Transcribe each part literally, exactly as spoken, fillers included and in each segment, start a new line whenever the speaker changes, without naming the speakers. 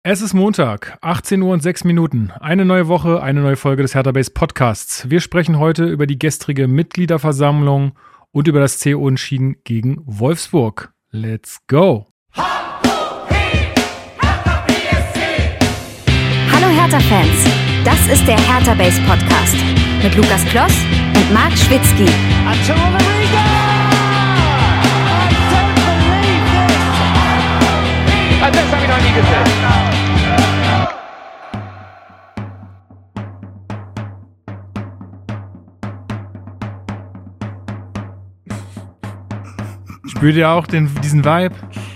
Es ist Montag, achtzehn Uhr und sechs Minuten. Eine neue Woche, eine neue Folge des Hertha Base Podcasts. Wir sprechen heute über die gestrige Mitgliederversammlung und über das C O-Unentschieden gegen Wolfsburg. Let's go!
Hallo Hertha-Fans, das ist der Hertha Base Podcast mit Lukas Kloss und Marc Schwitzky.
Das habe ich noch nie gesehen.
Spürt ihr auch den, diesen Vibe?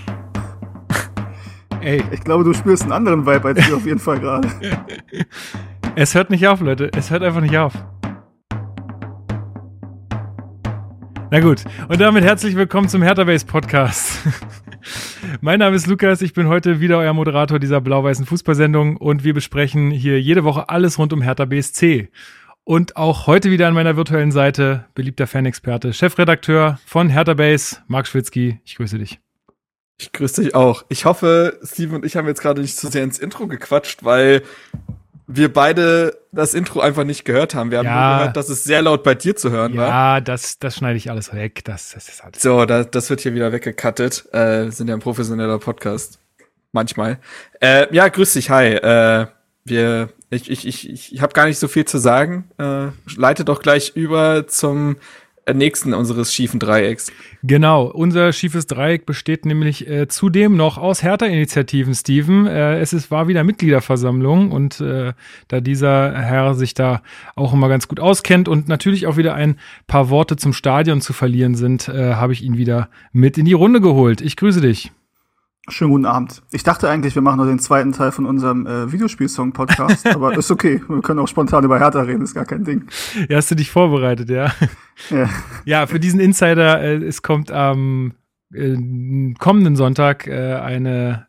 Ey.
Ich glaube, du spürst einen anderen Vibe als wir auf jeden Fall gerade.
Es hört nicht auf, Leute. Es hört einfach nicht auf. Na gut, und damit herzlich willkommen zum Hertha Base Podcast. Mein Name ist Lukas, ich bin heute wieder euer Moderator dieser blau-weißen Fußballsendung und wir besprechen hier jede Woche alles rund um Hertha B S C. Und auch heute wieder an meiner virtuellen Seite, beliebter Fanexperte, Chefredakteur von Hertha Base, Marc Schwitzky. Ich grüße dich.
Ich grüße dich auch. Ich hoffe, Steven und ich haben jetzt gerade nicht zu sehr ins Intro gequatscht, weil wir beide das Intro einfach nicht gehört haben. Wir haben
ja.
nur gehört, dass es sehr laut bei dir zu hören
ja,
war.
Ja, das, das schneide ich alles weg. Das, das ist alles.
So, das, das wird hier wieder weggecuttet. Äh, wir sind ja ein professioneller Podcast. Manchmal. Äh, ja, grüß dich, hi. Äh, wir, ich, ich, ich, ich habe gar nicht so viel zu sagen. Äh, leite doch gleich über zum nächsten unseres schiefen Dreiecks.
Genau, unser schiefes Dreieck besteht nämlich äh, zudem noch aus Hertha-Initiativen, Steven. Äh, es ist, war wieder Mitgliederversammlung und äh, da dieser Herr sich da auch immer ganz gut auskennt und natürlich auch wieder ein paar Worte zum Stadion zu verlieren sind, äh, habe ich ihn wieder mit in die Runde geholt. Ich grüße dich.
Schönen guten Abend. Ich dachte eigentlich, wir machen noch den zweiten Teil von unserem äh, Videospielsong-Podcast, aber ist okay. Wir können auch spontan über Hertha reden, ist gar kein Ding.
Ja, hast du dich vorbereitet, ja?
Ja,
ja für diesen Insider, äh, es kommt am äh, kommenden Sonntag äh, eine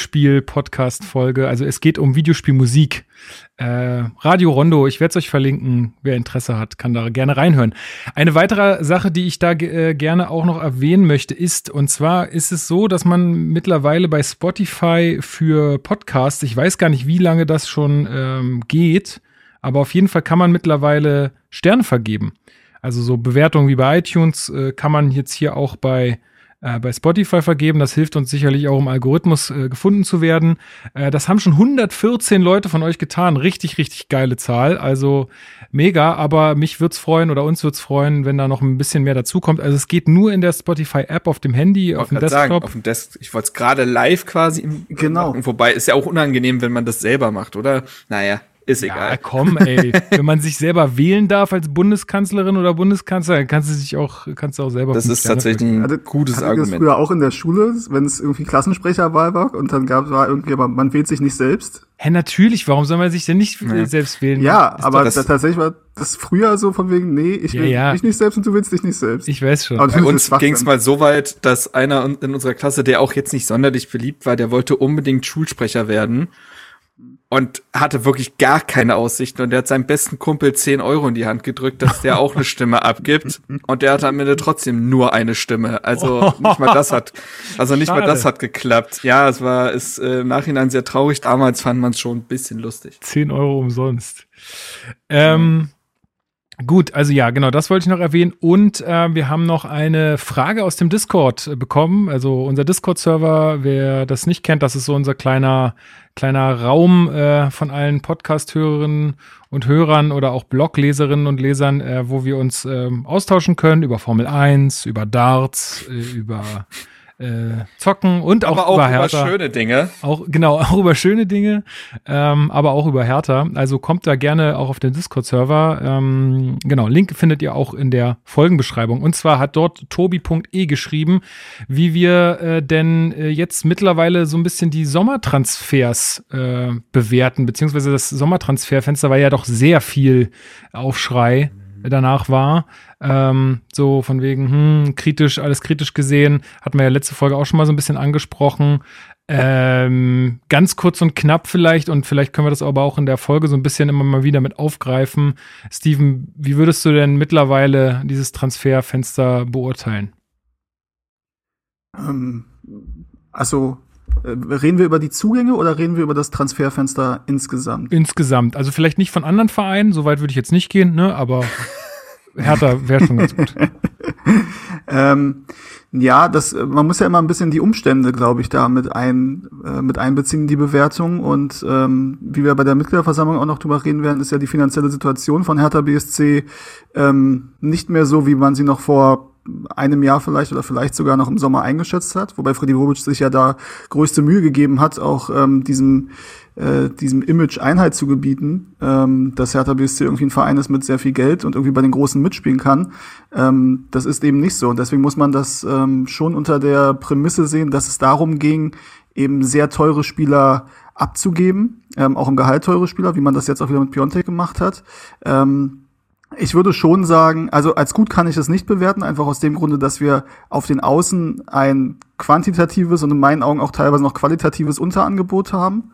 Videospiel-Podcast-Folge. Also es geht um Videospielmusik. Äh, Radio Rondo, ich werde es euch verlinken. Wer Interesse hat, kann da gerne reinhören. Eine weitere Sache, die ich da äh, gerne auch noch erwähnen möchte, ist, und zwar ist es so, dass man mittlerweile bei Spotify für Podcasts, ich weiß gar nicht, wie lange das schon ähm, geht, aber auf jeden Fall kann man mittlerweile Sterne vergeben. Also so Bewertungen wie bei iTunes äh, kann man jetzt hier auch bei Äh, bei Spotify vergeben. Das hilft uns sicherlich auch, im Algorithmus äh, gefunden zu werden. Äh, das haben schon hundertvierzehn Leute von euch getan. Richtig, richtig geile Zahl. Also mega, aber mich wird's freuen oder uns wird's freuen, wenn da noch ein bisschen mehr dazukommt. Also es geht nur in der Spotify-App auf dem Handy, auf dem Desktop.
Sagen, auf dem Desk. Ich wollte es gerade live quasi im
Genau.
machen. Wobei, ist ja auch unangenehm, wenn man das selber macht, oder? Naja. Ist egal.
Ja, komm, ey. Wenn man sich selber wählen darf als Bundeskanzlerin oder Bundeskanzler, dann kannst du sich auch, kannst du auch selber.
Das ist tatsächlich ein also, gutes Argument. Das früher auch in der Schule, wenn es irgendwie Klassensprecherwahl war und dann gab es irgendwie, aber man wählt sich nicht selbst.
Hä, natürlich. Warum soll man sich denn nicht ja. selbst wählen?
Ja, ist aber das da, tatsächlich war das früher so von wegen, nee, ich will ja, ja. mich nicht selbst und du willst dich nicht selbst.
Ich weiß schon.
Aber bei uns ging es mal so weit, dass einer in unserer Klasse, der auch jetzt nicht sonderlich beliebt war, der wollte unbedingt Schulsprecher werden. Und hatte wirklich gar keine Aussichten. Und der hat seinem besten Kumpel zehn Euro in die Hand gedrückt, dass der auch eine Stimme abgibt. Und der hatte am Ende trotzdem nur eine Stimme. Also nicht mal das hat, also nicht Schade. mal das hat geklappt. Ja, es war, ist äh, im Nachhinein sehr traurig. Damals fand man es schon ein bisschen lustig.
zehn Euro umsonst. Ähm, Gut, also ja, genau, das wollte ich noch erwähnen. Und äh, wir haben noch eine Frage aus dem Discord äh, bekommen. Also unser Discord-Server, wer das nicht kennt, das ist so unser kleiner kleiner Raum äh, von allen Podcast-Hörerinnen und Hörern oder auch Blogleserinnen und Lesern, äh, wo wir uns äh, austauschen können über Formel eins, über Darts, äh, über Äh, zocken und auch,
aber auch
über
über
Hertha.
schöne Dinge.
Auch, genau, auch über schöne Dinge, ähm, aber auch über Hertha. Also kommt da gerne auch auf den Discord-Server. Ähm, genau, Link findet ihr auch in der Folgenbeschreibung. Und zwar hat dort tobi.e geschrieben, wie wir äh, denn äh, jetzt mittlerweile so ein bisschen die Sommertransfers äh, bewerten, beziehungsweise das Sommertransferfenster war ja doch sehr viel Aufschrei danach war. Ähm, so von wegen, hm, kritisch, alles kritisch gesehen. Hatten wir ja letzte Folge auch schon mal so ein bisschen angesprochen. Ähm, ganz kurz und knapp vielleicht, und vielleicht können wir das aber auch in der Folge so ein bisschen immer mal wieder mit aufgreifen. Steven, wie würdest du denn mittlerweile dieses Transferfenster beurteilen?
Ähm, also
Äh, reden wir über die Zugänge oder reden wir über das Transferfenster insgesamt?
Insgesamt. Also vielleicht nicht von anderen Vereinen, so weit würde ich jetzt nicht gehen, ne, aber Hertha wäre schon ganz gut.
ähm, ja, das, man muss ja immer ein bisschen die Umstände, glaube ich, da mit ein, äh, mit einbeziehen, die Bewertung. Und ähm, wie wir bei der Mitgliederversammlung auch noch drüber reden werden, ist ja die finanzielle Situation von Hertha B S C ähm, nicht mehr so, wie man sie noch vor einem Jahr vielleicht oder vielleicht sogar noch im Sommer eingeschätzt hat, wobei Freddy Bobic sich ja da größte Mühe gegeben hat, auch ähm, diesem äh, diesem Image Einheit zu gebieten, ähm, dass Hertha B S C irgendwie ein Verein ist mit sehr viel Geld und irgendwie bei den Großen mitspielen kann. Ähm, das ist eben nicht so und deswegen muss man das ähm, schon unter der Prämisse sehen, dass es darum ging, eben sehr teure Spieler abzugeben, ähm, auch im Gehalt teure Spieler, wie man das jetzt auch wieder mit Piontek gemacht hat. Ähm, Ich würde schon sagen, also als gut kann ich es nicht bewerten, einfach aus dem Grunde, dass wir auf den Außen ein quantitatives und in meinen Augen auch teilweise noch qualitatives Unterangebot haben.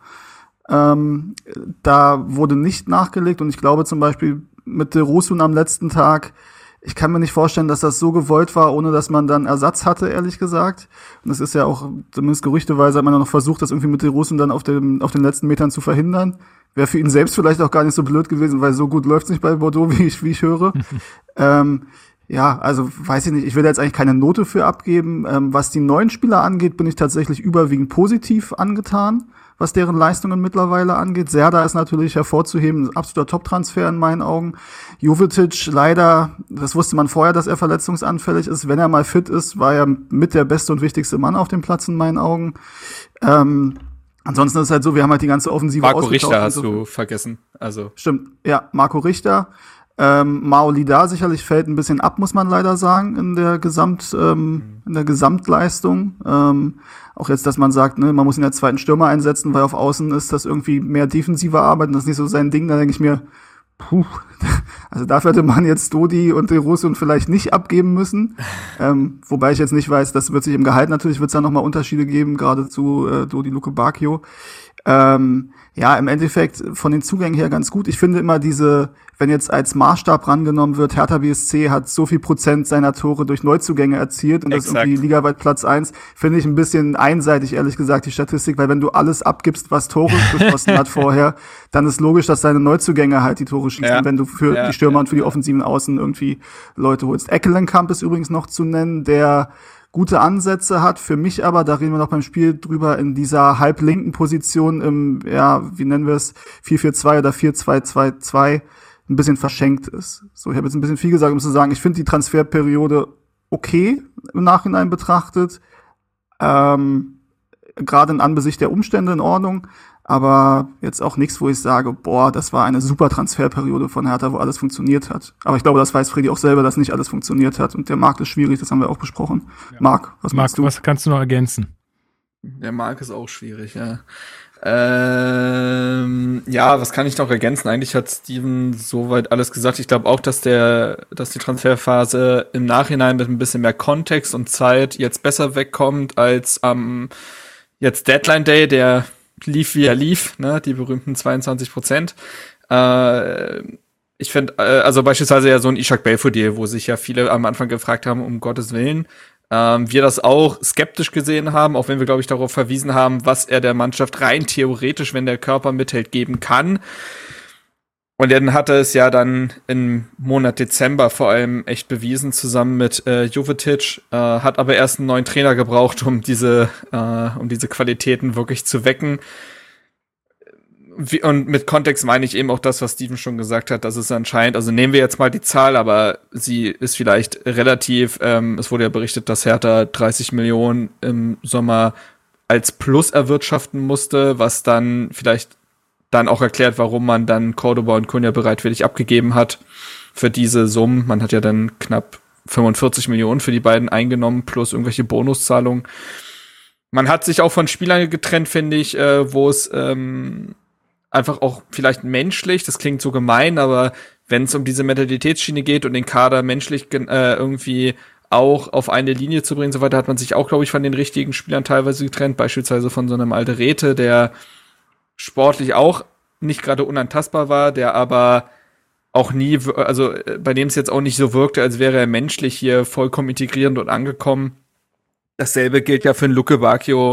Ähm, da wurde nicht nachgelegt und ich glaube zum Beispiel mit De Rosun am letzten Tag, ich kann mir nicht vorstellen, dass das so gewollt war, ohne dass man dann Ersatz hatte, ehrlich gesagt. Und das ist ja auch, zumindest gerüchteweise hat man ja noch versucht, das irgendwie mit De Rosun dann auf dem, auf den letzten Metern zu verhindern. Wäre für ihn selbst vielleicht auch gar nicht so blöd gewesen, weil so gut läuft's nicht bei Bordeaux, wie ich, wie ich höre. ähm, ja, also weiß ich nicht, ich will da jetzt eigentlich keine Note für abgeben. Ähm, was die neuen Spieler angeht, bin ich tatsächlich überwiegend positiv angetan, was deren Leistungen mittlerweile angeht. Serda ist natürlich hervorzuheben, ein absoluter Top-Transfer in meinen Augen. Jovetic leider, das wusste man vorher, dass er verletzungsanfällig ist. Wenn er mal fit ist, war er mit der beste und wichtigste Mann auf dem Platz in meinen Augen. Ähm, Ansonsten ist es halt so, wir haben halt die ganze Offensive
Marco
ausgetauscht.
Richter hast
so.
du vergessen. Also
Stimmt, ja, Marco Richter. Ähm, Mao Lida sicherlich fällt ein bisschen ab, muss man leider sagen, in der Gesamt, ähm, in der Gesamtleistung. Ähm, auch jetzt, dass man sagt, ne, man muss ihn als zweiten Stürmer einsetzen, weil auf Außen ist das irgendwie mehr defensive Arbeit und das ist nicht so sein Ding. Da denke ich mir, puh, also dafür hätte man jetzt Dodi und De Rosun vielleicht nicht abgeben müssen. Ähm, wobei ich jetzt nicht weiß, das wird sich im Gehalt natürlich, wird es da nochmal Unterschiede geben, gerade zu äh, Dodi Luke Bacchio. Ähm, ja, im Endeffekt von den Zugängen her ganz gut. Ich finde immer diese, wenn jetzt als Maßstab rangenommen wird, Hertha B S C hat so viel Prozent seiner Tore durch Neuzugänge erzielt und das ist irgendwie ligaweit Platz eins, finde ich ein bisschen einseitig, ehrlich gesagt, die Statistik, weil wenn du alles abgibst, was Tore geschossen hat vorher, dann ist logisch, dass deine Neuzugänge halt die Tore schießen,
ja.
wenn du für
ja,
die Stürmer
ja,
und für die offensiven Außen irgendwie Leute holst. Eckelenkamp ist übrigens noch zu nennen, der gute Ansätze hat, für mich aber, da reden wir noch beim Spiel drüber, in dieser halblinken Position im, ja, wie nennen wir es, vier vier zwei oder vier zwei zwei zwei ein bisschen verschenkt ist. So, ich habe jetzt ein bisschen viel gesagt, um zu sagen, ich finde die Transferperiode okay im Nachhinein betrachtet, ähm, gerade in Angesicht der Umstände in Ordnung, aber jetzt auch nichts, wo ich sage, boah, das war eine super Transferperiode von Hertha, wo alles funktioniert hat. Aber ich glaube, das weiß Freddy auch selber, dass nicht alles funktioniert hat. Und der Markt ist schwierig, das haben wir auch besprochen. Ja. Marc, was
Marc,
meinst du?
Was kannst du noch ergänzen?
Der Markt ist auch schwierig, ja. Ähm, ja, was kann ich noch ergänzen? Eigentlich hat Steven soweit alles gesagt. Ich glaube auch, dass der, dass die Transferphase im Nachhinein mit ein bisschen mehr Kontext und Zeit jetzt besser wegkommt als am jetzt Deadline Day, der lief, wie er lief, ne, die berühmten zweiundzwanzig Prozent. Äh, ich finde, äh, also beispielsweise ja so ein Ishak Belfodil, wo sich ja viele am Anfang gefragt haben, um Gottes Willen, ähm, wir das auch skeptisch gesehen haben, auch wenn wir, glaube ich, darauf verwiesen haben, was er der Mannschaft rein theoretisch, wenn der Körper mithält, geben kann. Und dann hat er es ja dann im Monat Dezember vor allem echt bewiesen, zusammen mit äh, Jovetic, äh, hat aber erst einen neuen Trainer gebraucht, um diese äh, um diese Qualitäten wirklich zu wecken. Wie, und mit Kontext meine ich eben auch das, was Steven schon gesagt hat, dass es anscheinend, also nehmen wir jetzt mal die Zahl, aber sie ist vielleicht relativ, ähm, es wurde ja berichtet, dass Hertha dreißig Millionen im Sommer als Plus erwirtschaften musste, was dann vielleicht dann auch erklärt, warum man dann Cordoba und Cunha bereitwillig abgegeben hat für diese Summen. Man hat ja dann knapp fünfundvierzig Millionen für die beiden eingenommen, plus irgendwelche Bonuszahlungen. Man hat sich auch von Spielern getrennt, finde ich, äh, wo es ähm, einfach auch vielleicht menschlich, das klingt so gemein, aber wenn es um diese Mentalitätsschiene geht und den Kader menschlich äh, irgendwie auch auf eine Linie zu bringen, so weiter, hat man sich auch, glaube ich, von den richtigen Spielern teilweise getrennt, beispielsweise von so einem Alderete, der sportlich auch nicht gerade unantastbar war, der aber auch nie, also bei dem es jetzt auch nicht so wirkte, als wäre er menschlich hier vollkommen integrierend und angekommen. Dasselbe gilt ja für einen Luke Bacchio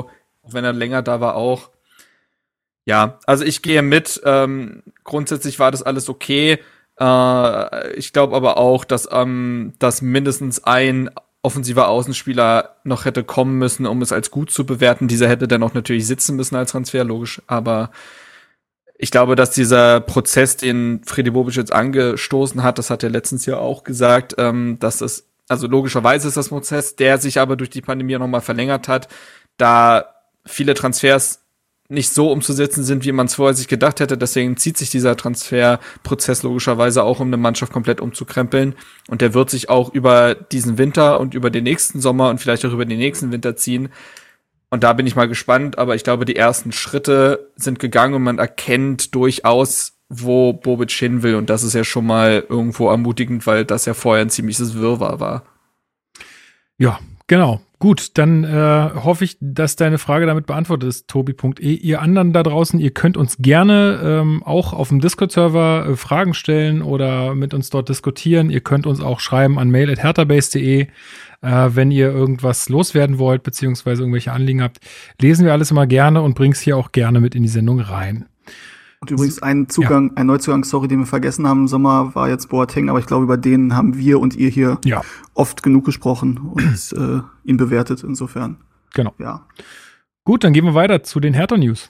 auch wenn er länger da war auch. Ja, also ich gehe mit. Ähm, grundsätzlich war das alles okay. Äh, ich glaube aber auch, dass, ähm, dass mindestens ein offensiver Außenspieler noch hätte kommen müssen, um es als gut zu bewerten. Dieser hätte dann auch natürlich sitzen müssen als Transfer, logisch. Aber ich glaube, dass dieser Prozess, den Freddy Bobic jetzt angestoßen hat, das hat er letztens ja auch gesagt, ähm, dass es, also logischerweise ist das Prozess, der sich aber durch die Pandemie noch mal verlängert hat, da viele Transfers nicht so umzusetzen sind, wie man es vorher sich gedacht hätte. Deswegen zieht sich dieser Transferprozess logischerweise auch, um eine Mannschaft komplett umzukrempeln. Und der wird sich auch über diesen Winter und über den nächsten Sommer und vielleicht auch über den nächsten Winter ziehen. Und da bin ich mal gespannt. Aber ich glaube, die ersten Schritte sind gegangen und man erkennt durchaus, wo Bobic hin will. Und das ist ja schon mal irgendwo ermutigend, weil das ja vorher ein ziemliches Wirrwarr war.
Ja, genau. Gut, dann äh, hoffe ich, dass deine Frage damit beantwortet ist, tobi punkt e. Ihr anderen da draußen, ihr könnt uns gerne ähm, auch auf dem Discord-Server äh, Fragen stellen oder mit uns dort diskutieren. Ihr könnt uns auch schreiben an mail at herthabase punkt de, äh, wenn ihr irgendwas loswerden wollt, beziehungsweise irgendwelche Anliegen habt. Lesen wir alles immer gerne und bring's hier auch gerne mit in die Sendung rein.
Und übrigens ein Zugang, ja. ein Neuzugang, sorry, den wir vergessen haben im Sommer, war jetzt Boateng, aber ich glaube, über den haben wir und ihr hier
ja.
oft genug gesprochen und äh, ihn bewertet, insofern.
Genau.
Ja.
Gut, dann gehen wir weiter zu den Hertha-News.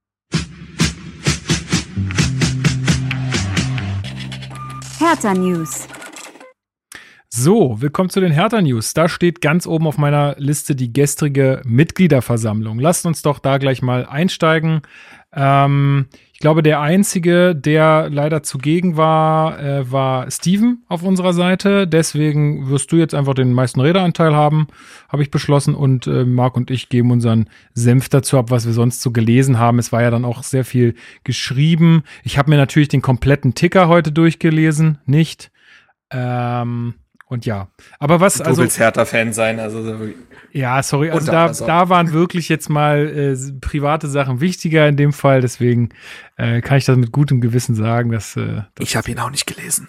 Hertha-News.
So, willkommen zu den Hertha-News. Da steht ganz oben auf meiner Liste die gestrige Mitgliederversammlung. Lasst uns doch da gleich mal einsteigen. Ähm, ich glaube, der Einzige, der leider zugegen war, äh, war Steven auf unserer Seite. Deswegen wirst du jetzt einfach den meisten Redeanteil haben, habe ich beschlossen. Und äh, Marc und ich geben unseren Senf dazu ab, was wir sonst so gelesen haben. Es war ja dann auch sehr viel geschrieben. Ich habe mir natürlich den kompletten Ticker heute durchgelesen, nicht. Ähm, und ja, aber was
du
also.
Du willst Hertha-Fan sein, also.
Ja, sorry, also da, da waren wirklich jetzt mal äh, private Sachen wichtiger in dem Fall, deswegen äh, kann ich das mit gutem Gewissen sagen, dass. Äh, dass
ich habe ihn auch nicht gelesen.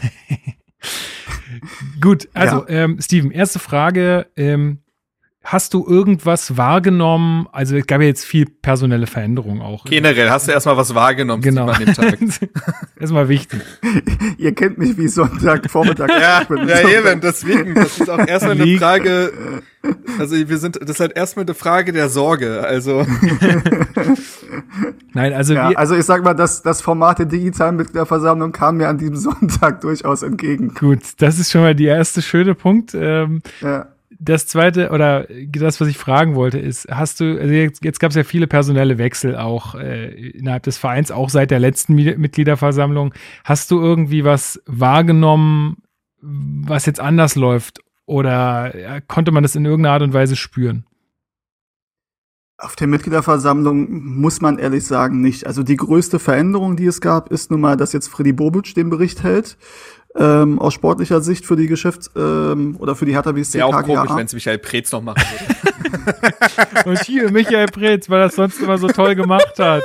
Gut, also ja. ähm, Steven, erste Frage. Ähm, Hast du irgendwas wahrgenommen? Also es gab ja jetzt viel personelle Veränderungen auch.
Generell, hast du erstmal was wahrgenommen
genau.
an dem Tag?
Erstmal wichtig.
Ihr kennt mich wie Sonntag, Vormittag.
ja, ja eben, deswegen. Das ist auch erstmal eine Frage, also wir sind, das ist halt erstmal eine Frage der Sorge, also.
Nein, also
ja,
wir,
also ich sag mal, das, das Format der digitalen Mitgliederversammlung kam mir an diesem Sonntag durchaus entgegen.
Gut, das ist schon mal der erste schöne Punkt. Ähm,
ja.
Das zweite, oder das, was ich fragen wollte, ist, hast du, also jetzt, jetzt gab es ja viele personelle Wechsel auch äh, innerhalb des Vereins, auch seit der letzten Mitgliederversammlung. Hast du irgendwie was wahrgenommen, was jetzt anders läuft? Oder ja, konnte man das in irgendeiner Art und Weise spüren?
Auf der Mitgliederversammlung muss man ehrlich sagen nicht. Also die größte Veränderung, die es gab, ist nun mal, dass jetzt Freddy Bobic den Bericht hält. Ähm, aus sportlicher Sicht für die Geschäfts- ähm, oder für die Hertha B S C
Wäre auch
K G A.
komisch, wenn es Michael Preetz noch machen würde.
Und hier Michael Preetz, weil er das sonst immer so toll gemacht hat.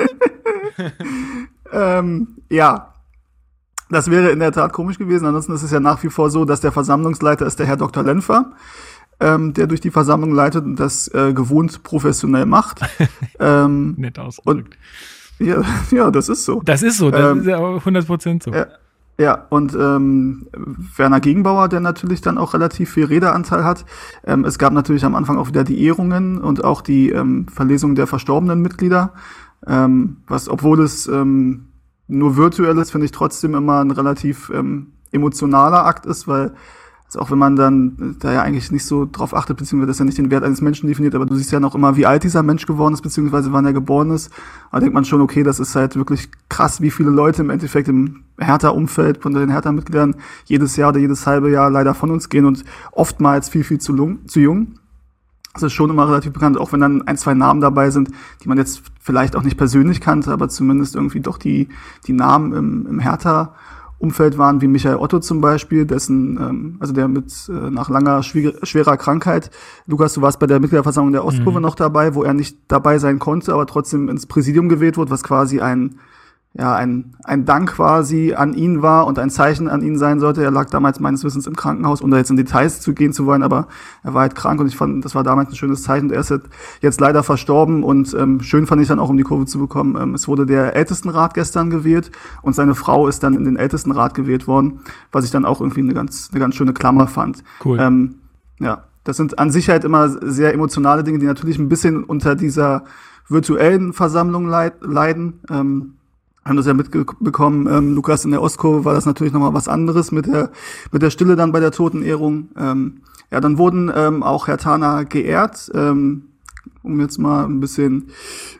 ähm, ja, das wäre in der Tat komisch gewesen. Ansonsten ist es ja nach wie vor so, dass der Versammlungsleiter ist der Herr Doktor Lenfer, ähm, der durch die Versammlung leitet und das äh, gewohnt professionell macht. ähm,
Nett ausgedrückt.
Und, ja, ja, das ist so.
Das ist so, das
ähm,
ist ja hundert Prozent so.
Äh, Ja, und ähm, Werner Gegenbauer, der natürlich dann auch relativ viel Redeanteil hat. Ähm, es gab natürlich am Anfang auch wieder die Ehrungen und auch die ähm, Verlesung der verstorbenen Mitglieder. Ähm, was, obwohl es ähm, nur virtuell ist, finde ich trotzdem immer ein relativ ähm, emotionaler Akt ist, weil also auch wenn man dann da ja eigentlich nicht so drauf achtet, beziehungsweise das ja nicht den Wert eines Menschen definiert, aber du siehst ja noch immer, wie alt dieser Mensch geworden ist, beziehungsweise wann er geboren ist. Da denkt man schon, okay, das ist halt wirklich krass, wie viele Leute im Endeffekt im Hertha-Umfeld von den Hertha-Mitgliedern jedes Jahr oder jedes halbe Jahr leider von uns gehen und oftmals viel, viel zu, lung, zu jung. Das ist schon immer relativ bekannt, auch wenn dann ein, zwei Namen dabei sind, die man jetzt vielleicht auch nicht persönlich kannte, aber zumindest irgendwie doch die, die Namen im, im Hertha Umfeld waren, wie Michael Otto zum Beispiel, dessen, ähm, also der mit äh, nach langer schwier- schwerer Krankheit, Lukas, du warst bei der Mitgliederversammlung der Ostkurve mhm. noch dabei, wo er nicht dabei sein konnte, aber trotzdem ins Präsidium gewählt wurde, was quasi ein ja, ein, ein Dank quasi an ihn war und ein Zeichen an ihn sein sollte. Er lag damals meines Wissens im Krankenhaus, um da jetzt in Details zu gehen zu wollen, aber er war halt krank und ich fand, das war damals ein schönes Zeichen. Er ist jetzt leider verstorben und ähm, schön fand ich dann auch, um die Kurve zu bekommen, ähm, es wurde der Ältestenrat gestern gewählt und seine Frau ist dann in den Ältestenrat gewählt worden, was ich dann auch irgendwie eine ganz, eine ganz schöne Klammer fand.
Cool.
Ähm, ja, das sind an sich halt immer sehr emotionale Dinge, die natürlich ein bisschen unter dieser virtuellen Versammlung leid, leiden. Ähm, haben das ja mitbekommen, ähm, Lukas, in der Ostkurve war das natürlich nochmal was anderes mit der mit der Stille dann bei der Totenehrung. Ähm, ja, dann wurden ähm, auch Herthaner geehrt, ähm, um jetzt mal ein bisschen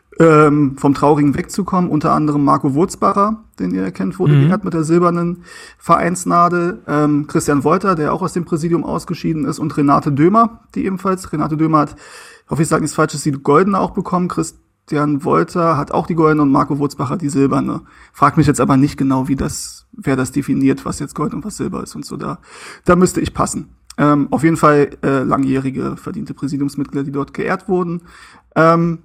ähm, vom Traurigen wegzukommen. Unter anderem Marco Wurzbacher, den ihr kennt, wurde mhm. geehrt mit der silbernen Vereinsnadel. Ähm, Christian Wolter, der auch aus dem Präsidium ausgeschieden ist, und Renate Dömer, die ebenfalls, Renate Dömer hat, ich hoffe, ich sage nichts Falsches, die goldene auch bekommen. Christian Wolter hat auch die goldene und Marco Wurzbacher die silberne. Frag mich jetzt aber nicht genau, wie das, wer das definiert, was jetzt Gold und was Silber ist und so. Da, da müsste ich passen. Ähm, auf jeden Fall äh, langjährige verdiente Präsidiumsmitglieder, die dort geehrt wurden. Ähm,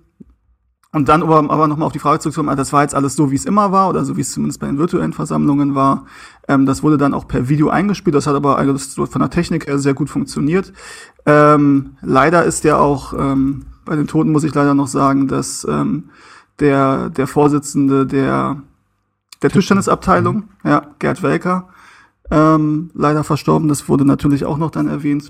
und dann aber, aber nochmal auf die Frage zurückzukommen, das war jetzt alles so, wie es immer war, oder so, wie es zumindest bei den virtuellen Versammlungen war. Ähm, das wurde dann auch per Video eingespielt, das hat aber eigentlich von der Technik her sehr gut funktioniert. Ähm, leider ist ja auch, ähm, bei den Toten muss ich leider noch sagen, dass ähm, der der Vorsitzende der der Tischtennisabteilung, mhm. ja, Gerd Welker, ähm, leider verstorben. Das wurde natürlich auch noch dann erwähnt.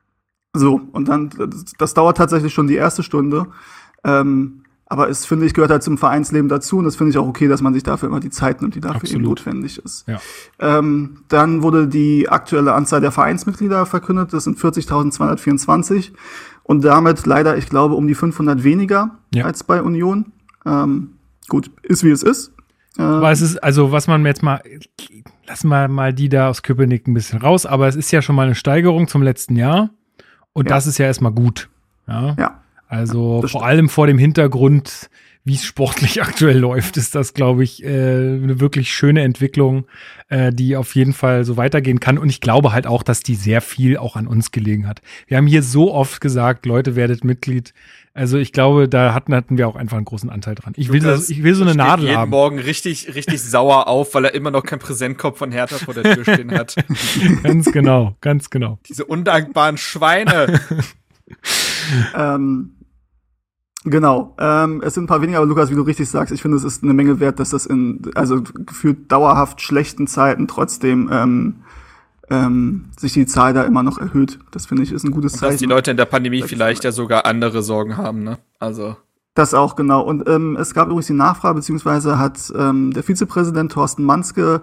So, und dann, das, das dauert tatsächlich schon die erste Stunde. Ähm, aber es, finde ich, gehört halt zum Vereinsleben dazu. Und das finde ich auch okay, dass man sich dafür immer die Zeit nimmt, die dafür
Absolut.
eben notwendig ist.
Ja.
Ähm, dann wurde die aktuelle Anzahl der Vereinsmitglieder verkündet. Das sind vierzigtausendzweihundertvierundzwanzig. Und damit leider, ich glaube, um die fünfhundert weniger ja. als bei Union. Ähm, gut, ist wie es ist. Ähm,
aber es ist, also was man jetzt mal, lassen wir mal die da aus Köpenick ein bisschen raus, aber es ist ja schon mal eine Steigerung zum letzten Jahr. Und ja. das ist ja erstmal gut. Ja.
ja.
Also
ja,
vor allem vor dem Hintergrund, wie es sportlich aktuell läuft, ist das, glaube ich, äh, eine wirklich schöne Entwicklung, äh, die auf jeden Fall so weitergehen kann. Und ich glaube halt auch, dass die sehr viel auch an uns gelegen hat. Wir haben hier so oft gesagt, Leute, werdet Mitglied. Also ich glaube, da hatten, hatten wir auch einfach einen großen Anteil dran. Ich will,
Lukas,
das, ich will so eine Nadel
jeden
haben.
Morgen richtig, richtig sauer auf, weil er immer noch keinen Präsentkopf von Hertha vor der Tür stehen hat.
Ganz genau, ganz genau.
Diese undankbaren Schweine.
ähm, Genau, ähm, es sind ein paar weniger, aber Lukas, wie du richtig sagst, ich finde, es ist eine Menge wert, dass das in, also gefühlt dauerhaft schlechten Zeiten trotzdem ähm, ähm, sich die Zahl da immer noch erhöht. Das finde ich ist ein gutes
Und
Zeichen.
dass die Leute in der Pandemie vielleicht ja sogar andere Sorgen haben, ne? Also
das auch, genau. Und ähm, es gab übrigens die Nachfrage, beziehungsweise hat ähm, der Vizepräsident Thorsten Manske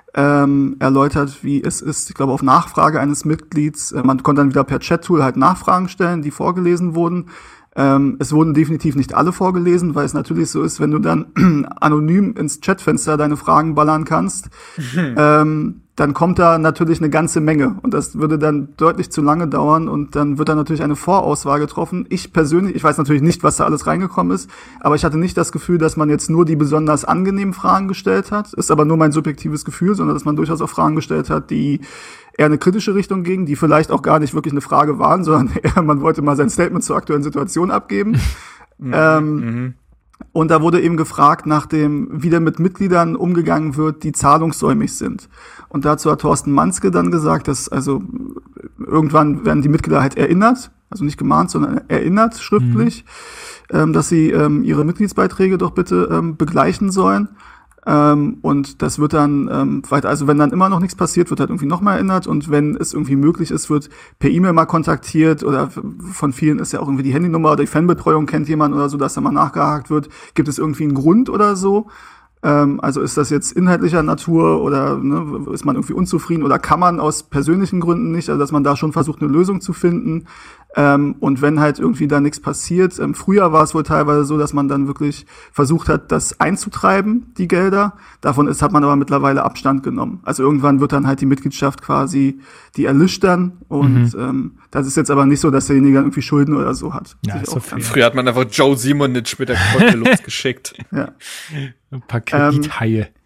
ähm, erläutert, wie es ist, ich glaube, auf Nachfrage eines Mitglieds, äh, man konnte dann wieder per Chat-Tool halt Nachfragen stellen, die vorgelesen wurden. Ähm, es wurden definitiv nicht alle vorgelesen, weil es natürlich so ist, wenn du dann anonym ins Chatfenster deine Fragen ballern kannst, mhm. ähm, dann kommt da natürlich eine ganze Menge. Und das würde dann deutlich zu lange dauern und dann wird da natürlich eine Vorauswahl getroffen. Ich persönlich, ich weiß natürlich nicht, was da alles reingekommen ist, aber ich hatte nicht das Gefühl, dass man jetzt nur die besonders angenehmen Fragen gestellt hat. Ist aber nur mein subjektives Gefühl, sondern dass man durchaus auch Fragen gestellt hat, die eher eine kritische Richtung gingen, die vielleicht auch gar nicht wirklich eine Frage waren, sondern eher, man wollte mal sein Statement zur aktuellen Situation abgeben. Mhm. Ähm, mhm. Und da wurde eben gefragt nach dem, wie denn mit Mitgliedern umgegangen wird, die zahlungssäumig sind. Und dazu hat Thorsten Manske dann gesagt, dass also irgendwann werden die Mitglieder halt erinnert, also nicht gemahnt, sondern erinnert schriftlich, mhm. ähm, dass sie ähm, ihre Mitgliedsbeiträge doch bitte ähm, begleichen sollen. Ähm, und das wird dann ähm, weiter, also wenn dann immer noch nichts passiert, wird halt irgendwie nochmal erinnert und wenn es irgendwie möglich ist, wird per E-Mail mal kontaktiert oder von vielen ist ja auch irgendwie die Handynummer oder die Fanbetreuung kennt jemand oder so, dass da mal nachgehakt wird, gibt es irgendwie einen Grund oder so? Ähm, also ist das jetzt inhaltlicher Natur oder ne, ist man irgendwie unzufrieden oder kann man aus persönlichen Gründen nicht, also dass man da schon versucht, eine Lösung zu finden. Ähm, und wenn halt irgendwie da nichts passiert, ähm, früher war es wohl teilweise so, dass man dann wirklich versucht hat, das einzutreiben, die Gelder. Davon ist, hat man aber mittlerweile Abstand genommen. Also irgendwann wird dann halt die Mitgliedschaft quasi, die erlischt dann. Und mhm. ähm, das ist jetzt aber nicht so, dass derjenige dann irgendwie Schulden oder so hat.
Ja, ist so
früher hat man einfach Joe Simonic mit der Kotte losgeschickt.
Ja.
Ein paar Kredithaie.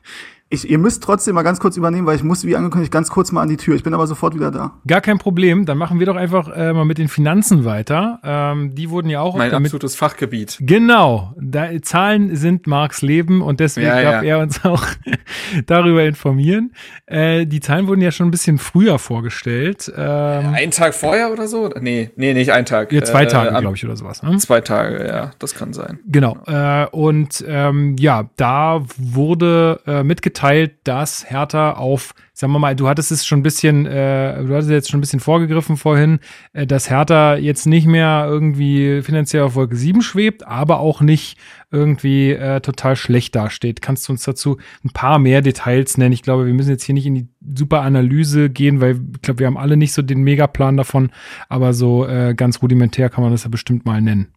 Ich, ihr müsst trotzdem mal ganz kurz übernehmen, weil ich muss, wie angekündigt, ganz kurz mal an die Tür. Ich bin aber sofort wieder da.
Gar kein Problem. Dann machen wir doch einfach äh, mal mit den Finanzen weiter. Ähm, die wurden ja auch
mein
damit,
absolutes Fachgebiet.
Genau. Da, Zahlen sind Marks Leben und deswegen
Ja,
darf
ja.
er uns auch darüber informieren. Äh, die Zahlen wurden ja schon ein bisschen früher vorgestellt. Ähm,
Einen Tag vorher oder so? Nee, nee, nicht einen Tag.
ja, zwei
Äh,
Tage,
am-
glaube ich, oder sowas. Ne?
Zwei Tage, ja, das kann sein.
Genau. Äh, und ähm, ja, da wurde äh, mitgeteilt, dass Hertha auf, sagen wir mal, du hattest es schon ein bisschen, äh, du hattest jetzt schon ein bisschen vorgegriffen vorhin, äh, dass Hertha jetzt nicht mehr irgendwie finanziell auf Wolke sieben schwebt, aber auch nicht irgendwie äh, total schlecht dasteht. Kannst du uns dazu ein paar mehr Details nennen? Ich glaube, wir müssen jetzt hier nicht in die super Analyse gehen, weil ich glaube, wir haben alle nicht so den Megaplan davon, aber so äh, ganz rudimentär kann man das ja bestimmt mal nennen.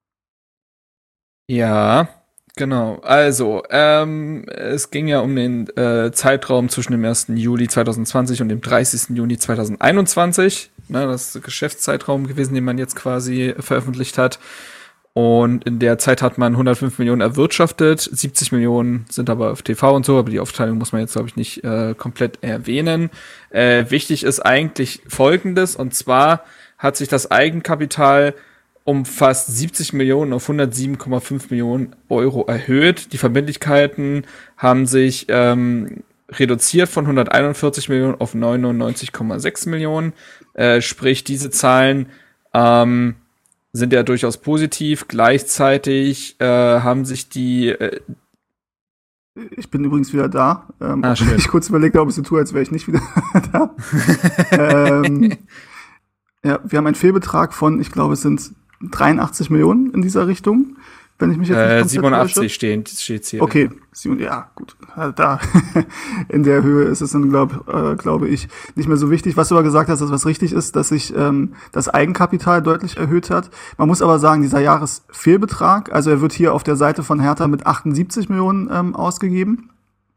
Ja, genau. Also, ähm, es ging ja um den äh, Zeitraum zwischen dem ersten Juli zweitausendzwanzig und dem dreißigsten Juni zweitausendeinundzwanzig. Ne, das ist der Geschäftszeitraum gewesen, den man jetzt quasi veröffentlicht hat. Und in der Zeit hat man hundertfünf Millionen erwirtschaftet, siebzig Millionen sind aber auf T V und so, aber die Aufteilung muss man jetzt, glaube ich, nicht äh, komplett erwähnen. Äh, wichtig ist eigentlich Folgendes, und zwar hat sich das Eigenkapital um fast siebzig Millionen auf hundertsieben Komma fünf Millionen Euro erhöht. Die Verbindlichkeiten haben sich ähm, reduziert von hunderteinundvierzig Millionen auf neunundneunzig Komma sechs Millionen. Äh, sprich, diese Zahlen ähm, sind ja durchaus positiv. Gleichzeitig äh, haben sich die äh,
Ich bin übrigens wieder da. Ähm,
Ah, schön.
ich kurz überlegt, ob ich so tue, als wäre ich nicht wieder da. ähm, ja, wir haben einen Fehlbetrag von, ich glaube, es sind dreiundachtzig Millionen in dieser Richtung, wenn ich mich jetzt nicht
äh,
komplett
siebenundachtzig
täusche.
stehen, steht's hier.
Okay, sieben- ja, gut. Äh, Da in der Höhe ist es dann, glaube äh, glaube ich, nicht mehr so wichtig. Was du aber gesagt hast, dass was richtig ist, dass sich ähm, das Eigenkapital deutlich erhöht hat. Man muss aber sagen, dieser Jahresfehlbetrag, also er wird hier auf der Seite von Hertha mit achtundsiebzig Millionen ähm, ausgegeben.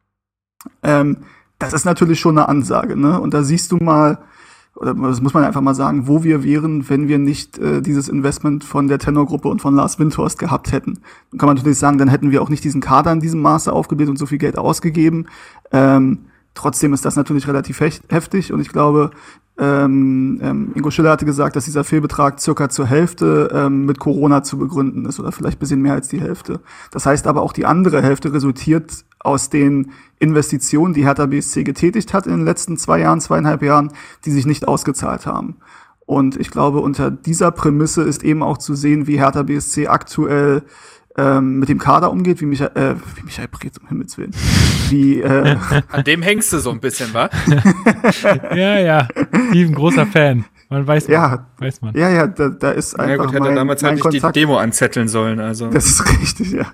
Ähm, das ist natürlich schon eine Ansage, ne? Und da siehst du mal, oder das muss man einfach mal sagen, wo wir wären, wenn wir nicht äh, dieses Investment von der Tenor-Gruppe und von Lars Windhorst gehabt hätten. Dann kann man natürlich sagen, dann hätten wir auch nicht diesen Kader in diesem Maße aufgebläht und so viel Geld ausgegeben. Ähm, trotzdem ist das natürlich relativ hech- heftig und ich glaube, ähm, ähm, Ingo Schiller hatte gesagt, dass dieser Fehlbetrag circa zur Hälfte ähm, mit Corona zu begründen ist oder vielleicht ein bisschen mehr als die Hälfte. Das heißt aber auch die andere Hälfte resultiert aus den Investitionen, die Hertha B S C getätigt hat in den letzten zwei Jahren, zweieinhalb Jahren, die sich nicht ausgezahlt haben. Und ich glaube, unter dieser Prämisse ist eben auch zu sehen, wie Hertha B S C aktuell ähm, mit dem Kader umgeht, wie Michael, äh, wie Michael Preetz, um Himmels Willen. Wie, äh,
An dem hängst du so ein bisschen, wa?
Ja, ja. Steven, großer Fan. Man weiß,
ja,
weiß man.
ja, ja, da, da ist einfach
Ja gut, hätte
mein,
er damals
mein
halt nicht die
Kontakt.
Demo anzetteln sollen, also.
Das ist richtig, ja.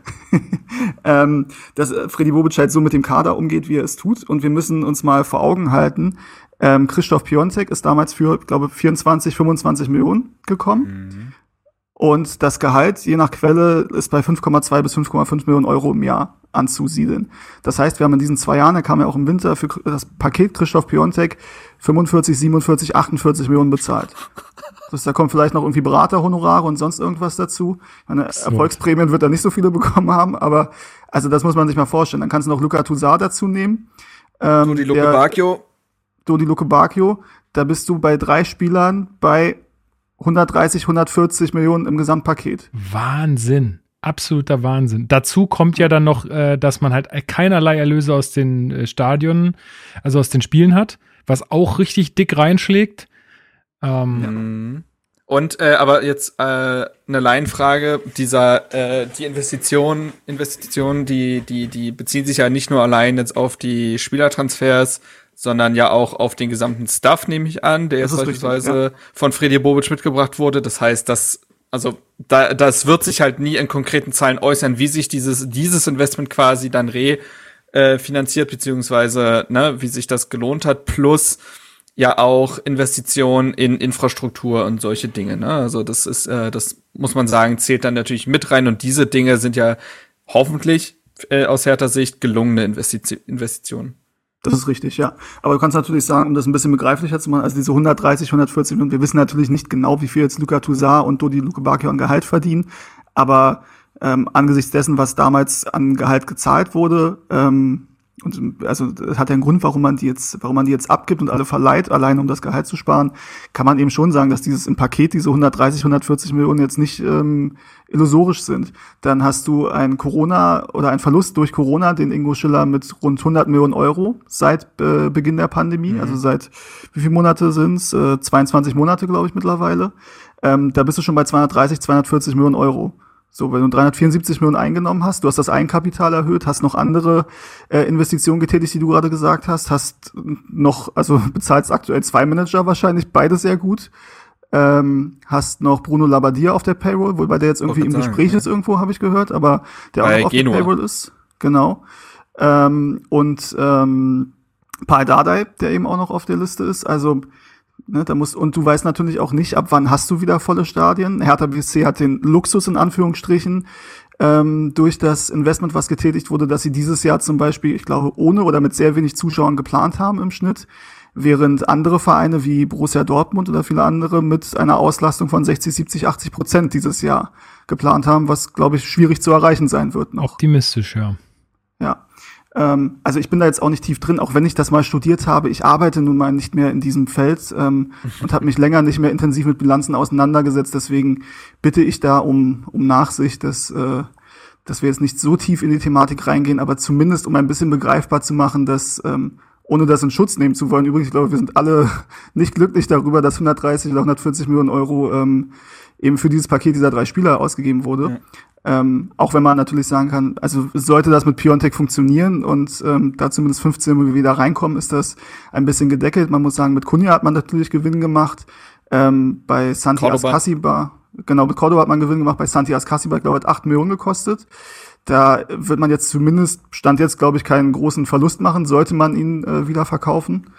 ähm, dass äh, Freddy Bobic halt so mit dem Kader umgeht, wie er es tut. Und wir müssen uns mal vor Augen halten, ähm, Christoph Piontek ist damals für, ich glaube, vierundzwanzig, fünfundzwanzig Millionen gekommen.
Mhm.
Und das Gehalt, je nach Quelle, ist bei fünf Komma zwei bis fünf Komma fünf Millionen Euro im Jahr anzusiedeln. Das heißt, wir haben in diesen zwei Jahren, da kam ja auch im Winter für das Paket Christoph Piontek fünfundvierzig, siebenundvierzig, achtundvierzig Millionen bezahlt. Das, da kommt vielleicht noch irgendwie Beraterhonorare und sonst irgendwas dazu. Meine Erfolgsprämien wird er nicht so viele bekommen haben, aber also das muss man sich mal vorstellen. Dann kannst du noch Luka Toussaint dazu nehmen. Ähm,
Dodi Luke
der-
Bacchio.
Dodi Luke Bacchio, da bist du bei drei Spielern bei hundertdreißig, hundertvierzig Millionen im Gesamtpaket.
Wahnsinn. Absoluter Wahnsinn. Dazu kommt ja dann noch, äh, dass man halt keinerlei Erlöse aus den äh, Stadionen, also aus den Spielen hat, was auch richtig dick reinschlägt. Ähm,
Mhm. Und äh, aber jetzt äh, eine Laienfrage, dieser äh, die Investitionen, Investitionen, die die die beziehen sich ja nicht nur allein jetzt auf die Spielertransfers, sondern ja auch auf den gesamten Staff, nehme ich an, der
Das
jetzt
ist richtig,
beispielsweise von Freddy Bobic mitgebracht wurde. Das heißt, dass also da das wird sich halt nie in konkreten Zahlen äußern, wie sich dieses dieses Investment quasi dann re äh, finanziert beziehungsweise ne, wie sich das gelohnt hat, plus ja auch Investitionen in Infrastruktur und solche Dinge. Ne? Also das ist, äh, das muss man sagen, zählt dann natürlich mit rein. Und diese Dinge sind ja hoffentlich äh, aus Hertha Sicht gelungene Investiti- Investitionen.
Das ist richtig, ja. Aber du kannst natürlich sagen, um das ein bisschen begreiflicher zu machen, also diese hundertdreißig, hundertvierzig Millionen, wir wissen natürlich nicht genau, wie viel jetzt Luka Toussaint und Dodi Luke Bacchio an Gehalt verdienen, aber ähm, angesichts dessen, was damals an Gehalt gezahlt wurde, ähm, Und also das hat ja einen Grund, warum man die jetzt, warum man die jetzt abgibt und alle verleiht, allein um das Gehalt zu sparen, kann man eben schon sagen, dass dieses im Paket diese hundertdreißig, hundertvierzig Millionen jetzt nicht ähm, illusorisch sind. Dann hast du ein Corona oder ein Verlust durch Corona, den Ingo Schiller mit rund hundert Millionen Euro seit äh, Beginn der Pandemie, mhm. also seit wie viele Monate sind's? Äh, zweiundzwanzig Monate, glaube ich, mittlerweile. Ähm, da bist du schon bei zweihundertdreißig, zweihundertvierzig Millionen Euro. So, wenn du dreihundertvierundsiebzig Millionen eingenommen hast, du hast das Eigenkapital erhöht, hast noch andere äh, Investitionen getätigt, die du gerade gesagt hast, hast noch, also bezahlst aktuell zwei Manager wahrscheinlich, beide sehr gut, ähm, hast noch Bruno Labbadia auf der Payroll, wobei der jetzt irgendwie im sagen, Gespräch ja. ist irgendwo, habe ich gehört, aber der Bei auch noch auf Genua. der Payroll ist, genau, ähm, und ähm, Paul Dardai, der eben auch noch auf der Liste ist, also Ne, da muss, und du weißt natürlich auch nicht, ab wann hast du wieder volle Stadien. Hertha B S C hat den Luxus in Anführungsstrichen ähm, durch das Investment, was getätigt wurde, dass sie dieses Jahr zum Beispiel, ich glaube, ohne oder mit sehr wenig Zuschauern geplant haben im Schnitt, während andere Vereine wie Borussia Dortmund oder viele andere mit einer Auslastung von sechzig, siebzig, achtzig Prozent dieses Jahr geplant haben, was, glaube ich, schwierig zu erreichen sein wird noch.
Optimistisch, ja.
Ja. Also ich bin da jetzt auch nicht tief drin, auch wenn ich das mal studiert habe. Ich arbeite nun mal nicht mehr in diesem Feld ähm, und habe mich länger nicht mehr intensiv mit Bilanzen auseinandergesetzt. Deswegen bitte ich da um um Nachsicht, dass, äh, dass wir jetzt nicht so tief in die Thematik reingehen, aber zumindest um ein bisschen begreifbar zu machen, dass, ähm, ohne das in Schutz nehmen zu wollen, übrigens, ich glaube, wir sind alle nicht glücklich darüber, dass hundertdreißig oder hundertvierzig Millionen Euro ähm, eben für dieses Paket dieser drei Spieler ausgegeben wurde. Ja. Ähm, auch wenn man natürlich sagen kann, also sollte das mit Piontek funktionieren und ähm, da zumindest fünfzehn Millionen wieder reinkommen, ist das ein bisschen gedeckelt. Man muss sagen, mit Cunha hat man natürlich Gewinn gemacht. Ähm, bei Santi Ascasiba, genau, mit Cordoba hat man Gewinn gemacht. Bei Santi Ascasiba, glaube ich, hat acht Millionen gekostet. Da wird man jetzt zumindest, Stand jetzt, glaube ich, keinen großen Verlust machen, sollte man ihn äh, wieder verkaufen.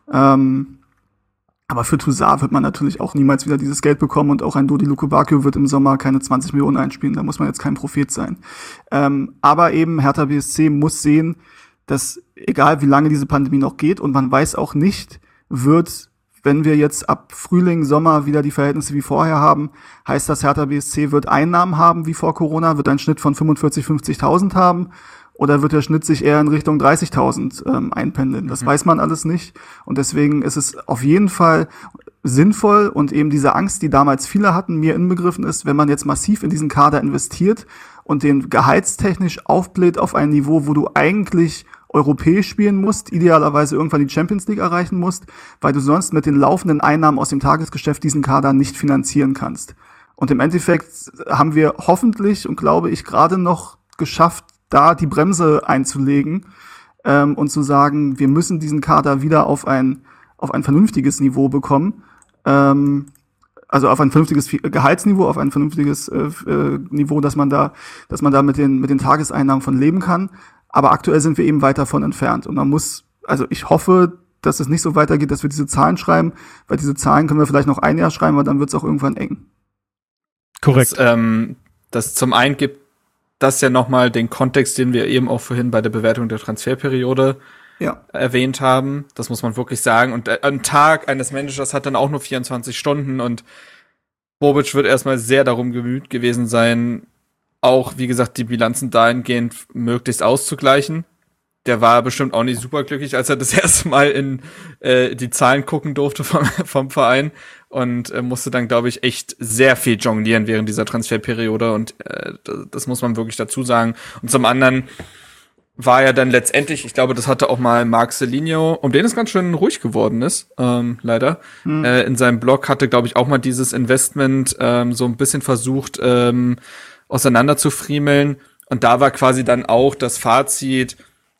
Ähm, Aber für Toussaint wird man natürlich auch niemals wieder dieses Geld bekommen und auch ein Dodi Lukebakio wird im Sommer keine zwanzig Millionen einspielen. Da muss man jetzt kein Prophet sein. Ähm, aber eben Hertha B S C muss sehen, dass egal wie lange diese Pandemie noch geht und man weiß auch nicht, wird, wenn wir jetzt ab Frühling, Sommer wieder die Verhältnisse wie vorher haben, heißt das, Hertha B S C wird Einnahmen haben wie vor Corona, wird einen Schnitt von fünfundvierzig, fünfzigtausend haben. Oder wird der Schnitt sich eher in Richtung dreißigtausend ähm, einpendeln? Das mhm. weiß man alles nicht. Und deswegen ist es auf jeden Fall sinnvoll und eben diese Angst, die damals viele hatten, mir inbegriffen ist, wenn man jetzt massiv in diesen Kader investiert und den gehaltstechnisch aufbläht auf ein Niveau, wo du eigentlich europäisch spielen musst, idealerweise irgendwann die Champions League erreichen musst, weil du sonst mit den laufenden Einnahmen aus dem Tagesgeschäft diesen Kader nicht finanzieren kannst. Und im Endeffekt haben wir hoffentlich und glaube ich gerade noch geschafft, da die Bremse einzulegen ähm, und zu sagen, wir müssen diesen Kader wieder auf ein auf ein vernünftiges Niveau bekommen, ähm, also auf ein vernünftiges Gehaltsniveau, auf ein vernünftiges äh, äh, Niveau, dass man da, dass man da mit den mit den Tageseinnahmen von leben kann. Aber aktuell sind wir eben weit davon entfernt und man muss, also ich hoffe, dass es nicht so weitergeht, dass wir diese Zahlen schreiben, weil diese Zahlen können wir vielleicht noch ein Jahr schreiben, aber dann wird es auch irgendwann eng.
Korrekt. Das, ähm, das zum einen gibt das ja nochmal den Kontext, den wir eben auch vorhin bei der Bewertung der Transferperiode ja. erwähnt haben. Das muss man wirklich sagen. Und ein Tag eines Managers hat dann auch nur vierundzwanzig Stunden und Bobic wird erstmal sehr darum bemüht gewesen sein, auch, wie gesagt, die Bilanzen dahingehend möglichst auszugleichen. Der war bestimmt auch nicht superglücklich, als er das erste Mal in äh, die Zahlen gucken durfte vom, vom Verein und äh, musste dann, glaube ich, echt sehr viel jonglieren während dieser Transferperiode und äh, das, das muss man wirklich dazu sagen. Und zum anderen war ja dann letztendlich, ich glaube, das hatte auch mal Marc Celinho, um den es ganz schön ruhig geworden ist, ähm, leider, hm. äh, in seinem Blog hatte, glaube ich, auch mal dieses Investment ähm, so ein bisschen versucht ähm, auseinander zu friemeln und da war quasi dann auch das Fazit,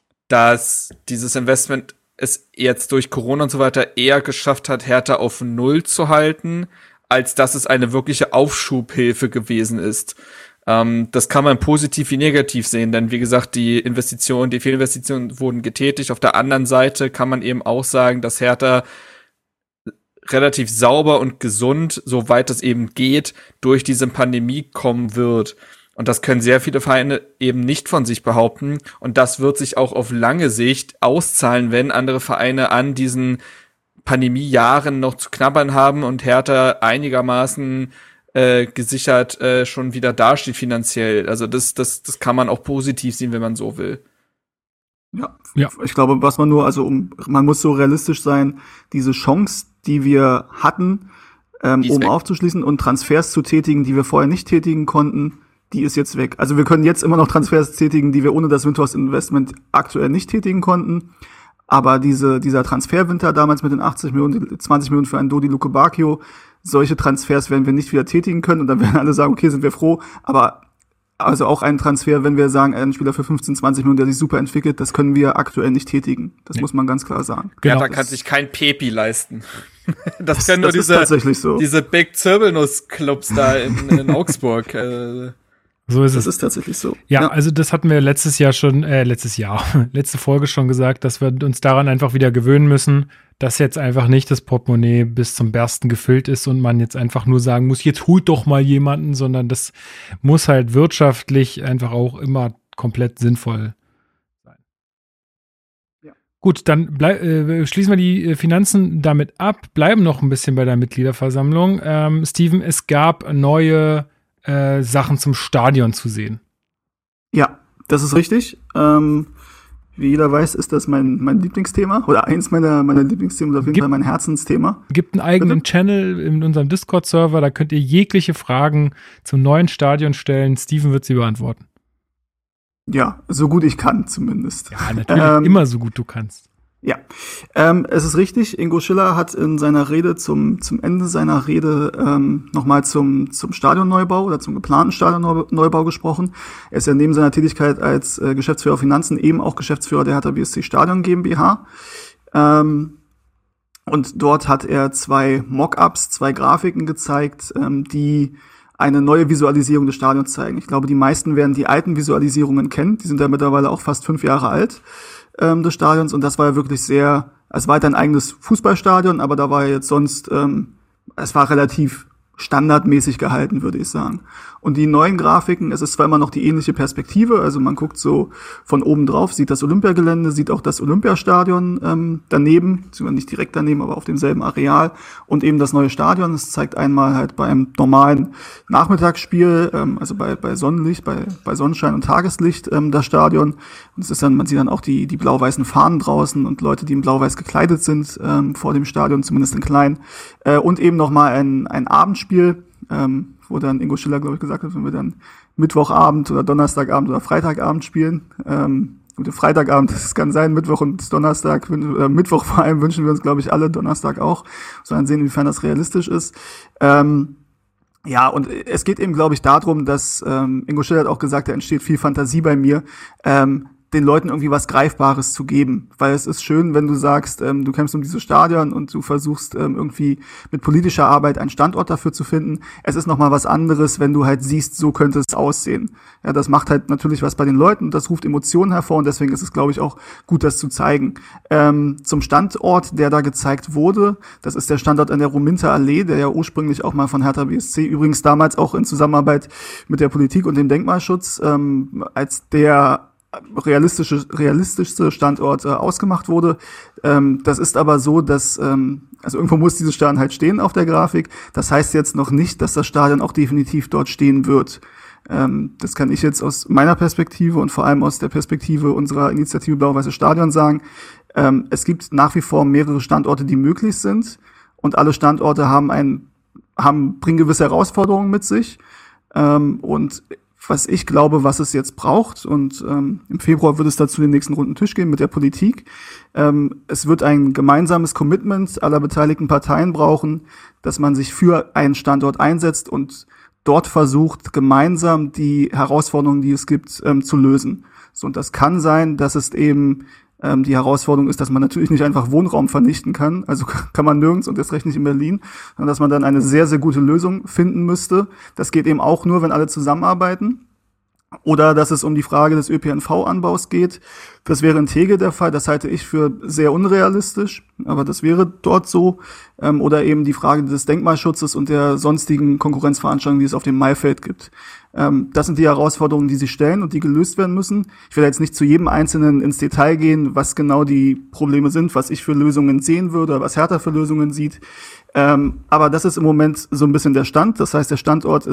dass dieses Investment es jetzt durch Corona und so weiter eher geschafft hat, Hertha auf Null zu halten, als dass es eine wirkliche Aufschubhilfe gewesen ist. Ähm, das kann man positiv wie negativ sehen, denn wie gesagt, die Investitionen, die Fehlinvestitionen wurden getätigt. Auf der anderen Seite kann man eben auch sagen, dass Hertha relativ sauber und gesund, soweit es eben geht, durch diese Pandemie kommen wird. Und das können sehr viele Vereine eben nicht von sich behaupten. Und das wird sich auch auf lange Sicht auszahlen, wenn andere Vereine an diesen Pandemiejahren noch zu knabbern haben und Hertha einigermaßen äh, gesichert äh, schon wieder dasteht finanziell. Also das, das, das kann man auch positiv sehen, wenn man so will.
Ja.
Ja.
Ich glaube, was man nur, also um, man muss so realistisch sein, diese Chance, die wir hatten, ähm, um weg. aufzuschließen und Transfers zu tätigen, die wir vorher nicht tätigen konnten, die ist jetzt weg. Also wir können jetzt immer noch Transfers tätigen, die wir ohne das Windhorst Investment aktuell nicht tätigen konnten. Aber diese, dieser Transferwinter damals mit den achtzig Millionen, zwanzig Millionen für einen Dodi Lukebakio, solche Transfers werden wir nicht wieder tätigen können. Und dann werden alle sagen, okay, sind wir froh. Aber also auch ein Transfer, wenn wir sagen, ein Spieler für fünfzehn, zwanzig Millionen, der sich super entwickelt, das können wir aktuell nicht tätigen. Das nee. muss man ganz klar sagen.
Genau. Ja, da kann sich kein Pepi leisten. Das, das können nur
das
diese,
tatsächlich so.
diese Big Zirbelnuss-Clubs da in, in Augsburg. äh.
So ist
das
es.
ist tatsächlich so.
Ja, ja, also das hatten wir letztes Jahr schon, äh, letztes Jahr, letzte Folge schon gesagt, dass wir uns daran einfach wieder gewöhnen müssen, dass jetzt einfach nicht das Portemonnaie bis zum Bersten gefüllt ist und man jetzt einfach nur sagen muss, jetzt holt doch mal jemanden, sondern das muss halt wirtschaftlich einfach auch immer komplett sinnvoll sein. Ja. Gut, dann bleib, äh, schließen wir die Finanzen damit ab, bleiben noch ein bisschen bei der Mitgliederversammlung. Ähm, Steven, es gab neue äh, Sachen zum Stadion zu sehen.
Ja, das ist richtig. Ähm Wie jeder weiß, ist das mein, mein Lieblingsthema oder eins meiner, meiner Lieblingsthemen, auf jeden
Gibt,
Fall mein Herzensthema.
Gibt einen eigenen
Bitte?
Channel in unserem Discord-Server, da könnt ihr jegliche Fragen zum neuen Stadion stellen. Steven wird sie beantworten.
Ja, so gut ich kann zumindest.
Ja, natürlich,
ähm,
immer so gut du kannst.
Ja, ähm, es ist richtig, Ingo Schiller hat in seiner Rede zum zum Ende seiner Rede ähm, nochmal zum zum Stadionneubau oder zum geplanten Stadionneubau gesprochen. Er ist ja neben seiner Tätigkeit als äh, Geschäftsführer Finanzen eben auch Geschäftsführer der Hertha B S C Stadion GmbH. Ähm, und dort hat er zwei Mock-ups, zwei Grafiken gezeigt, ähm, die eine neue Visualisierung des Stadions zeigen. Ich glaube, die meisten werden die alten Visualisierungen kennen. Die sind ja mittlerweile auch fast fünf Jahre alt. des Stadions, und das war ja wirklich sehr, es war halt ein eigenes Fußballstadion, aber da war ja jetzt sonst, ähm, es war relativ standardmäßig gehalten, würde ich sagen. Und die neuen Grafiken, es ist zwar immer noch die ähnliche Perspektive, also man guckt so von oben drauf, sieht das Olympiagelände, sieht auch das Olympiastadion ähm, daneben, nicht direkt daneben, aber auf demselben Areal, und eben das neue Stadion. Es zeigt einmal halt bei einem normalen Nachmittagsspiel, ähm, also bei bei Sonnenlicht, bei bei Sonnenschein und Tageslicht ähm, das Stadion. Und es ist dann, man sieht dann auch die die blau-weißen Fahnen draußen und Leute, die in blau-weiß gekleidet sind ähm, vor dem Stadion, zumindest in klein. Äh, und eben nochmal ein ein Abendspiel, ähm, wo dann Ingo Schiller, glaube ich, gesagt hat, wenn wir dann Mittwochabend oder Donnerstagabend oder Freitagabend spielen. Ähm, und Freitagabend, das kann sein, Mittwoch und Donnerstag, äh, Mittwoch vor allem wünschen wir uns, glaube ich, alle, Donnerstag auch. Sondern sehen, inwiefern das realistisch ist. Ähm, ja, und es geht eben, glaube ich, darum, dass ähm, Ingo Schiller hat auch gesagt, da entsteht viel Fantasie bei mir, ähm, den Leuten irgendwie was Greifbares zu geben. Weil es ist schön, wenn du sagst, ähm, du kämpfst um dieses Stadion und du versuchst ähm, irgendwie mit politischer Arbeit einen Standort dafür zu finden. Es ist nochmal was anderes, wenn du halt siehst, so könnte es aussehen. Ja, das macht halt natürlich was bei den Leuten, das ruft Emotionen hervor, und deswegen ist es, glaube ich, auch gut, das zu zeigen. Ähm, zum Standort, der da gezeigt wurde, das ist der Standort an der Rominter Allee, der ja ursprünglich auch mal von Hertha B S C, übrigens damals auch in Zusammenarbeit mit der Politik und dem Denkmalschutz, ähm, als der realistische, realistischste Standort äh, ausgemacht wurde. Ähm, das ist aber so, dass, ähm, also irgendwo muss dieses Stadion halt stehen auf der Grafik. Das heißt jetzt noch nicht, dass das Stadion auch definitiv dort stehen wird. Ähm, das kann ich jetzt aus meiner Perspektive und vor allem aus der Perspektive unserer Initiative Blau-Weiße Stadion sagen. Ähm, es gibt nach wie vor mehrere Standorte, die möglich sind, und alle Standorte haben ein, haben, bringen gewisse Herausforderungen mit sich. Ähm, und was ich glaube, was es jetzt braucht, und ähm, im Februar wird es dazu den nächsten runden Tisch gehen mit der Politik. Ähm, es wird ein gemeinsames Commitment aller beteiligten Parteien brauchen, dass man sich für einen Standort einsetzt und dort versucht, gemeinsam die Herausforderungen, die es gibt, ähm, zu lösen. So, und das kann sein, dass es eben ähm, die Herausforderung ist, dass man natürlich nicht einfach Wohnraum vernichten kann, also kann man nirgends, und erst recht nicht in Berlin, sondern dass man dann eine sehr, sehr gute Lösung finden müsste. Das geht eben auch nur, wenn alle zusammenarbeiten. Oder dass es um die Frage des Ö P N V-Anbaus geht. Das wäre in Tegel der Fall. Das halte ich für sehr unrealistisch, aber das wäre dort so. Ähm, oder eben die Frage des Denkmalschutzes und der sonstigen Konkurrenzveranstaltungen, die es auf dem Maifeld gibt. Ähm, das sind die Herausforderungen, die sich stellen und die gelöst werden müssen. Ich will jetzt nicht zu jedem Einzelnen ins Detail gehen, was genau die Probleme sind, was ich für Lösungen sehen würde, was Hertha für Lösungen sieht. Ähm, aber das ist im Moment so ein bisschen der Stand. Das heißt, der Standort ist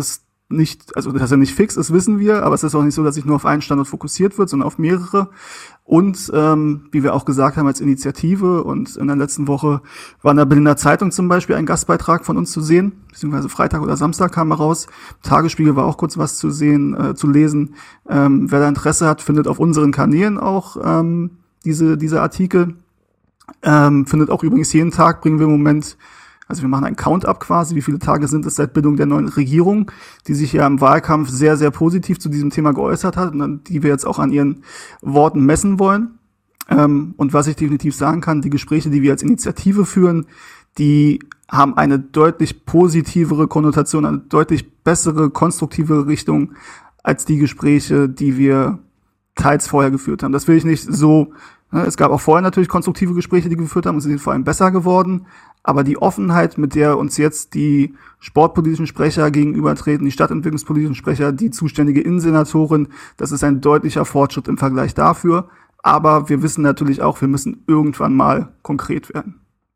nicht, also dass er nicht fix ist, wissen wir, aber es ist auch nicht so, dass sich nur auf einen Standort fokussiert wird, sondern auf mehrere. Und ähm, wie wir auch gesagt haben, als Initiative und in der letzten Woche war in der Berliner Zeitung zum Beispiel ein Gastbeitrag von uns zu sehen, beziehungsweise Freitag oder Samstag kam er raus. Tagesspiegel war auch kurz was zu sehen, äh, zu lesen. Ähm, wer da Interesse hat, findet auf unseren Kanälen auch ähm, diese diese Artikel. Ähm, findet auch übrigens jeden Tag, bringen wir im Moment, also wir machen einen Count-up quasi, wie viele Tage sind es seit Bildung der neuen Regierung, die sich ja im Wahlkampf sehr, sehr positiv zu diesem Thema geäußert hat und die wir jetzt auch an ihren Worten messen wollen. Ähm, und was ich definitiv sagen kann, die Gespräche, die wir als Initiative führen, die haben eine deutlich positivere Konnotation, eine deutlich bessere, konstruktive Richtung als die Gespräche, die wir teils vorher geführt haben. Das will ich nicht so. Es gab auch vorher natürlich konstruktive Gespräche, die wir geführt haben und sie sind vor allem besser geworden. Aber die Offenheit, mit der uns jetzt die sportpolitischen Sprecher gegenübertreten, die stadtentwicklungspolitischen Sprecher, die zuständige Innensenatorin, das ist ein deutlicher Fortschritt im Vergleich dafür. Aber wir wissen natürlich auch, wir müssen irgendwann mal konkret werden.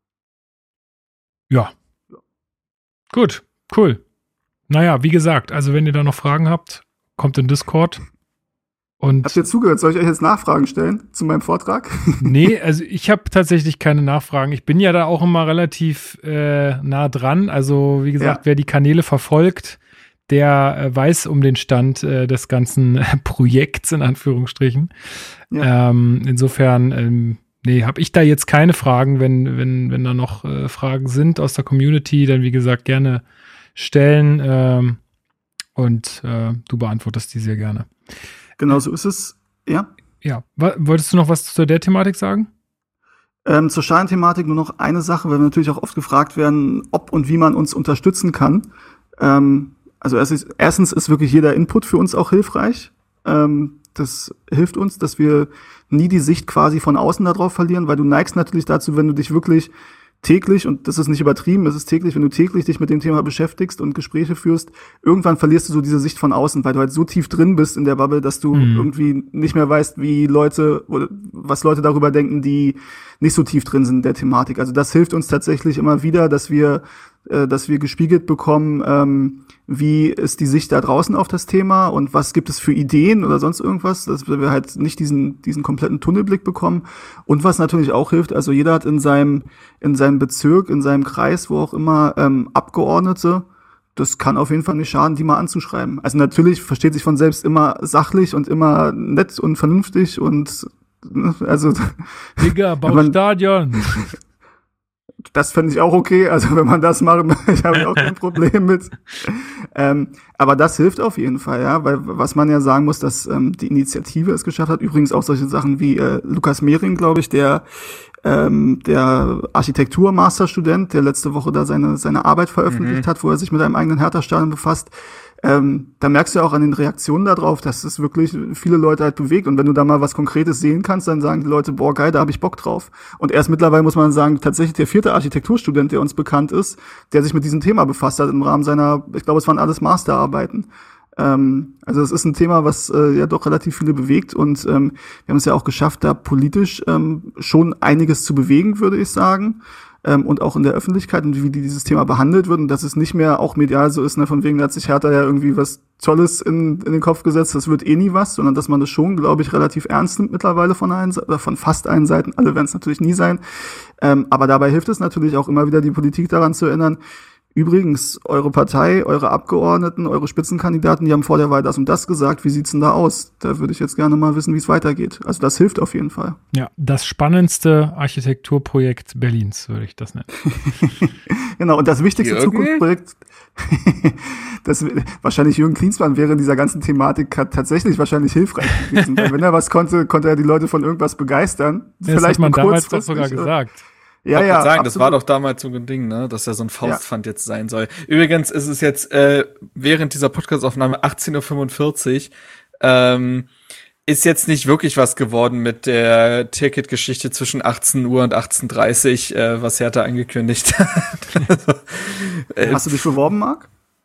Ja. Gut, cool. Naja, wie gesagt, also wenn ihr da noch Fragen habt, kommt in Discord. Und
habt ihr zugehört? Soll ich euch jetzt Nachfragen stellen zu meinem Vortrag?
Nee, also ich habe tatsächlich keine Nachfragen. Ich bin ja da auch immer relativ äh, nah dran. Also wie gesagt, ja. Wer die Kanäle verfolgt, der äh, weiß um den Stand äh, des ganzen äh, Projekts in Anführungsstrichen. Ja. Ähm, insofern, ähm, nee, habe ich da jetzt keine Fragen. Wenn wenn wenn da noch äh, Fragen sind aus der Community, dann wie gesagt gerne stellen ähm, und äh, du beantwortest die sehr gerne.
Genau so ist es, ja.
Ja, wolltest du noch was zu der Thematik sagen?
Ähm, zur Schalenthematik nur noch eine Sache, weil wir natürlich auch oft gefragt werden, ob und wie man uns unterstützen kann. Ähm, also erstens, erstens ist wirklich jeder Input für uns auch hilfreich. Ähm, das hilft uns, dass wir nie die Sicht quasi von außen darauf verlieren, weil du neigst natürlich dazu, wenn du dich wirklich täglich, und das ist nicht übertrieben, es ist täglich, wenn du täglich dich mit dem Thema beschäftigst und Gespräche führst, irgendwann verlierst du so diese Sicht von außen, weil du halt so tief drin bist in der Bubble, dass du mhm. irgendwie nicht mehr weißt, wie Leute, oder was Leute darüber denken, die nicht so tief drin sind in der Thematik. Also das hilft uns tatsächlich immer wieder, dass wir äh, dass wir gespiegelt bekommen, ähm, wie ist die Sicht da draußen auf das Thema und was gibt es für Ideen oder sonst irgendwas, dass wir halt nicht diesen diesen kompletten Tunnelblick bekommen. Und was natürlich auch hilft, also jeder hat in seinem in seinem Bezirk, in seinem Kreis, wo auch immer, ähm, Abgeordnete. Das kann auf jeden Fall nicht schaden, die mal anzuschreiben. Also natürlich versteht sich von selbst immer sachlich und immer nett und vernünftig und also
Digga, bau Stadion.
Das fände ich auch okay, also wenn man das macht, ich habe auch kein Problem mit. Ähm, aber das hilft auf jeden Fall, ja, weil was man ja sagen muss, dass ähm, die Initiative es geschafft hat, übrigens auch solche Sachen wie äh, Lukas Mehring, glaube ich, der ähm, der Architektur-Masterstudent, der letzte Woche da seine seine Arbeit veröffentlicht mhm. hat, wo er sich mit einem eigenen Hertha-Stadion befasst. Ähm, da merkst du ja auch an den Reaktionen darauf, dass es wirklich viele Leute halt bewegt. Und wenn du da mal was Konkretes sehen kannst, dann sagen die Leute, boah, geil, da habe ich Bock drauf. Und erst mittlerweile muss man sagen, tatsächlich der vierte Architekturstudent, der uns bekannt ist, der sich mit diesem Thema befasst hat im Rahmen seiner, ich glaube, es waren alles Masterarbeiten. Ähm, also es ist ein Thema, was äh, ja doch relativ viele bewegt. Und ähm, wir haben es ja auch geschafft, da politisch ähm, schon einiges zu bewegen, würde ich sagen. Ähm, und auch in der Öffentlichkeit und wie dieses Thema behandelt wird und dass es nicht mehr auch medial so ist, ne, von wegen, da hat sich Hertha ja irgendwie was Tolles in, in den Kopf gesetzt, das wird eh nie was, sondern dass man das schon, glaube ich, relativ ernst nimmt mittlerweile von allen, oder von fast allen Seiten, alle werden es natürlich nie sein, ähm, aber dabei hilft es natürlich auch immer wieder, die Politik daran zu erinnern, übrigens, eure Partei, eure Abgeordneten, eure Spitzenkandidaten, die haben vor der Wahl das und das gesagt. Wie sieht's denn da aus? Da würde ich jetzt gerne mal wissen, wie es weitergeht. Also das hilft auf jeden Fall.
Ja, das spannendste Architekturprojekt Berlins, würde ich das nennen.
Genau, und das wichtigste Jürgen? Zukunftsprojekt, das wahrscheinlich Jürgen Klinsmann wäre in dieser ganzen Thematik tatsächlich wahrscheinlich hilfreich gewesen. Weil wenn er was konnte, konnte er die Leute von irgendwas begeistern.
Ja, das
Vielleicht
hat man damals doch sogar gesagt.
Ja, ja, sagen, das war doch damals so ein Ding, ne, dass ja so ein Faustpfand ja. jetzt sein soll. Übrigens ist es jetzt äh, während dieser Podcast-Aufnahme achtzehn Uhr fünfundvierzig, ähm, ist jetzt nicht wirklich was geworden mit der Ticket-Geschichte zwischen achtzehn Uhr und achtzehn Uhr dreißig, äh, was Hertha angekündigt hat.
also, äh, Hast du dich beworben, Marc?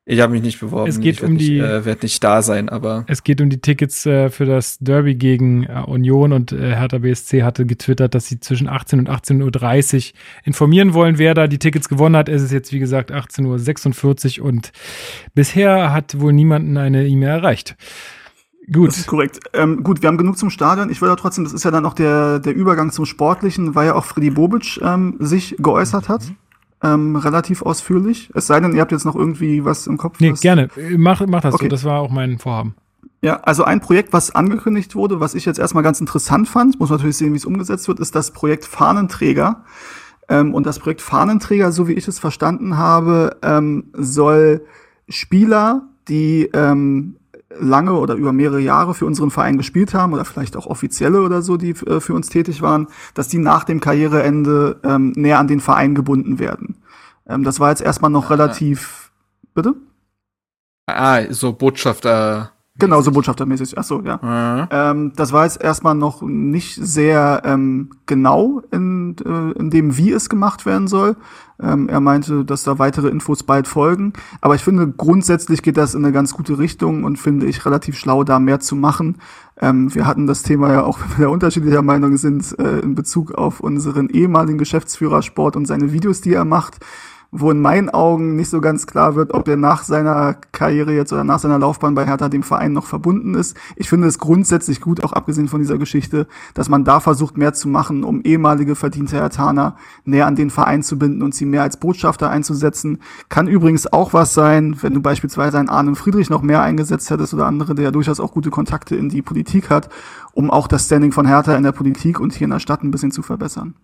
Ich habe mich nicht beworben.
Es geht
ich werd
um
nicht,
die-
äh, werd nicht da sein, aber
Es geht um die Tickets äh, für das Derby gegen äh, Union und äh, Hertha B S C hatte getwittert, dass sie zwischen achtzehn und achtzehn Uhr dreißig informieren wollen, wer da die Tickets gewonnen hat. Es ist jetzt, wie gesagt, achtzehn Uhr sechsundvierzig und bisher hat wohl niemanden eine E-Mail erreicht. Gut.
Das ist korrekt. Ähm, gut, wir haben genug zum Stadion. Ich will ja trotzdem, das ist ja dann auch der, der Übergang zum Sportlichen, weil ja auch Freddy Bobic ähm, sich geäußert hat. Ähm, relativ ausführlich. Es sei denn, ihr habt jetzt noch irgendwie was im Kopf.
Nee,
was-
gerne. Äh, Mach, mach das
Okay.
so. Das war auch mein Vorhaben.
Ja, also ein Projekt, was angekündigt wurde, was ich jetzt erstmal ganz interessant fand, muss man natürlich sehen, wie es umgesetzt wird, ist das Projekt Fahnenträger. Ähm, und das Projekt Fahnenträger, so wie ich es verstanden habe, ähm, soll Spieler, die ähm, lange oder über mehrere Jahre für unseren Verein gespielt haben oder vielleicht auch Offizielle oder so, die äh, für uns tätig waren, dass die nach dem Karriereende ähm, näher an den Verein gebunden werden. Ähm, das war jetzt erstmal noch relativ, bitte?
ah, so Botschafter.
Genau, so botschaftermäßig. Ach so, ja.
Mhm.
Ähm, das war jetzt erstmal noch nicht sehr ähm, genau in, äh, in dem, wie es gemacht werden soll. Ähm, er meinte, dass da weitere Infos bald folgen. Aber ich finde, grundsätzlich geht das in eine ganz gute Richtung und finde ich relativ schlau, da mehr zu machen. Ähm, wir hatten das Thema ja auch, wenn wir unterschiedlicher Meinung sind, äh, in Bezug auf unseren ehemaligen Geschäftsführer Sport und seine Videos, die er macht, wo in meinen Augen nicht so ganz klar wird, ob er nach seiner Karriere jetzt oder nach seiner Laufbahn bei Hertha dem Verein noch verbunden ist. Ich finde es grundsätzlich gut, auch abgesehen von dieser Geschichte, dass man da versucht, mehr zu machen, um ehemalige verdiente Herthaner näher an den Verein zu binden und sie mehr als Botschafter einzusetzen. Kann übrigens auch was sein, wenn du beispielsweise einen Arne Friedrich noch mehr eingesetzt hättest oder andere, der ja durchaus auch gute Kontakte in die Politik hat, um auch das Standing von Hertha in der Politik und hier in der Stadt ein bisschen zu verbessern.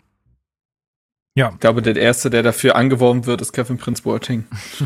Ja.
Ich glaube, der Erste, der dafür angeworben wird, ist Kevin Prince Boateng.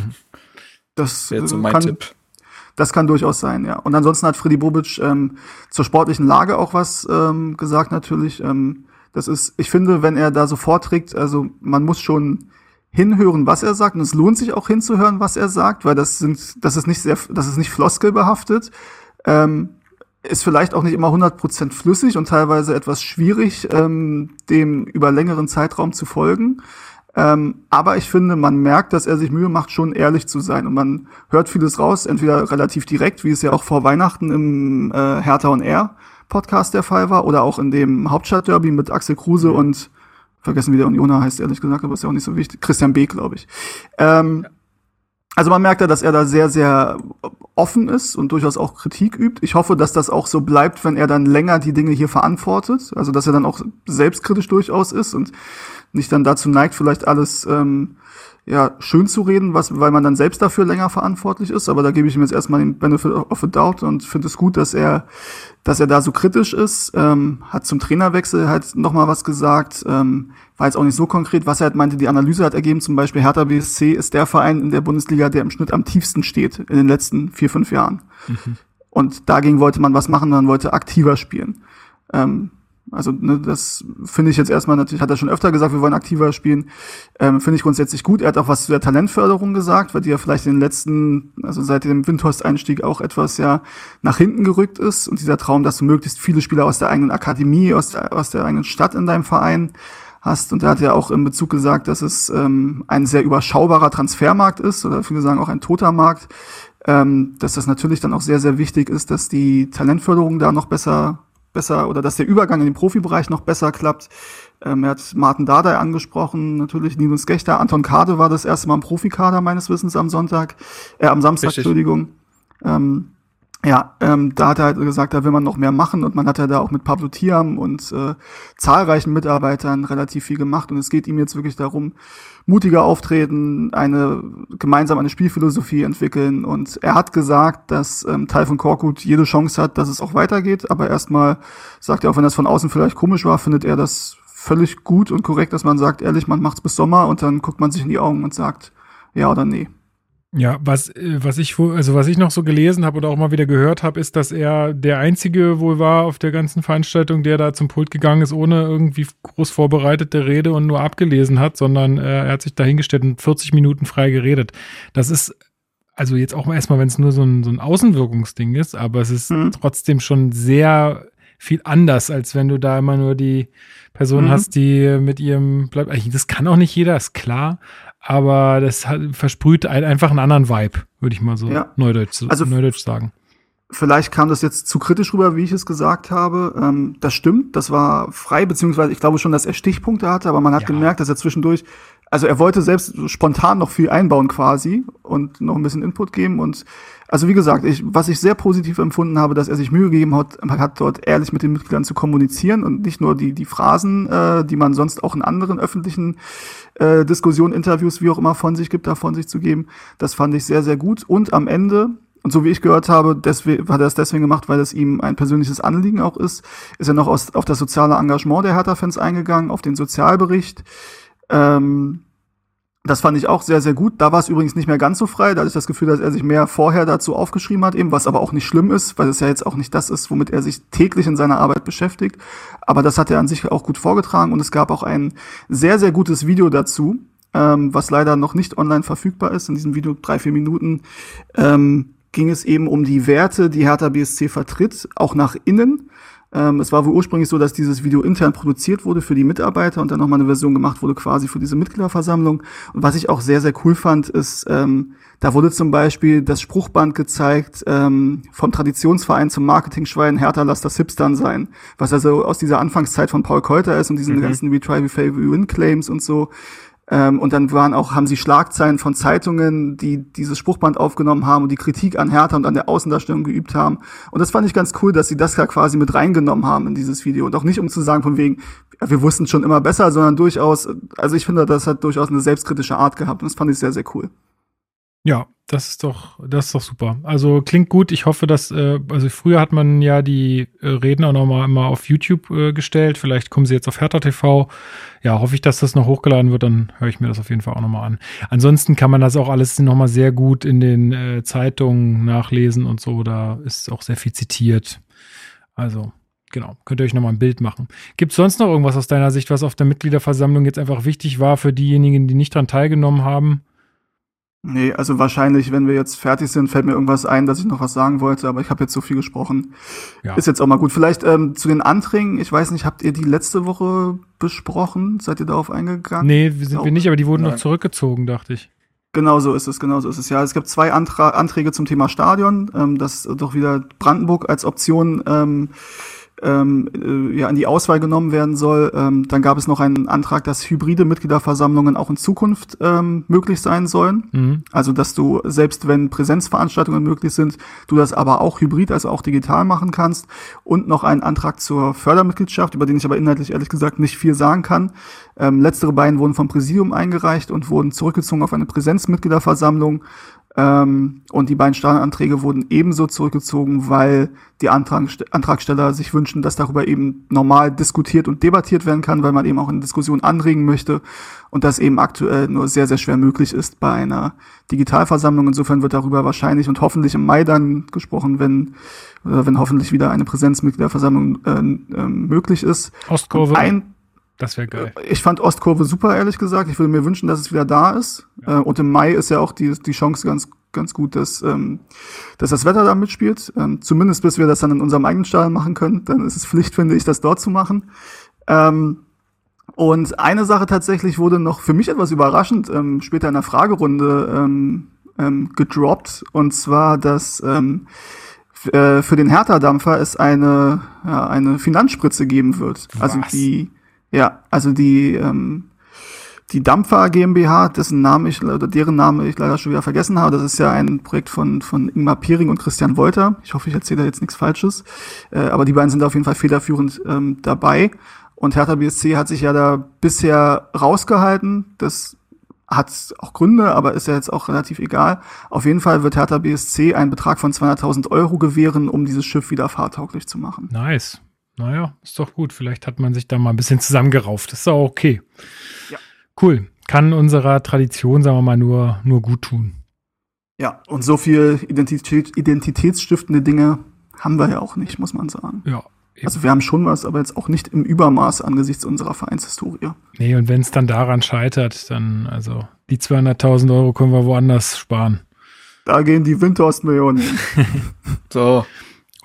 Das
Wäre jetzt so mein
kann,
Tipp.
Das kann durchaus sein, ja. Und ansonsten hat Freddy Bobic ähm, zur sportlichen Lage auch was ähm, gesagt natürlich. Ähm, das ist, ich finde, wenn er da so vorträgt, also man muss schon hinhören, was er sagt, und es lohnt sich auch hinzuhören, was er sagt, weil das sind, das ist nicht sehr, das ist nicht floskelbehaftet. Ähm, ist vielleicht auch nicht immer hundert Prozent flüssig und teilweise etwas schwierig, ähm, dem über längeren Zeitraum zu folgen. Ähm, aber ich finde, man merkt, dass er sich Mühe macht, schon ehrlich zu sein. Und man hört vieles raus, entweder relativ direkt, wie es ja auch vor Weihnachten im äh, Hertha on Air Podcast der Fall war, oder auch in dem Hauptstadtderby mit Axel Kruse und, vergessen wie der Unioner heißt, ehrlich gesagt, aber ist ja auch nicht so wichtig, Christian Beek, glaube ich. Ähm, Also man merkt ja, dass er da sehr, sehr offen ist und durchaus auch Kritik übt. Ich hoffe, dass das auch so bleibt, wenn er dann länger die Dinge hier verantwortet. Also dass er dann auch selbstkritisch durchaus ist und nicht dann dazu neigt, vielleicht alles ähm, ja schön zu reden, was, weil man dann selbst dafür länger verantwortlich ist. Aber da gebe ich ihm jetzt erstmal den Benefit of the Doubt und finde es gut, dass er, dass er da so kritisch ist. Ähm, hat zum Trainerwechsel halt noch mal was gesagt. Ähm, war jetzt auch nicht so konkret, was er halt meinte. Die Analyse hat ergeben, zum Beispiel Hertha B S C ist der Verein in der Bundesliga, der im Schnitt am tiefsten steht in den letzten vier, fünf Jahren. Mhm. Und dagegen wollte man was machen, man wollte aktiver spielen. Ähm, Also, ne, das finde ich jetzt erstmal natürlich, hat er schon öfter gesagt, wir wollen aktiver spielen, ähm, finde ich grundsätzlich gut. Er hat auch was zu der Talentförderung gesagt, weil die ja vielleicht in den letzten, also seit dem Windhorst-Einstieg auch etwas ja nach hinten gerückt ist. Und dieser Traum, dass du möglichst viele Spieler aus der eigenen Akademie, aus der, aus der eigenen Stadt in deinem Verein hast. Und er hat ja auch in Bezug gesagt, dass es ähm, ein sehr überschaubarer Transfermarkt ist, oder viele sagen auch ein toter Markt, ähm, dass das natürlich dann auch sehr, sehr wichtig ist, dass die Talentförderung da noch besser besser oder dass der Übergang in den Profibereich noch besser klappt. Ähm, er hat Martin Dardai angesprochen, natürlich Linus Gächter, Anton Kade war das erste Mal im Profikader meines Wissens am Sonntag, äh, am Samstag, Richtig. Entschuldigung. Ähm, ja, ähm, da hat er halt gesagt, da will man noch mehr machen und man hat ja da auch mit Pablo Thiam und äh, zahlreichen Mitarbeitern relativ viel gemacht und es geht ihm jetzt wirklich darum, mutiger auftreten, eine gemeinsam eine Spielphilosophie entwickeln und er hat gesagt, dass ähm, Tayfun Korkut jede Chance hat, dass es auch weitergeht, aber erstmal sagt er, auch wenn das von außen vielleicht komisch war, findet er das völlig gut und korrekt, dass man sagt, ehrlich, man macht's bis Sommer und dann guckt man sich in die Augen und sagt, ja oder nee.
Ja, was, was ich, also was ich noch so gelesen habe oder auch mal wieder gehört habe, ist, dass er der Einzige wohl war auf der ganzen Veranstaltung, der da zum Pult gegangen ist, ohne irgendwie groß vorbereitete Rede und nur abgelesen hat, sondern äh, er hat sich dahingestellt und vierzig Minuten frei geredet. Das ist also jetzt auch erstmal, wenn es nur so ein, so ein Außenwirkungsding ist, aber es ist mhm. trotzdem schon sehr viel anders, als wenn du da immer nur die Person mhm. hast, die mit ihrem, das kann auch nicht jeder, ist klar, aber das hat, versprüht ein, einfach einen anderen Vibe, würde ich mal so
Ja.
neudeutsch,
Also-
neudeutsch sagen.
Vielleicht kam das jetzt zu kritisch rüber, wie ich es gesagt habe. Ähm, das stimmt, das war frei, beziehungsweise ich glaube schon, dass er Stichpunkte hatte, aber man hat
Ja.
gemerkt, dass er zwischendurch, also er wollte selbst spontan noch viel einbauen quasi und noch ein bisschen Input geben. Und also wie gesagt, ich, was ich sehr positiv empfunden habe, dass er sich Mühe gegeben hat, hat dort ehrlich mit den Mitgliedern zu kommunizieren und nicht nur die die Phrasen, äh, die man sonst auch in anderen öffentlichen äh, Diskussionen, Interviews, wie auch immer von sich gibt, da von sich zu geben. Das fand ich sehr, sehr gut. Und am Ende, und so wie ich gehört habe, deswegen, hat er es deswegen gemacht, weil es ihm ein persönliches Anliegen auch ist, ist er noch aus, auf das soziale Engagement der Hertha-Fans eingegangen, auf den Sozialbericht. Ähm, das fand ich auch sehr, sehr gut. Da war es übrigens nicht mehr ganz so frei. Da hatte ich das Gefühl, dass er sich mehr vorher dazu aufgeschrieben hat, eben, was aber auch nicht schlimm ist, weil es ja jetzt auch nicht das ist, womit er sich täglich in seiner Arbeit beschäftigt. Aber das hat er an sich auch gut vorgetragen und es gab auch ein sehr, sehr gutes Video dazu, ähm, was leider noch nicht online verfügbar ist. In diesem Video drei, vier Minuten ähm, ging es eben um die Werte, die Hertha B S C vertritt, auch nach innen. Ähm, es war wohl ursprünglich so, dass dieses Video intern produziert wurde für die Mitarbeiter und dann nochmal eine Version gemacht wurde quasi für diese Mitgliederversammlung. Und was ich auch sehr, sehr cool fand, ist, ähm, da wurde zum Beispiel das Spruchband gezeigt ähm, vom Traditionsverein zum Marketing-Schwein, Hertha, lass das Hipstern sein. Was also aus dieser Anfangszeit von Paul Keuter ist und diesen
Mhm.
ganzen We Try, We Fail, We Win Claims und so. Ähm, und dann waren auch, haben sie Schlagzeilen von Zeitungen, die dieses Spruchband aufgenommen haben und die Kritik an Hertha und an der Außendarstellung geübt haben. Und das fand ich ganz cool, dass sie das ja quasi mit reingenommen haben in dieses Video. Und auch nicht, um zu sagen von wegen, ja, wir wussten schon immer besser, sondern durchaus, also ich finde, das hat durchaus eine selbstkritische Art gehabt. Und das fand ich sehr, sehr cool.
Ja, das ist doch, das ist doch super. Also klingt gut. Ich hoffe, dass, äh, also früher hat man ja die äh, Reden auch nochmal immer auf YouTube äh, gestellt. Vielleicht kommen sie jetzt auf Hertha T V. Ja, hoffe ich, dass das noch hochgeladen wird. Dann höre ich mir das auf jeden Fall auch nochmal an. Ansonsten kann man das auch alles nochmal sehr gut in den äh, Zeitungen nachlesen und so. Da ist auch sehr viel zitiert. Also, genau, könnt ihr euch nochmal ein Bild machen. Gibt es sonst noch irgendwas aus deiner Sicht, was auf der Mitgliederversammlung jetzt einfach wichtig war für diejenigen, die nicht dran teilgenommen haben?
Nee, also wahrscheinlich, wenn wir jetzt fertig sind, fällt mir irgendwas ein, dass ich noch was sagen wollte, aber ich habe jetzt so viel gesprochen.
Ja.
Ist jetzt auch mal gut. Vielleicht ähm, zu den Anträgen, ich weiß nicht, habt ihr die letzte Woche besprochen? Seid ihr darauf eingegangen?
Nee, wir sind
Oh.
wir nicht, aber die wurden
Nein.
noch zurückgezogen, dachte ich.
Genau so ist es, genau so ist es. Ja, es gibt zwei Antra- Anträge zum Thema Stadion, ähm, dass doch wieder Brandenburg als Option ähm, ähm, äh, ja, in die Auswahl genommen werden soll. Ähm, dann gab es noch einen Antrag, dass hybride Mitgliederversammlungen auch in Zukunft ähm, möglich sein sollen.
Mhm.
Also, dass du, selbst wenn Präsenzveranstaltungen möglich sind, du das aber auch hybrid, also auch digital machen kannst. Und noch einen Antrag zur Fördermitgliedschaft, über den ich aber inhaltlich ehrlich gesagt nicht viel sagen kann. Ähm, letztere beiden wurden vom Präsidium eingereicht und wurden zurückgezogen auf eine Präsenzmitgliederversammlung. Ähm, und die beiden Stadionanträge wurden ebenso zurückgezogen, weil die Antrag, Antragsteller sich wünschen, dass darüber eben normal diskutiert und debattiert werden kann, weil man eben auch eine Diskussion anregen möchte und das eben aktuell nur sehr, sehr schwer möglich ist bei einer Digitalversammlung. Insofern wird darüber wahrscheinlich und hoffentlich im Mai dann gesprochen, wenn, äh, wenn hoffentlich wieder eine Präsenzmitgliederversammlung äh, äh, möglich ist.
Ostkurve,
Und ein
das wäre geil.
Ich fand Ostkurve super, ehrlich gesagt. Ich würde mir wünschen, dass es wieder da ist.
Ja.
Äh, und im Mai ist ja auch die, die Chance ganz, ganz gut, dass, ähm, dass das Wetter da mitspielt. Ähm, zumindest bis wir das dann in unserem eigenen Stadion machen können. Dann ist es Pflicht, finde ich, das dort zu machen. Ähm, und eine Sache tatsächlich wurde noch für mich etwas überraschend ähm, später in der Fragerunde ähm, ähm, gedroppt. Und zwar, dass ähm, f- äh, für den Hertha-Dampfer es eine, ja, eine Finanzspritze geben wird. Also
Was?
die Ja, also die ähm, die Dampfer GmbH, dessen Name ich oder deren Name ich leider schon wieder vergessen habe, das ist ja ein Projekt von von Ingmar Piering und Christian Wolter. Ich hoffe, ich erzähle da jetzt nichts Falsches, äh, aber die beiden sind auf jeden Fall federführend ähm, dabei. Und Hertha B S C hat sich ja da bisher rausgehalten. Das hat auch Gründe, aber ist ja jetzt auch relativ egal. Auf jeden Fall wird Hertha B S C einen Betrag von zweihunderttausend Euro gewähren, um dieses Schiff wieder fahrtauglich zu machen.
Nice. Naja, ist doch gut. Vielleicht hat man sich da mal ein bisschen zusammengerauft. Ist doch okay.
Ja.
Cool. Kann unserer Tradition, sagen wir mal, nur, nur gut tun.
Ja, und so viel Identität, identitätsstiftende Dinge haben wir ja auch nicht, muss man sagen.
Ja. Eben.
Also wir haben schon was, aber jetzt auch nicht im Übermaß angesichts unserer Vereinshistorie.
Nee, und wenn es dann daran scheitert, dann, also, die zweihunderttausend Euro können wir woanders sparen.
Da gehen die Windhorst-Millionen hin.
So.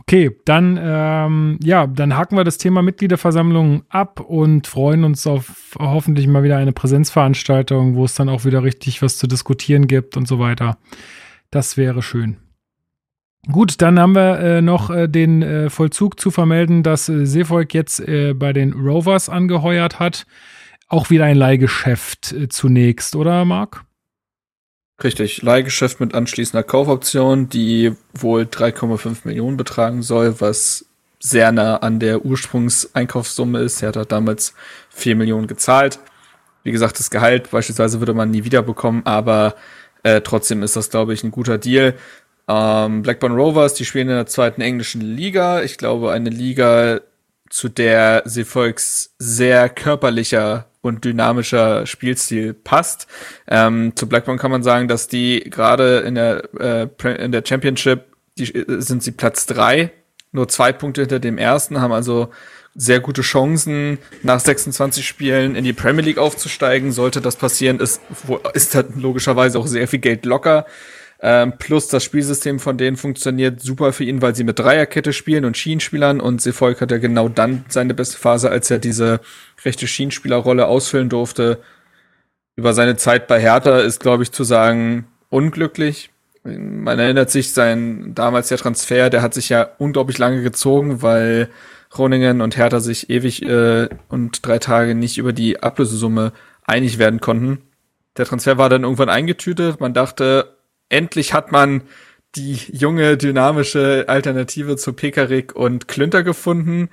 Okay, dann ähm, ja, dann haken wir das Thema Mitgliederversammlung ab und freuen uns auf hoffentlich mal wieder eine Präsenzveranstaltung, wo es dann auch wieder richtig was zu diskutieren gibt und so weiter. Das wäre schön. Gut, dann haben wir äh, noch äh, den äh, Vollzug zu vermelden, dass äh, Seevolk jetzt äh, bei den Rovers angeheuert hat. Auch wieder ein Leihgeschäft äh, zunächst, oder Marc?
Richtig, Leihgeschäft mit anschließender Kaufoption, die wohl drei Komma fünf Millionen betragen soll, was sehr nah an der Ursprungseinkaufssumme ist. Er hat damals vier Millionen gezahlt. Wie gesagt, das Gehalt beispielsweise würde man nie wieder bekommen, aber äh, trotzdem ist das, glaube ich, ein guter Deal. Ähm, Blackburn Rovers, die spielen in der zweiten englischen Liga. Ich glaube, eine Liga, zu der Seevolks sehr körperlicher und dynamischer Spielstil passt. Ähm, zu Blackburn kann man sagen, dass die gerade in der äh, in der Championship, die sind sie Platz drei, nur zwei Punkte hinter dem ersten, haben also sehr gute Chancen, nach sechsundzwanzig Spielen in die Premier League aufzusteigen. Sollte das passieren, ist, ist da logischerweise auch sehr viel Geld locker. Ähm, plus das Spielsystem von denen funktioniert super für ihn, weil sie mit Dreierkette spielen und Schienenspielern, und Seevolk hat ja genau dann seine beste Phase, als er diese rechte Schienenspielerrolle ausfüllen durfte. Über seine Zeit bei Hertha ist, glaube ich, zu sagen, unglücklich. Man erinnert sich, sein damals der Transfer, der hat sich ja unglaublich lange gezogen, weil Groningen und Hertha sich ewig äh, und drei Tage nicht über die Ablösesumme einig werden konnten. Der Transfer war dann irgendwann eingetütet. Man dachte, endlich hat man die junge, dynamische Alternative zu Pekarik und Klünter gefunden.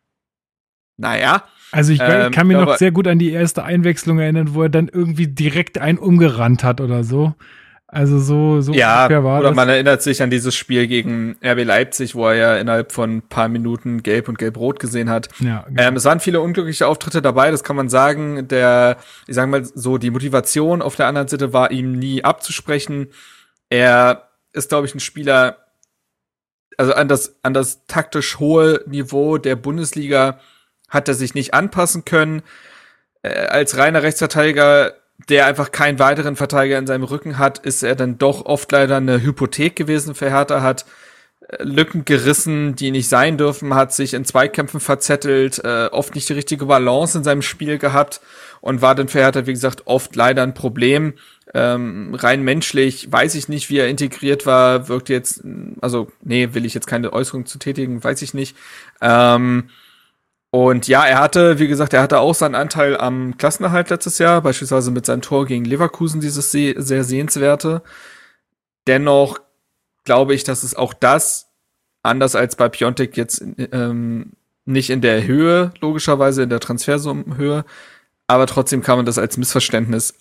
Naja.
Also ich
ähm,
kann mir
aber,
noch sehr gut an die erste Einwechslung erinnern, wo er dann irgendwie direkt einen umgerannt hat oder so. Also so, so
ja,
ungefähr war
oder
das.
Man erinnert sich an dieses Spiel gegen R B Leipzig, wo er ja innerhalb von ein paar Minuten Gelb und Gelb-Rot gesehen hat.
Ja, genau.
ähm, es waren viele unglückliche Auftritte dabei, das kann man sagen. Der, ich sag mal so, die Motivation auf der anderen Seite war ihm nie abzusprechen. Er ist, glaube ich, ein Spieler, also an das, an das taktisch hohe Niveau der Bundesliga hat er sich nicht anpassen können. Äh, als reiner Rechtsverteidiger, der einfach keinen weiteren Verteidiger in seinem Rücken hat, ist er dann doch oft leider eine Hypothek gewesen für Hertha, hat äh, Lücken gerissen, die nicht sein dürfen, hat sich in Zweikämpfen verzettelt, äh, oft nicht die richtige Balance in seinem Spiel gehabt und war dann für Hertha, wie gesagt, oft leider ein Problem. Ähm, rein menschlich weiß ich nicht, wie er integriert war, wirkt jetzt, also nee, will ich jetzt keine Äußerung zu tätigen, weiß ich nicht. Ähm, und ja, er hatte, wie gesagt, er hatte auch seinen Anteil am Klassenerhalt letztes Jahr, beispielsweise mit seinem Tor gegen Leverkusen, dieses se- sehr sehenswerte. Dennoch glaube ich, dass es auch das, anders als bei Piontek jetzt ähm, nicht in der Höhe, logischerweise in der Transfersummenhöhe, aber trotzdem kann man das als Missverständnis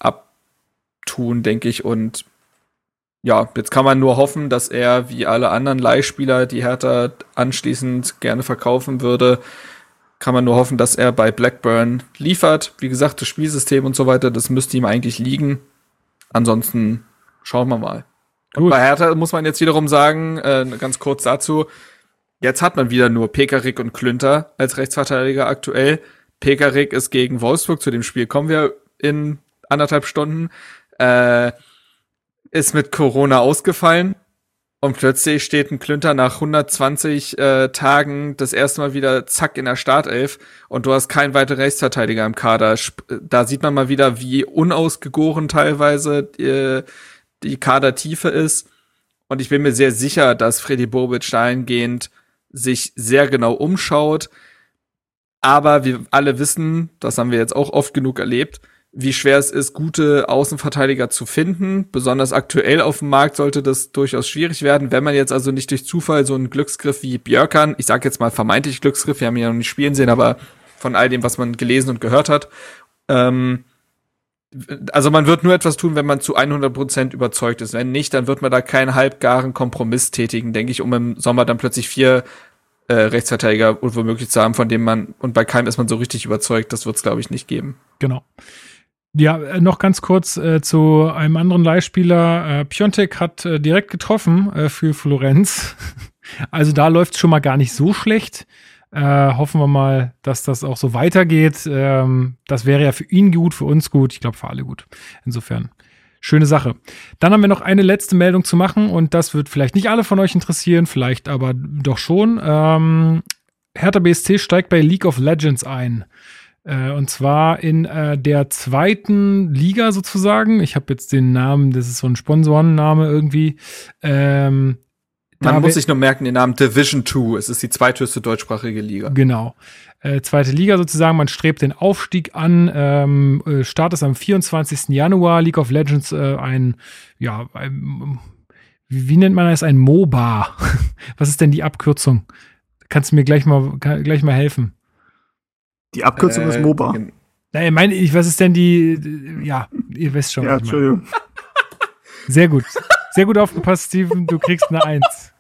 abtun, denke ich. Und ja, jetzt kann man nur hoffen, dass er, wie alle anderen Leihspieler, die Hertha anschließend gerne verkaufen würde, kann man nur hoffen, dass er bei Blackburn liefert. Wie gesagt, das Spielsystem und so weiter, das müsste ihm eigentlich liegen. Ansonsten schauen wir mal. Und bei Hertha muss man jetzt wiederum sagen, äh, ganz kurz dazu, jetzt hat man wieder nur Pekarik und Klünter als Rechtsverteidiger aktuell. Pekarik ist gegen Wolfsburg, zu dem Spiel kommen wir in anderthalb Stunden, äh, ist mit Corona ausgefallen. Und plötzlich steht ein Klünter nach hundertzwanzig äh, Tagen das erste Mal wieder zack in der Startelf und du hast keinen weiteren Rechtsverteidiger im Kader. Da sieht man mal wieder, wie unausgegoren teilweise die, die Kadertiefe ist. Und ich bin mir sehr sicher, dass Freddy Bobic dahingehend sich sehr genau umschaut. Aber wir alle wissen, das haben wir jetzt auch oft genug erlebt, wie schwer es ist, gute Außenverteidiger zu finden. Besonders aktuell auf dem Markt sollte das durchaus schwierig werden. Wenn man jetzt also nicht durch Zufall so einen Glücksgriff wie Björkan, ich sag jetzt mal vermeintlich Glücksgriff, wir haben ihn ja noch nicht spielen sehen, aber von all dem, was man gelesen und gehört hat, ähm, also man wird nur etwas tun, wenn man zu hundert Prozent überzeugt ist. Wenn nicht, dann wird man da keinen halbgaren Kompromiss tätigen, denke ich, um im Sommer dann plötzlich vier äh, Rechtsverteidiger und womöglich zu haben, von dem man, und bei keinem ist man so richtig überzeugt, das wird es, glaube ich, nicht geben.
Genau. Ja, noch ganz kurz äh, zu einem anderen Leihspieler. Äh, Piontek hat äh, direkt getroffen äh, für Florenz. Also da läuft es schon mal gar nicht so schlecht. Äh, hoffen wir mal, dass das auch so weitergeht. Ähm, das wäre ja für ihn gut, für uns gut. Ich glaube, für alle gut. Insofern schöne Sache. Dann haben wir noch eine letzte Meldung zu machen und das wird vielleicht nicht alle von euch interessieren, vielleicht aber doch schon. Ähm, Hertha B S C steigt bei League of Legends ein. Äh, und zwar in äh, der zweiten Liga sozusagen. Ich habe jetzt den Namen, das ist so ein Sponsorenname irgendwie. Ähm,
Man muss sich nur merken, den Namen Division zwei. Es ist die zweithöchste deutschsprachige Liga.
Genau. Äh, zweite Liga sozusagen. Man strebt den Aufstieg an. Ähm, äh, Start ist am vierundzwanzigsten Januar. League of Legends äh, ein, ja, ein, wie, wie nennt man das? Ein MOBA. Was ist denn die Abkürzung? Kannst du mir gleich mal, kann, gleich mal helfen?
Die Abkürzung äh, ist MOBA.
Nein, meine ich, was ist denn die, ja, ihr wisst schon.
Ja, Entschuldigung.
Sehr gut. Sehr gut aufgepasst, Steven. Du kriegst eine Eins.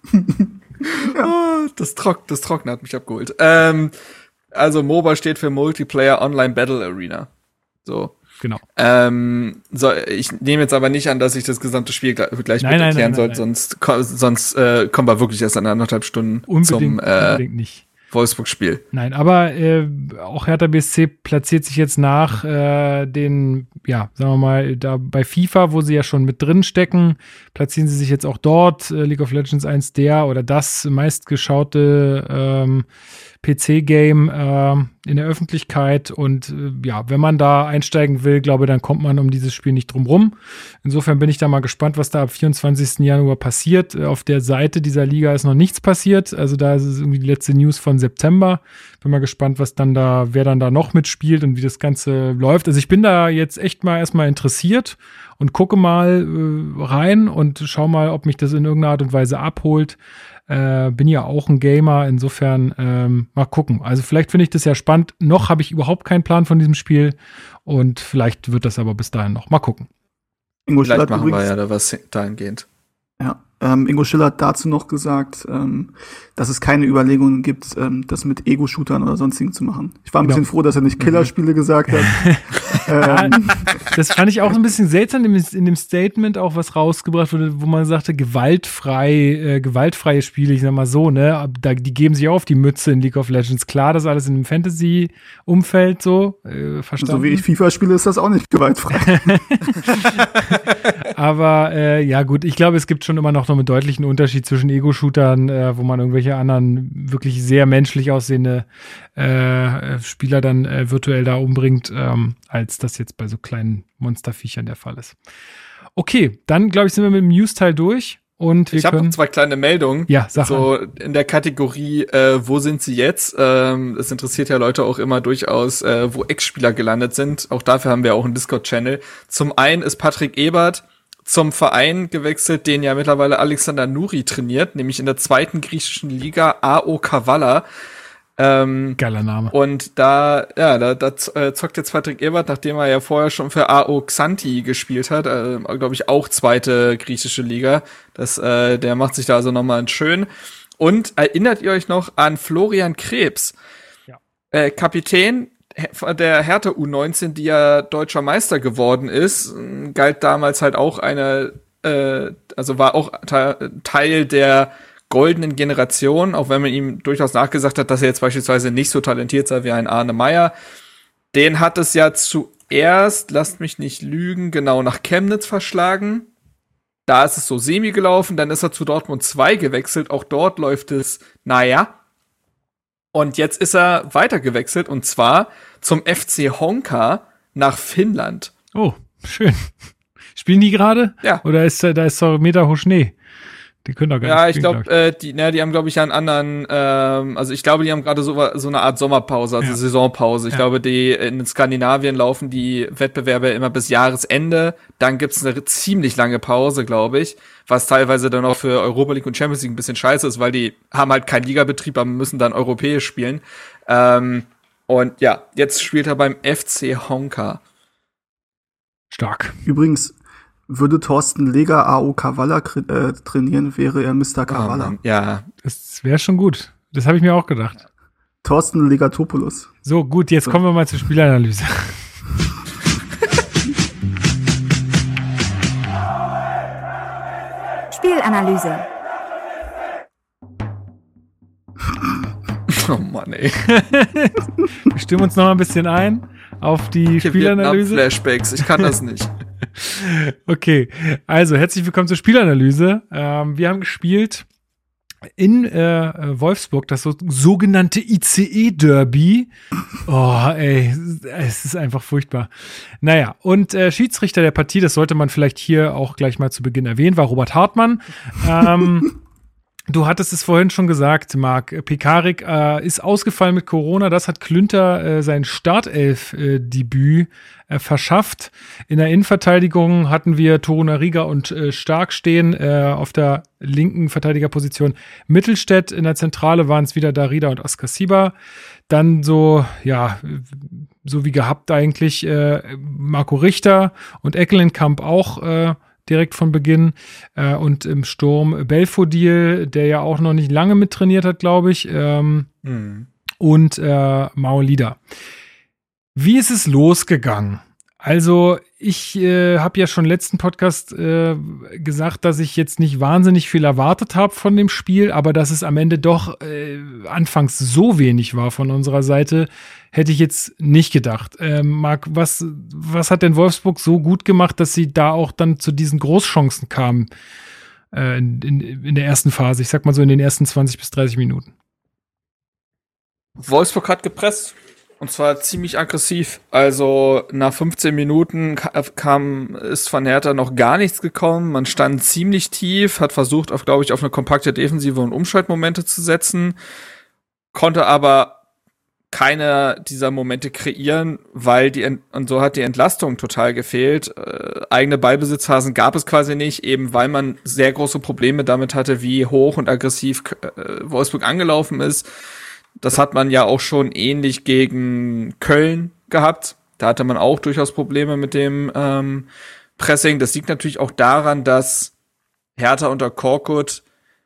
Ja. Oh, das, Trock, das Trockene hat mich abgeholt. Ähm, also MOBA steht für Multiplayer Online Battle Arena. So.
Genau.
Ähm, so, ich nehme jetzt aber nicht an, dass ich das gesamte Spiel gleich, gleich
nein,
mit
nein,
erklären
nein, nein,
soll,
nein.
sonst, sonst äh, kommen wir wirklich erst in anderthalb Stunden
unbedingt,
zum äh,
unbedingt nicht.
Wolfsburg-Spiel.
Nein, aber äh, auch Hertha B S C platziert sich jetzt nach äh, den, ja, sagen wir mal, da bei FIFA, wo sie ja schon mit drin stecken, platzieren sie sich jetzt auch dort. Äh, League of Legends eins der oder das meistgeschaute ähm, P C-Game äh, in der Öffentlichkeit und äh, ja, wenn man da einsteigen will, glaube ich, dann kommt man um dieses Spiel nicht drum rum. Insofern bin ich da mal gespannt, was da ab vierundzwanzigsten Januar passiert. Äh, auf der Seite dieser Liga ist noch nichts passiert, also da ist es irgendwie die letzte News von September. Bin mal gespannt, was dann da, wer dann da noch mitspielt und wie das Ganze läuft. Also ich bin da jetzt echt mal erstmal interessiert und gucke mal äh, rein und schau mal, ob mich das in irgendeiner Art und Weise abholt. Äh, bin ja auch ein Gamer, insofern ähm, mal gucken. Also vielleicht finde ich das ja spannend. Noch habe ich überhaupt keinen Plan von diesem Spiel und vielleicht wird das aber bis dahin noch. Mal gucken.
Ingo
Vielleicht
Schiller
machen
übrigens,
wir ja da was dahingehend.
Ja, ähm, Ingo Schiller hat dazu noch gesagt, ähm, dass es keine Überlegungen gibt, ähm, das mit Ego-Shootern oder sonstigen zu machen. Ich war ein
Genau.
bisschen froh, dass er nicht Killerspiele gesagt hat. ähm,
Das fand ich auch so ein bisschen seltsam in dem, in dem Statement auch, was rausgebracht wurde, wo man sagte, gewaltfrei, äh, gewaltfreie Spiele, ich sag mal so, ne, aber da, die geben sich auf die Mütze in League of Legends. Klar, das ist alles in einem Fantasy-Umfeld so, äh, verstanden.
so wie ich FIFA spiele, ist das auch nicht gewaltfrei.
Aber äh, ja gut, ich glaube, es gibt schon immer noch, noch einen deutlichen Unterschied zwischen Ego-Shootern, äh, wo man irgendwelche anderen wirklich sehr menschlich aussehende äh, Spieler dann äh, virtuell da umbringt, ähm, als das jetzt bei so kleinen Monsterviechern der Fall ist. Okay, dann glaube ich, sind wir mit dem News-Teil durch. Und wir
Ich habe
können
noch zwei kleine Meldungen.
Ja, sag
So in der Kategorie, äh, wo sind sie jetzt? Ähm, das interessiert ja Leute auch immer durchaus, äh, wo Ex-Spieler gelandet sind. Auch dafür haben wir auch einen Discord-Channel. Zum einen ist Patrick Ebert zum Verein gewechselt, den ja mittlerweile Alexander Nuri trainiert, nämlich in der zweiten griechischen Liga A O Kavala. Ähm,
Geiler Name.
Und da, ja, da, da äh, zockt jetzt Patrick Ebert, nachdem er ja vorher schon für A O Xanthi gespielt hat, äh, glaube ich auch zweite griechische Liga. Das, äh, der macht sich da also nochmal schön. Und erinnert ihr euch noch an Florian Krebs?
Ja.
Äh, Kapitän der Hertha U neunzehn, die ja deutscher Meister geworden ist, galt damals halt auch eine, äh, also war auch Teil der goldenen Generation, auch wenn man ihm durchaus nachgesagt hat, dass er jetzt beispielsweise nicht so talentiert sei wie ein Arne Meyer. Den hat es ja zuerst, lasst mich nicht lügen, genau nach Chemnitz verschlagen. Da ist es so semi gelaufen, dann ist er zu Dortmund zwei gewechselt, auch dort läuft es, naja. Und jetzt ist er weiter gewechselt und zwar zum F C Honka nach Finnland.
Oh, schön. Spielen die gerade?
Ja.
Oder ist da ist doch meterhoch Schnee? Die können doch gar
Ja,
nicht
ich
spielen,
glaube, äh, die, na, die haben, glaube ich, einen anderen, ähm, also ich glaube, die haben gerade so, so eine Art Sommerpause, also
Ja.
Saisonpause. Ich
Ja.
glaube, die in Skandinavien laufen die Wettbewerbe immer bis Jahresende. Dann gibt's eine ziemlich lange Pause, glaube ich, was teilweise dann auch für Europa League und Champions League ein bisschen scheiße ist, weil die haben halt keinen Ligabetrieb, aber müssen dann europäisch spielen. Ähm, und ja, jetzt spielt er beim F C Honka.
Stark.
Übrigens, würde Thorsten Leger A O Kavala äh, trainieren, wäre er Mister Kavala.
Oh, ja,
Das wäre schon gut. Das habe ich mir auch gedacht.
Thorsten Legatopoulos.
So, gut, jetzt
So.
kommen wir mal zur Spielanalyse.
Spielanalyse.
oh Mann, ey.
Wir stimmen uns noch mal ein bisschen ein auf die
Ich hab
Spielanalyse.
Flashbacks, ich kann das nicht.
Okay, also herzlich willkommen zur Spielanalyse. Ähm, wir haben gespielt in äh, Wolfsburg, das so, sogenannte I C E-Derby. Oh, ey, es ist einfach furchtbar. Naja, und äh, Schiedsrichter der Partie, das sollte man vielleicht hier auch gleich mal zu Beginn erwähnen, war Robert Hartmann. Ähm, du hattest es vorhin schon gesagt, Marc. Pekarik äh, ist ausgefallen mit Corona. Das hat Klünter äh, sein Startelf-Debüt äh, verschafft. In der Innenverteidigung hatten wir Torunariga und äh, Stark stehen. Äh, auf der linken Verteidigerposition Mittelstädt. In der Zentrale waren es wieder Darida und Askasiba. Dann so, ja, so wie gehabt eigentlich äh, Marco Richter und Eckelenkamp auch äh, direkt von Beginn. Äh, und im Sturm Belfodil, der ja auch noch nicht lange mittrainiert hat, glaube ich. Ähm, mhm. Und äh, Maolida. Wie ist es losgegangen? Also ich äh, habe ja schon letzten Podcast äh, gesagt, dass ich jetzt nicht wahnsinnig viel erwartet habe von dem Spiel, aber dass es am Ende doch äh, anfangs so wenig war von unserer Seite, hätte ich jetzt nicht gedacht. Ähm, Marc, was, was hat denn Wolfsburg so gut gemacht, dass sie da auch dann zu diesen Großchancen kamen äh, in, in, in der ersten Phase? Ich sag mal so in den ersten zwanzig bis dreißig Minuten.
Wolfsburg hat gepresst. Und zwar ziemlich aggressiv. Also nach fünfzehn Minuten kam, ist von Hertha noch gar nichts gekommen. Man stand ziemlich tief, hat versucht, auf, glaube ich, auf eine kompakte Defensive und Umschaltmomente zu setzen, konnte aber keine dieser Momente kreieren, weil die, Ent- und so hat die Entlastung total gefehlt. Äh, eigene Ballbesitzphasen gab es quasi nicht, eben weil man sehr große Probleme damit hatte, wie hoch und aggressiv äh, Wolfsburg angelaufen ist. Das hat man ja auch schon ähnlich gegen Köln gehabt. Da hatte man auch durchaus Probleme mit dem ähm, Pressing. Das liegt natürlich auch daran, dass Hertha unter Korkut,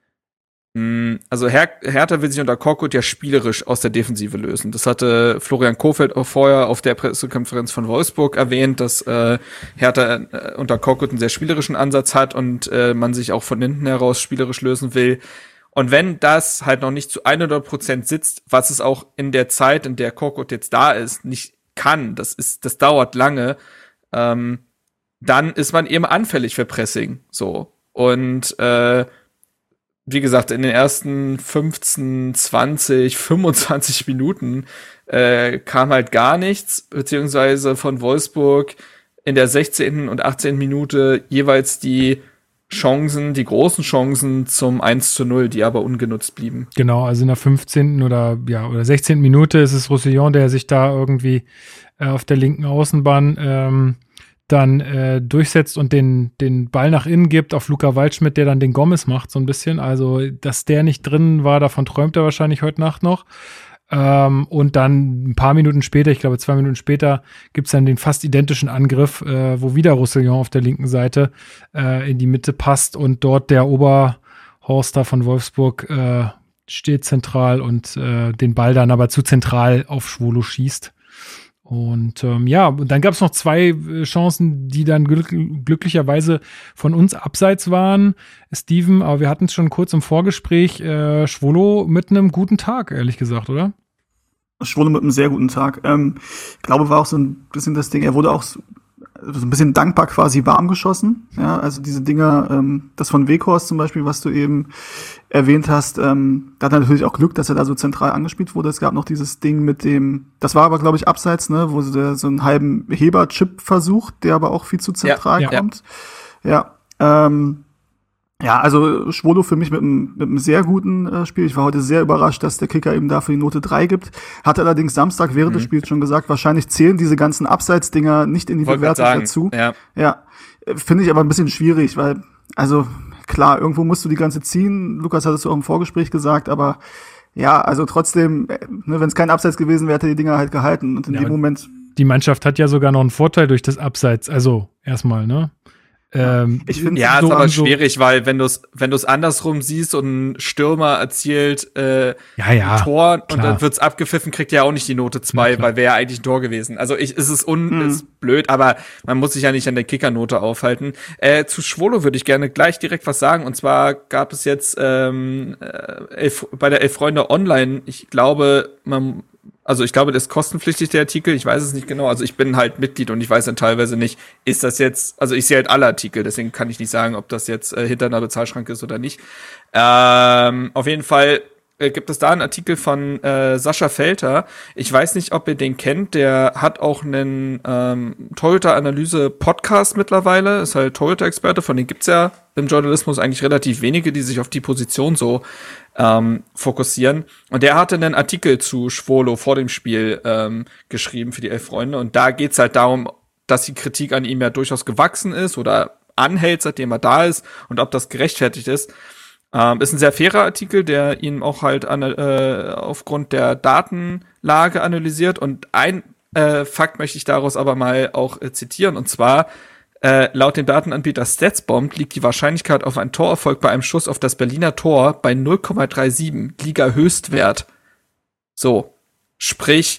mh, also Her- Hertha will sich unter Korkut ja spielerisch aus der Defensive lösen. Das hatte Florian Kohfeldt auch vorher auf der Pressekonferenz von Wolfsburg erwähnt, dass äh, Hertha äh, unter Korkut einen sehr spielerischen Ansatz hat und äh, man sich auch von hinten heraus spielerisch lösen will. Und wenn das halt noch nicht zu hundert Prozent sitzt, was es auch in der Zeit, in der Korkut jetzt da ist, nicht kann, das ist, das dauert lange, ähm, dann ist man eben anfällig für Pressing, so. Und, äh, wie gesagt, in den ersten fünfzehn, zwanzig, fünfundzwanzig Minuten, äh, kam halt gar nichts, beziehungsweise von Wolfsburg in der sechzehnten und achtzehnten Minute jeweils die Chancen, die großen Chancen zum eins zu null, die aber ungenutzt blieben.
Genau, also in der fünfzehnten oder ja oder sechzehnten Minute ist es Roussillon, der sich da irgendwie äh, auf der linken Außenbahn ähm, dann äh, durchsetzt und den den Ball nach innen gibt auf Luca Waldschmidt, der dann den Gomez macht so ein bisschen. Also, dass der nicht drin war, davon träumt er wahrscheinlich heute Nacht noch. Ähm, und dann ein paar Minuten später, ich glaube zwei Minuten später, gibt's dann den fast identischen Angriff, äh, wo wieder Roussillon auf der linken Seite äh, in die Mitte passt und dort der Oberhorster von Wolfsburg äh, steht zentral und äh, den Ball dann aber zu zentral auf Schwolo schießt. Und ähm, ja, und dann gab es noch zwei äh, Chancen, die dann glück- glücklicherweise von uns abseits waren, Steven, aber wir hatten es schon kurz im Vorgespräch, äh, Schwolo mit einem guten Tag, ehrlich gesagt, oder?
Schwolo mit einem sehr guten Tag. Ähm, ich glaube, war auch so ein bisschen das Ding, er wurde auch so, so ein bisschen dankbar quasi warm geschossen. Ja, also diese Dinger, ähm, das von Weghorst zum Beispiel, was du eben erwähnt hast, ähm, da hat er natürlich auch Glück, dass er da so zentral angespielt wurde. Es gab noch dieses Ding mit dem, das war aber, glaube ich, abseits, ne, wo der so einen halben Heber-Chip versucht, der aber auch viel zu zentral
ja,
kommt. Ja, ja ähm, ja, also Schwolo für mich mit einem, mit einem sehr guten äh, Spiel. Ich war heute sehr überrascht, dass der Kicker eben dafür die Note drei gibt. Hat allerdings Samstag während mhm. des Spiels schon gesagt, wahrscheinlich zählen diese ganzen Abseitsdinger nicht in die
Wollt
Bewertung dazu.
Ja,
ja finde ich aber ein bisschen schwierig, weil, also klar, irgendwo musst du die ganze ziehen. Lukas hat es auch im Vorgespräch gesagt, aber ja, also trotzdem, ne, wenn es kein Abseits gewesen wäre, hätte die Dinger halt gehalten. Und in
ja,
dem Moment.
Die Mannschaft hat ja sogar noch einen Vorteil durch das Abseits. Also erstmal, ne? Ähm,
ich finde
ja,
so
ist aber
so
schwierig, weil wenn du es wenn du es andersrum siehst und ein Stürmer erzielt äh,
ja, ja,
ein Tor und
klar.
dann wird's abgepfiffen, kriegt er ja auch nicht die Note zwei, weil wäre ja eigentlich ein Tor gewesen. Also ich, ist es un, mhm. ist blöd, aber man muss sich ja nicht an der Kickernote aufhalten. Äh, zu Schwolo würde ich gerne gleich direkt was sagen. Und zwar gab es jetzt ähm, elf, bei der Elf Freunde Online, ich glaube, man Also ich glaube, das ist kostenpflichtig, der Artikel. Ich weiß es nicht genau. Also ich bin halt Mitglied und ich weiß dann teilweise nicht, ist das jetzt, also ich sehe halt alle Artikel, deswegen kann ich nicht sagen, ob das jetzt äh, hinter einer Bezahlschranke ist oder nicht. Ähm, auf jeden Fall äh, gibt es da einen Artikel von äh, Sascha Felter. Ich weiß nicht, ob ihr den kennt. Der hat auch einen ähm, Torhüter-Analyse-Podcast mittlerweile. Ist halt Torhüter-Experte. Von denen gibt's ja im Journalismus eigentlich relativ wenige, die sich auf die Position so ähm, fokussieren. Und der hatte einen Artikel zu Schwolo vor dem Spiel ähm, geschrieben für die Elf Freunde. Und da geht's halt darum, dass die Kritik an ihm ja durchaus gewachsen ist oder anhält, seitdem er da ist und ob das gerechtfertigt ist. Ähm, ist ein sehr fairer Artikel, der ihn auch halt an, äh, aufgrund der Datenlage analysiert. Und ein äh, Fakt möchte ich daraus aber mal auch äh, zitieren. Und zwar, äh, laut dem Datenanbieter StatsBomb liegt die Wahrscheinlichkeit auf einen Torerfolg bei einem Schuss auf das Berliner Tor bei null Komma siebenunddreißig, Liga-Höchstwert. So, sprich,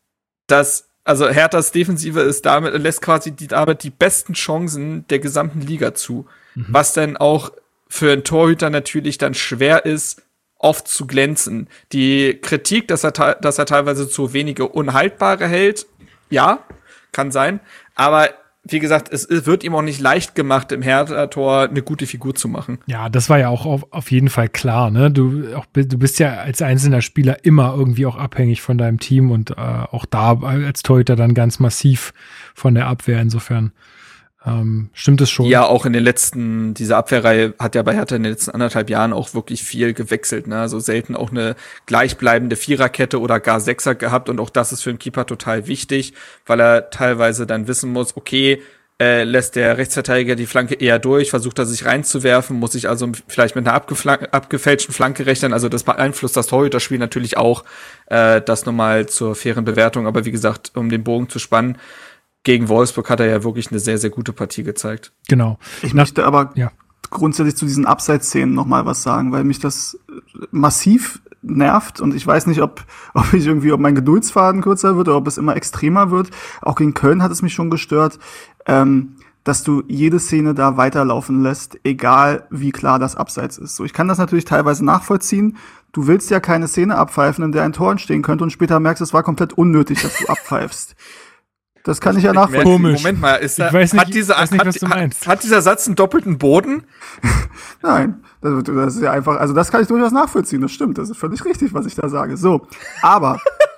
dass also Herthas Defensive ist damit, lässt quasi die, damit die besten Chancen der gesamten Liga zu. Mhm. Was dann auch für einen Torhüter natürlich dann schwer ist, oft zu glänzen. Die Kritik, dass er, dass er teilweise zu wenige Unhaltbare hält, ja, kann sein. Aber wie gesagt, es wird ihm auch nicht leicht gemacht, im Hertha-Tor eine gute Figur zu machen.
Ja, das war ja auch auf, auf jeden Fall klar, ne? Du, auch, du bist ja als einzelner Spieler immer irgendwie auch abhängig von deinem Team und äh, auch da als Torhüter dann ganz massiv von der Abwehr. Insofern ähm, stimmt es schon.
Ja, auch in den letzten, diese Abwehrreihe hat ja bei Hertha in den letzten anderthalb Jahren auch wirklich viel gewechselt, ne? Also selten auch eine gleichbleibende Viererkette oder gar Sechser gehabt und auch das ist für einen Keeper total wichtig, weil er teilweise dann wissen muss, okay, äh, lässt der Rechtsverteidiger die Flanke eher durch, versucht er sich reinzuwerfen, muss sich also vielleicht mit einer abgefla- abgefälschten Flanke rechnen, also das beeinflusst das Torhüterspiel natürlich auch, äh, das nochmal zur fairen Bewertung, aber wie gesagt, um den Bogen zu spannen, gegen Wolfsburg hat er ja wirklich eine sehr, sehr gute Partie gezeigt.
Genau.
Ich möchte aber
ja.
grundsätzlich zu diesen Abseitsszenen noch mal was sagen, weil mich das massiv nervt und ich weiß nicht, ob ob ich irgendwie, ob mein Geduldsfaden kürzer wird oder ob es immer extremer wird. Auch gegen Köln hat es mich schon gestört, ähm, dass du jede Szene da weiterlaufen lässt, egal wie klar das Abseits ist. So, ich kann das natürlich teilweise nachvollziehen. Du willst ja keine Szene abpfeifen, in der ein Tor entstehen könnte und später merkst, es war komplett unnötig, dass du abpfeifst. Das kann ich ja nachvollziehen.
Komisch.
Moment mal, ist da,
ich weiß nicht,
hat, dieser,
weiß nicht,
hat,
was du meinst.
hat, hat dieser Satz einen doppelten Boden?
Nein, das, das ist ja einfach, also das kann ich durchaus nachvollziehen, das stimmt, das ist völlig richtig, was ich da sage. So, aber,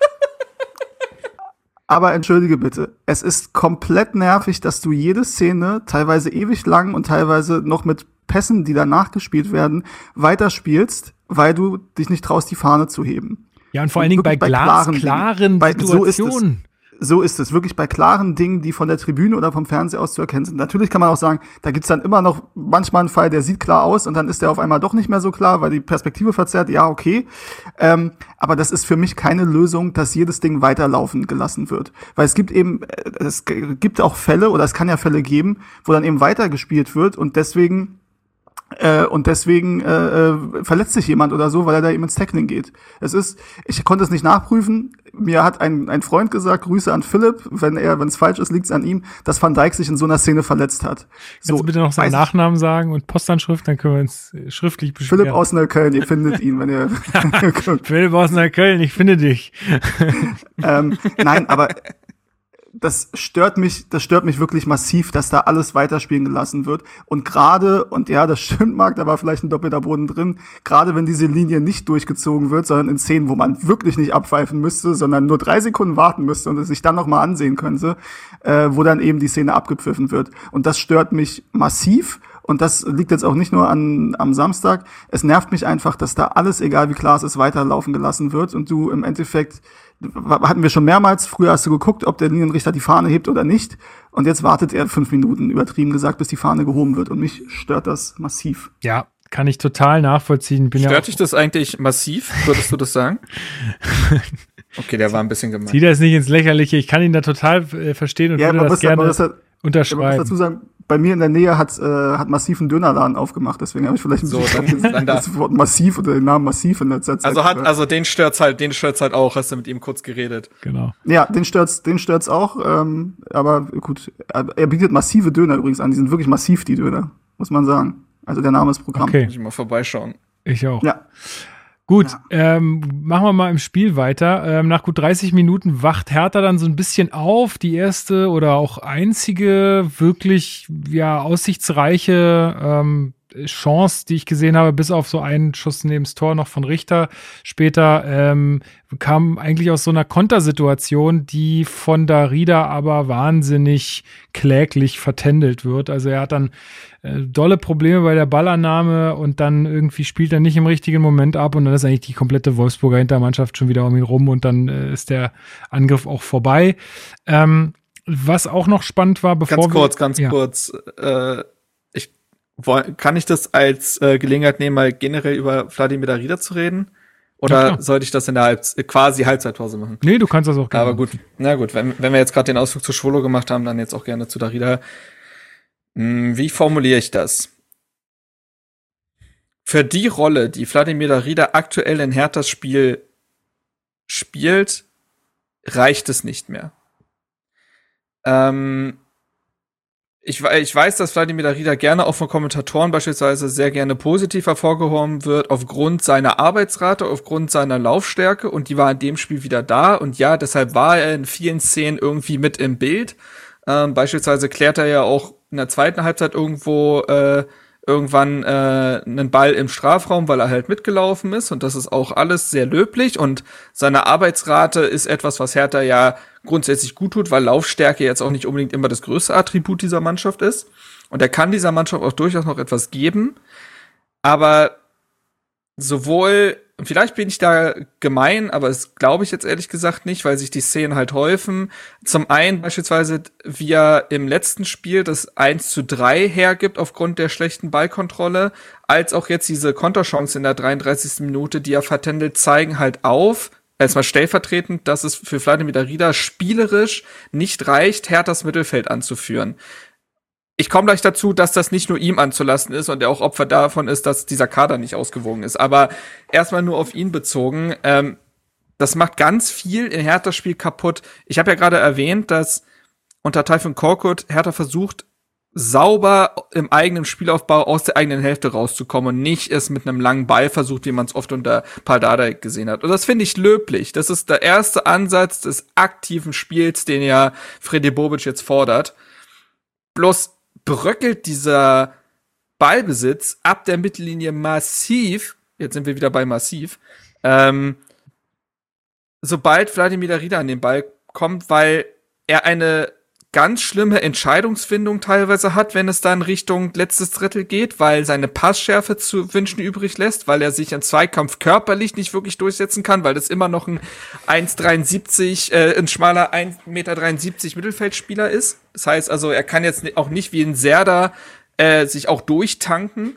aber entschuldige bitte, es ist komplett nervig, dass du jede Szene teilweise ewig lang und teilweise noch mit Pässen, die danach gespielt werden, weiterspielst, weil du dich nicht traust, die Fahne zu heben.
Ja, und vor allen Dingen bei, bei glasklaren Situationen.
So ist es, wirklich bei klaren Dingen, die von der Tribüne oder vom Fernseher aus zu erkennen sind. Natürlich kann man auch sagen, da gibt's dann immer noch manchmal einen Fall, der sieht klar aus und dann ist der auf einmal doch nicht mehr so klar, weil die Perspektive verzerrt. Ja, okay. Ähm, aber das ist für mich keine Lösung, dass jedes Ding weiterlaufen gelassen wird. Weil es gibt eben, es gibt auch Fälle, oder es kann ja Fälle geben, wo dann eben weitergespielt wird und deswegen Äh, und deswegen äh, äh, verletzt sich jemand oder so, weil er da eben ins Tackling geht. Es ist, ich konnte es nicht nachprüfen. Mir hat ein ein Freund gesagt, Grüße an Philipp, wenn er, wenn es falsch ist, liegt's an ihm, dass Van Dijk sich in so einer Szene verletzt hat.
Kannst so, du bitte noch seinen Nachnamen sagen und Postanschrift, dann können wir uns schriftlich beschweren.
Philipp aus Neukölln, ihr findet ihn, wenn ihr
Philipp aus Neukölln, ich finde dich.
ähm, nein, aber das stört mich, das stört mich wirklich massiv, dass da alles weiterspielen gelassen wird. Und gerade, und ja, das stimmt, Marc, da war vielleicht ein doppelter Boden drin, gerade wenn diese Linie nicht durchgezogen wird, sondern in Szenen, wo man wirklich nicht abpfeifen müsste, sondern nur drei Sekunden warten müsste und es sich dann nochmal ansehen könnte, äh, wo dann eben die Szene abgepfiffen wird. Und das stört mich massiv. Und das liegt jetzt auch nicht nur an am Samstag. Es nervt mich einfach, dass da alles, egal wie klar es ist, weiterlaufen gelassen wird. Und du im Endeffekt, hatten wir schon mehrmals, früher hast du geguckt, ob der Linienrichter die Fahne hebt oder nicht. Und jetzt wartet er fünf Minuten, übertrieben gesagt, bis die Fahne gehoben wird. Und mich stört das massiv.
Ja, kann ich total nachvollziehen. Bin
stört
ja
dich das eigentlich massiv, würdest du das sagen? Okay, der war ein bisschen gemein.
Zieh das nicht ins Lächerliche. Ich kann ihn da total äh, unterstehen und
ja,
würde das gerne
das hat,
unterschreiben.
Ich muss dazu sagen, bei mir in der Nähe hat äh, hat massiv einen Dönerladen aufgemacht, deswegen habe ich vielleicht ein
so,
bisschen
dann, dann
das Wort massiv oder den Namen massiv in letzter Zeit.
Also hat also den stört's halt, den stört's halt auch, hast du mit ihm kurz geredet.
Genau.
Ja, den stört's, den stört's auch, ähm, aber gut, er bietet massive Döner übrigens an, die sind wirklich massiv, die Döner, muss man sagen. Also der Name ist Programm.
Okay.
Muss ich mal vorbeischauen.
Ich auch.
Ja.
Gut,
Ja.
ähm, machen wir mal im Spiel weiter. Ähm, nach gut dreißig Minuten wacht Hertha dann so ein bisschen auf. Die erste oder auch einzige wirklich ja aussichtsreiche ähm, Chance, die ich gesehen habe, bis auf so einen Schuss neben das Tor noch von Richter später, ähm, kam eigentlich aus so einer Kontersituation, die von Darida aber wahnsinnig kläglich vertändelt wird. Also er hat dann äh, dolle Probleme bei der Ballannahme und dann irgendwie spielt er nicht im richtigen Moment ab und dann ist eigentlich die komplette Wolfsburger Hintermannschaft schon wieder um ihn rum und dann äh, ist der Angriff auch vorbei. Ähm, was auch noch spannend war, bevor
Ganz kurz,
wir,
ganz
ja.
kurz. Äh, ich woll, kann ich das als äh, Gelegenheit nehmen, mal generell über Vladimir Darida zu reden? Oder
Ja, klar.
sollte ich das in der Halbz- äh, quasi Halbzeitpause machen?
Nee, du kannst das auch gerne.
Aber gut, na gut, wenn, wenn wir jetzt gerade den Ausflug zu Schwolo gemacht haben, dann jetzt auch gerne zu Darida. Hm, wie formuliere ich das? Für die Rolle, die Vladimir Darida aktuell in Herthas Spiel spielt, reicht es nicht mehr. Ähm, ich, ich weiß, dass Vladimir Darida gerne auch von Kommentatoren beispielsweise sehr gerne positiv hervorgehoben wird, aufgrund seiner Arbeitsrate, aufgrund seiner Laufstärke, und die war in dem Spiel wieder da, und ja, deshalb war er in vielen Szenen irgendwie mit im Bild. Ähm, beispielsweise klärt er ja auch in der zweiten Halbzeit irgendwo äh, irgendwann äh, einen Ball im Strafraum, weil er halt mitgelaufen ist, und das ist auch alles sehr löblich, und seine Arbeitsrate ist etwas, was Hertha ja grundsätzlich gut tut, weil Laufstärke jetzt auch nicht unbedingt immer das größte Attribut dieser Mannschaft ist, und er kann dieser Mannschaft auch durchaus noch etwas geben, aber sowohl, vielleicht bin ich da gemein, aber das glaube ich jetzt ehrlich gesagt nicht, weil sich die Szenen halt häufen. Zum einen beispielsweise, wie er im letzten Spiel das eins zu drei hergibt aufgrund der schlechten Ballkontrolle, als auch jetzt diese Konterchance in der dreiunddreißigsten Minute, die er vertändelt, zeigen halt auf, erstmal stellvertretend, dass es für Vladimir Darida spielerisch nicht reicht, Herthas Mittelfeld anzuführen. Ich komme gleich dazu, dass das nicht nur ihm anzulasten ist und er auch Opfer davon ist, dass dieser Kader nicht ausgewogen ist. Aber erstmal nur auf ihn bezogen. Ähm, das macht ganz viel in Herthas Spiel kaputt. Ich habe ja gerade erwähnt, dass unter Tayfun Korkut Hertha versucht, sauber im eigenen Spielaufbau aus der eigenen Hälfte rauszukommen und nicht es mit einem langen Ball versucht, wie man es oft unter Pardadei gesehen hat. Und das finde ich löblich. Das ist der erste Ansatz des aktiven Spiels, den ja Fredi Bobic jetzt fordert. Bloß bröckelt dieser Ballbesitz ab der Mittellinie massiv, jetzt sind wir wieder bei massiv, ähm, sobald Vladimir Darida an den Ball kommt, weil er eine ganz schlimme Entscheidungsfindung teilweise hat, wenn es dann Richtung letztes Drittel geht, weil seine Passschärfe zu wünschen übrig lässt, weil er sich im Zweikampf körperlich nicht wirklich durchsetzen kann, weil das immer noch ein eins Komma dreiundsiebzig, äh, ein schmaler eins Komma dreiundsiebzig Meter Mittelfeldspieler ist. Das heißt also, er kann jetzt auch nicht wie ein Serda äh, sich auch durchtanken.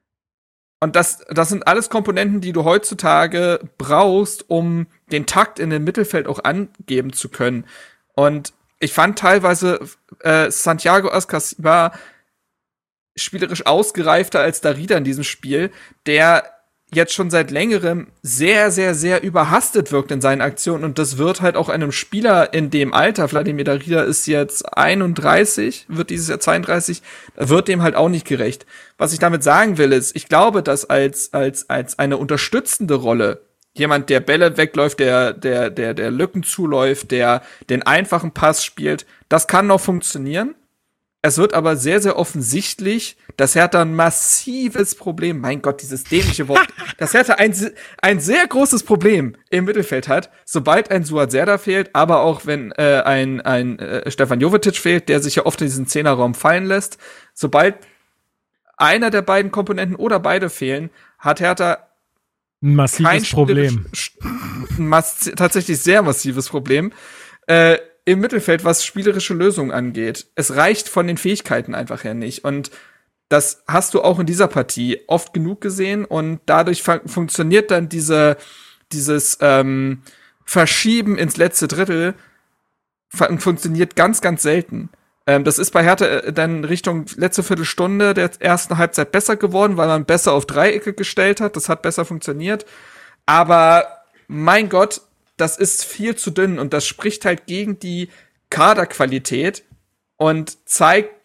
Und das, das sind alles Komponenten, die du heutzutage brauchst, um den Takt in dem Mittelfeld auch angeben zu können. Und ich fand teilweise äh, Santiago Ascasiba spielerisch ausgereifter als Darida in diesem Spiel, der jetzt schon seit längerem sehr, sehr, sehr überhastet wirkt in seinen Aktionen, und das wird halt auch einem Spieler in dem Alter, Vladimir Darida ist jetzt einunddreißig, wird dieses Jahr zweiunddreißig, wird dem halt auch nicht gerecht. Was ich damit sagen will, ist, ich glaube, dass als als als eine unterstützende Rolle jemand, der Bälle wegläuft, der, der, der, der Lücken zuläuft, der den einfachen Pass spielt, das kann noch funktionieren. Es wird aber sehr, sehr offensichtlich, dass Hertha ein massives Problem, mein Gott, dieses dämliche Wort, dass Hertha ein, ein sehr großes Problem im Mittelfeld hat, sobald ein Suat Serdar fehlt, aber auch wenn äh, ein, ein äh, Stefan Jovetic fehlt, der sich ja oft in diesen Zehnerraum fallen lässt. Sobald einer der beiden Komponenten oder beide fehlen, hat Hertha
ein massives Problem.
Ein mass- tatsächlich sehr massives Problem äh, im Mittelfeld, was spielerische Lösungen angeht. Es reicht von den Fähigkeiten einfach her nicht. Und das hast du auch in dieser Partie oft genug gesehen. Und dadurch fun- funktioniert dann diese, dieses ähm, Verschieben ins letzte Drittel fun- funktioniert ganz, ganz selten. Ähm, das ist bei Hertha dann Richtung letzte Viertelstunde der ersten Halbzeit besser geworden, weil man besser auf Dreiecke gestellt hat. Das hat besser funktioniert. Aber mein Gott, das ist viel zu dünn, und das spricht halt gegen die Kaderqualität und zeigt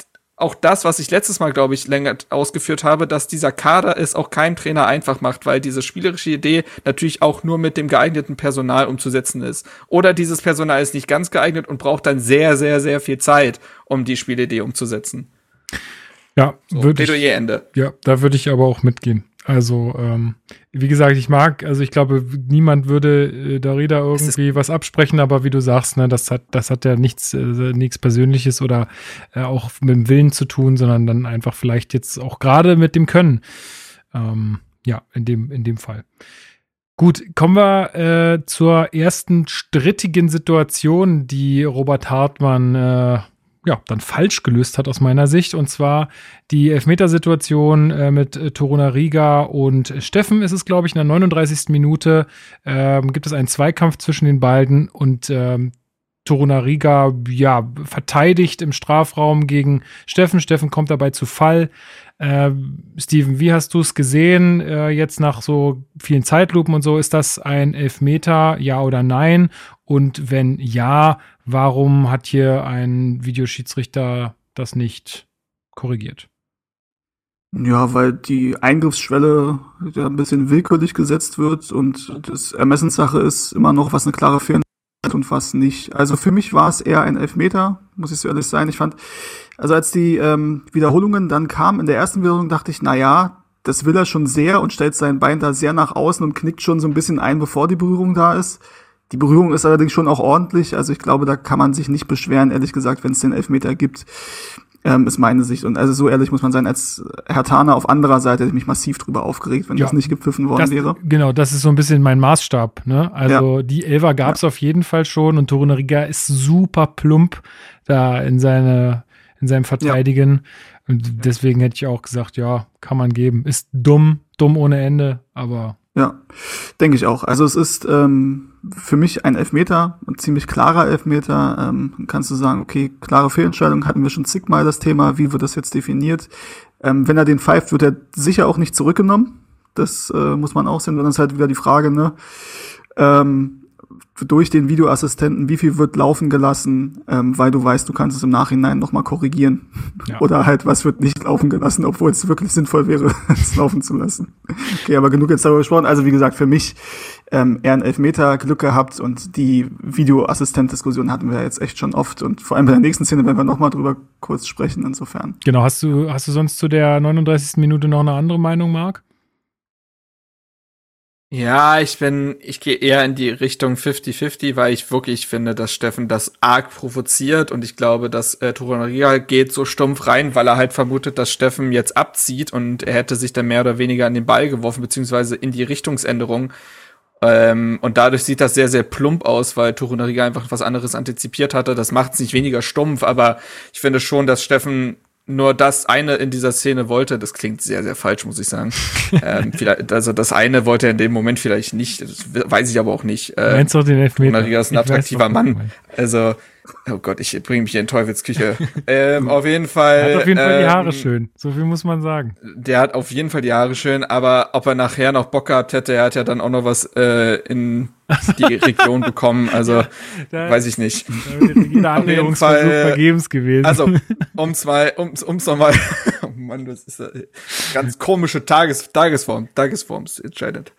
auch das, was ich letztes Mal, glaube ich, länger ausgeführt habe, dass dieser Kader es auch keinem Trainer einfach macht, weil diese spielerische Idee natürlich auch nur mit dem geeigneten Personal umzusetzen ist. Oder dieses Personal ist nicht ganz geeignet und braucht dann sehr, sehr, sehr viel Zeit, um die Spielidee umzusetzen.
Ja,
so,
würde ich,
Ende.
Ja, da würde ich aber auch mitgehen. Also, ähm, wie gesagt, ich mag, also ich glaube, niemand würde äh, Darida irgendwie was absprechen, aber wie du sagst, ne, das hat, das hat ja nichts, äh, nichts Persönliches oder äh, auch mit dem Willen zu tun, sondern dann einfach vielleicht jetzt auch gerade mit dem Können. Ähm, ja, in dem, in dem Fall. Gut, kommen wir äh, zur ersten strittigen Situation, die Robert Hartmann äh, ja, dann falsch gelöst hat aus meiner Sicht. Und zwar die Elfmetersituation äh, mit äh, Torunariga und Steffen ist es, glaube ich, in der neununddreißigsten Minute ähm, gibt es einen Zweikampf zwischen den beiden und ähm, Torunariga, ja, verteidigt im Strafraum gegen Steffen. Steffen kommt dabei zu Fall. Äh, Steven, wie hast du es gesehen? Äh, jetzt nach so vielen Zeitlupen und so, ist das ein Elfmeter, ja oder nein? Und wenn ja, warum hat hier ein Videoschiedsrichter das nicht korrigiert?
Ja, weil die Eingriffsschwelle ja ein bisschen willkürlich gesetzt wird und das Ermessenssache ist immer noch, was eine klare Fehlentscheidung und was nicht. Also für mich war es eher ein Elfmeter, muss ich so ehrlich sein. Ich fand, also als die ähm, Wiederholungen dann kamen, in der ersten Wiederholung dachte ich, na ja, das will er schon sehr und stellt sein Bein da sehr nach außen und knickt schon so ein bisschen ein, bevor die Berührung da ist. Die Berührung ist allerdings schon auch ordentlich, also ich glaube, da kann man sich nicht beschweren, ehrlich gesagt, wenn es den Elfmeter gibt, ähm, ist meine Sicht. Und also so ehrlich muss man sein, als Herthaner auf anderer Seite hätte ich mich massiv drüber aufgeregt, wenn
ja,
das nicht gepfiffen worden
das,
wäre.
Genau, das ist so ein bisschen mein Maßstab, ne? Also ja. Die Elfer gab es ja. auf jeden Fall schon und Torunariga ist super plump da in seine in seinem Verteidigen. Ja. Und deswegen hätte ich auch gesagt, ja, kann man geben. Ist dumm, dumm ohne Ende, aber
ja, denke ich auch. Also es ist ähm, für mich ein Elfmeter, ein ziemlich klarer Elfmeter. Ähm, kannst du sagen, okay, klare Fehlentscheidung, hatten wir schon zigmal das Thema, wie wird das jetzt definiert? Ähm, wenn er den pfeift, wird er sicher auch nicht zurückgenommen. Das äh, muss man auch sehen. Dann ist halt wieder die Frage, ne, ähm, durch den Videoassistenten, wie viel wird laufen gelassen, ähm, weil du weißt, du kannst es im Nachhinein nochmal korrigieren. Ja. Oder halt, was wird nicht laufen gelassen, obwohl es wirklich sinnvoll wäre, es laufen zu lassen. Okay, aber genug jetzt darüber gesprochen. Also wie gesagt, für mich ähm, eher ein Elfmeter Glück gehabt und die Videoassistent-Diskussion hatten wir jetzt echt schon oft und vor allem bei der nächsten Szene werden wir nochmal drüber kurz sprechen, insofern.
Genau, hast du, hast du sonst zu der neununddreißigsten Minute noch eine andere Meinung, Marc?
Ja, ich bin, ich gehe eher in die Richtung fifty fifty, weil ich wirklich finde, dass Steffen das arg provoziert und ich glaube, dass äh, Torunariga geht so stumpf rein, weil er halt vermutet, dass Steffen jetzt abzieht und er hätte sich dann mehr oder weniger an den Ball geworfen, beziehungsweise in die Richtungsänderung. Ähm, und dadurch sieht das sehr, sehr plump aus, weil Torunariga einfach was anderes antizipiert hatte. Das macht es nicht weniger stumpf, aber ich finde schon, dass Steffen nur das eine in dieser Szene wollte. Das klingt sehr, sehr falsch, muss ich sagen. ähm, vielleicht, also das eine wollte er in dem Moment vielleicht nicht. Das weiß ich aber auch nicht.
Äh, Meinst du den Elfmeter?
Torunariga ist ein attraktiver Mann. Also, oh Gott, ich bringe mich hier in Teufelsküche. ähm, auf jeden Fall.
Er hat auf jeden Fall
ähm,
die Haare schön. So viel muss man sagen.
Der hat auf jeden Fall die Haare schön, aber ob er nachher noch Bock gehabt hätte, er hat ja dann auch noch was äh, in die Region bekommen, also ja, da, weiß ich nicht.
Jeder Annäherungsversuch vergebens gewesen.
Also, um's mal, um's, um's noch mal, oh Mann, das ist eine ganz komische Tages, Tagesform, Tagesforms entscheidet.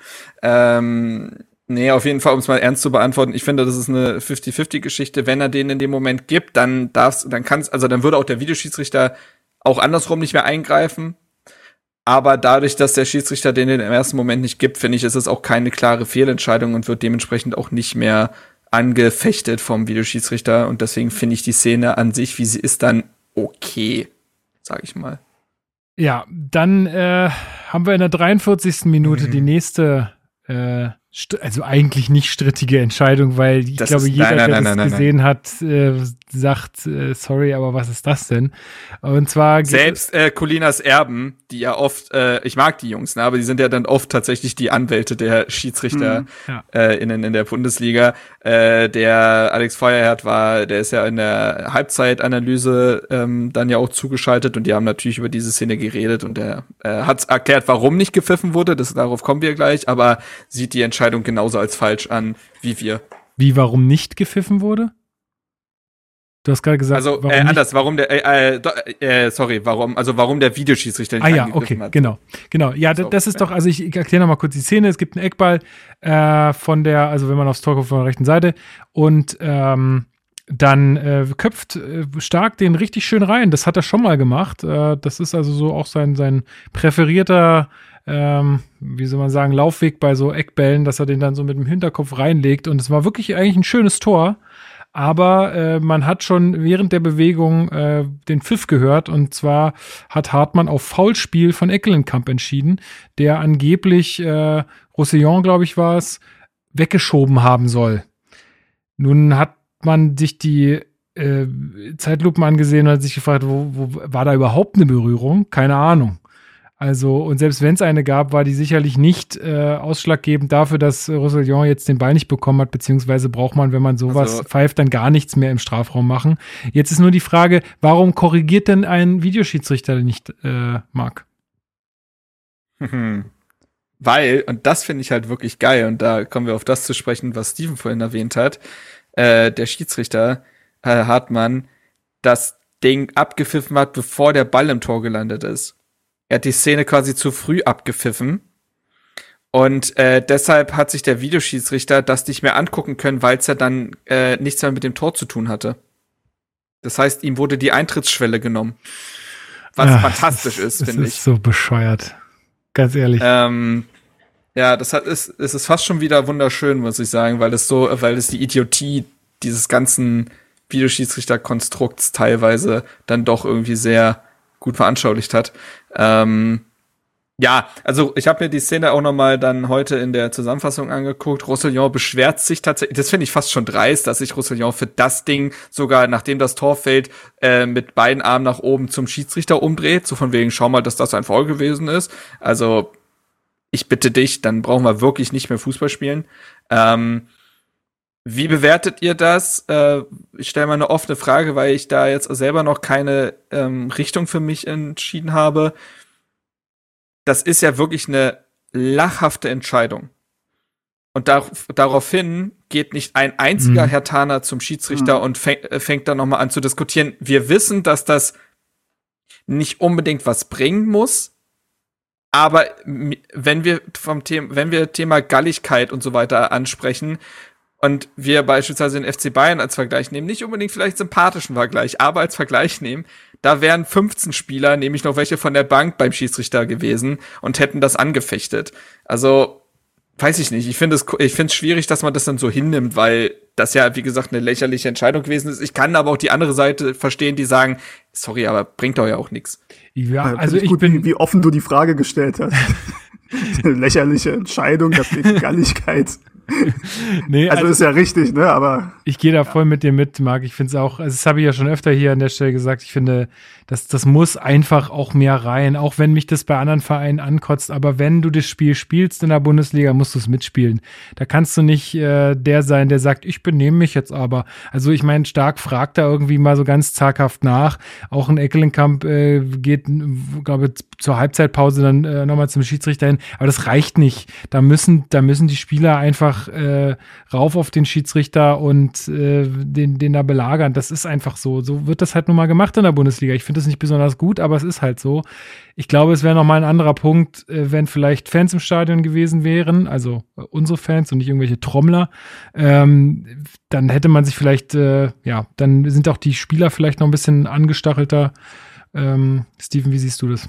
Ähm, nee, auf jeden Fall, um's mal ernst zu beantworten, ich finde, das ist eine fifty fifty Geschichte. Wenn er den in dem Moment gibt, dann darf's, dann kann's, also dann würde auch der Videoschiedsrichter auch andersrum nicht mehr eingreifen. Aber dadurch, dass der Schiedsrichter den im ersten Moment nicht gibt, finde ich, ist es auch keine klare Fehlentscheidung und wird dementsprechend auch nicht mehr angefechtet vom Videoschiedsrichter. Und deswegen finde ich die Szene an sich, wie sie ist, dann okay, sag ich mal.
Ja, dann äh, haben wir in der dreiundvierzigsten Minute mhm. die nächste, äh, st- also eigentlich nicht strittige Entscheidung, weil ich das glaube, ist, jeder, nein, nein, der nein, das nein, gesehen nein. hat, äh, sagt, äh, sorry, aber was ist das denn? Und zwar
selbst äh, Colinas Erben, die ja oft, äh, ich mag die Jungs, ne, aber die sind ja dann oft tatsächlich die Anwälte der Schiedsrichter mhm, ja. äh, in, in der Bundesliga. Äh, der Alex Feuerherd war, der ist ja in der Halbzeitanalyse ähm, dann ja auch zugeschaltet und die haben natürlich über diese Szene geredet und der äh, hat erklärt, warum nicht gepfiffen wurde. Das, darauf kommen wir gleich, aber sieht die Entscheidung genauso als falsch an wie wir.
Wie, warum nicht gepfiffen wurde? Du hast gerade gesagt,
also
warum
äh,
nicht?
anders, warum der, äh, äh, sorry, warum, also warum der Videoschiedsrichter nicht
Ah ja,
eingegriffen
okay,
hat.
genau, genau. Ja,
So,
das ist
ja.
doch, also ich erkläre noch mal kurz die Szene. Es gibt einen Eckball äh, von der, also wenn man aufs Tor guckt, von der rechten Seite und ähm, dann äh, köpft äh, Stark den richtig schön rein. Das hat er schon mal gemacht. Äh, das ist also so auch sein, sein präferierter, ähm, wie soll man sagen, Laufweg bei so Eckbällen, dass er den dann so mit dem Hinterkopf reinlegt. Und es war wirklich eigentlich ein schönes Tor. Aber äh, man hat schon während der Bewegung äh, den Pfiff gehört. Und zwar hat Hartmann auf Foulspiel von Ekkelenkamp entschieden, der angeblich äh, Roussillon, glaube ich, war es, weggeschoben haben soll. Nun hat man sich die äh, Zeitlupen angesehen und hat sich gefragt, wo, wo war da überhaupt eine Berührung? Keine Ahnung. Also, und selbst wenn es eine gab, war die sicherlich nicht äh, ausschlaggebend dafür, dass äh, Roussillon jetzt den Ball nicht bekommen hat, beziehungsweise braucht man, wenn man sowas
Also-
pfeift, dann gar nichts mehr im Strafraum machen. Jetzt ist nur die Frage, warum korrigiert denn ein Videoschiedsrichter nicht, äh, Marc?
Mhm. Weil, und das finde ich halt wirklich geil, und da kommen wir auf das zu sprechen, was Steven vorhin erwähnt hat, äh, der Schiedsrichter, äh, Hartmann, das Ding abgepfiffen hat, bevor der Ball im Tor gelandet ist. Er hat die Szene quasi zu früh abgepfiffen. Und äh, deshalb hat sich der Videoschiedsrichter das nicht mehr angucken können, weil es ja dann äh, nichts mehr mit dem Tor zu tun hatte. Das heißt, ihm wurde die Eintrittsschwelle genommen. Was
Ach,
fantastisch
das,
ist, finde
Das
ich.
ist so bescheuert. Ganz ehrlich.
Ähm, ja, das hat ist, es ist fast schon wieder wunderschön, muss ich sagen, weil es so, weil es die Idiotie dieses ganzen Videoschiedsrichter-Konstrukts teilweise dann doch irgendwie sehr gut veranschaulicht hat. Ähm, ja, also ich habe mir die Szene auch noch mal dann heute in der Zusammenfassung angeguckt. Roussillon beschwert sich tatsächlich, das finde ich fast schon dreist, dass sich Roussillon für das Ding sogar, nachdem das Tor fällt, äh, mit beiden Armen nach oben zum Schiedsrichter umdreht, so von wegen, schau mal, dass das ein Foul gewesen ist. Also ich bitte dich, dann brauchen wir wirklich nicht mehr Fußball spielen. Ähm, Wie bewertet ihr das? Äh, ich stelle mal eine offene Frage, weil ich da jetzt selber noch keine ähm, Richtung für mich entschieden habe. Das ist ja wirklich eine lachhafte Entscheidung. Und dar- daraufhin geht nicht ein einziger
Mhm.
Herthaner zum Schiedsrichter und fäng- äh, fängt dann nochmal an zu diskutieren. Wir wissen, dass das nicht unbedingt was bringen muss. Aber m- wenn wir vom Thema, wenn wir Thema Galligkeit und so weiter ansprechen, und wir beispielsweise den F C Bayern als Vergleich nehmen, nicht unbedingt vielleicht sympathischen Vergleich, aber als Vergleich nehmen, da wären fünfzehn Spieler, nämlich noch welche von der Bank beim Schiedsrichter gewesen und hätten das angefechtet. Also, weiß ich nicht. Ich finde es, ich finde es schwierig, dass man das dann so hinnimmt, weil das ja, wie gesagt, eine lächerliche Entscheidung gewesen ist. Ich kann aber auch die andere Seite verstehen, die sagen, sorry, aber bringt doch ja auch nichts.
Ja,
Ja,
also
find
ich
gut,
bin,
wie, wie offen du die Frage gestellt hast. Eine lächerliche Entscheidung, das ist Galligkeit.
nee,
Also,
also
ist ja richtig, ne? Aber
ich gehe da voll mit dir mit, Marc. Ich finde es auch, also das habe ich ja schon öfter hier an der Stelle gesagt, ich finde, das, das muss einfach auch mehr rein, auch wenn mich das bei anderen Vereinen ankotzt, aber wenn du das Spiel spielst in der Bundesliga, musst du es mitspielen. Da kannst du nicht äh, der sein, der sagt, ich benehme mich jetzt aber. Also ich meine, Stark fragt da irgendwie mal so ganz zaghaft nach. Auch ein Ekkelenkamp äh, geht, glaube ich, zur Halbzeitpause dann äh, nochmal zum Schiedsrichter hin, aber das reicht nicht. Da müssen, da müssen die Spieler einfach äh, rauf auf den Schiedsrichter und äh, den, den da belagern. Das ist einfach so. So wird das halt nun mal gemacht in der Bundesliga. Ich finde das nicht besonders gut, aber es ist halt so. Ich glaube, es wäre noch mal ein anderer Punkt, äh, wenn vielleicht Fans im Stadion gewesen wären, also äh, unsere Fans und nicht irgendwelche Trommler. Ähm, dann hätte man sich vielleicht, äh, ja, dann sind auch die Spieler vielleicht noch ein bisschen angestachelter. Ähm, Steven, wie siehst du das?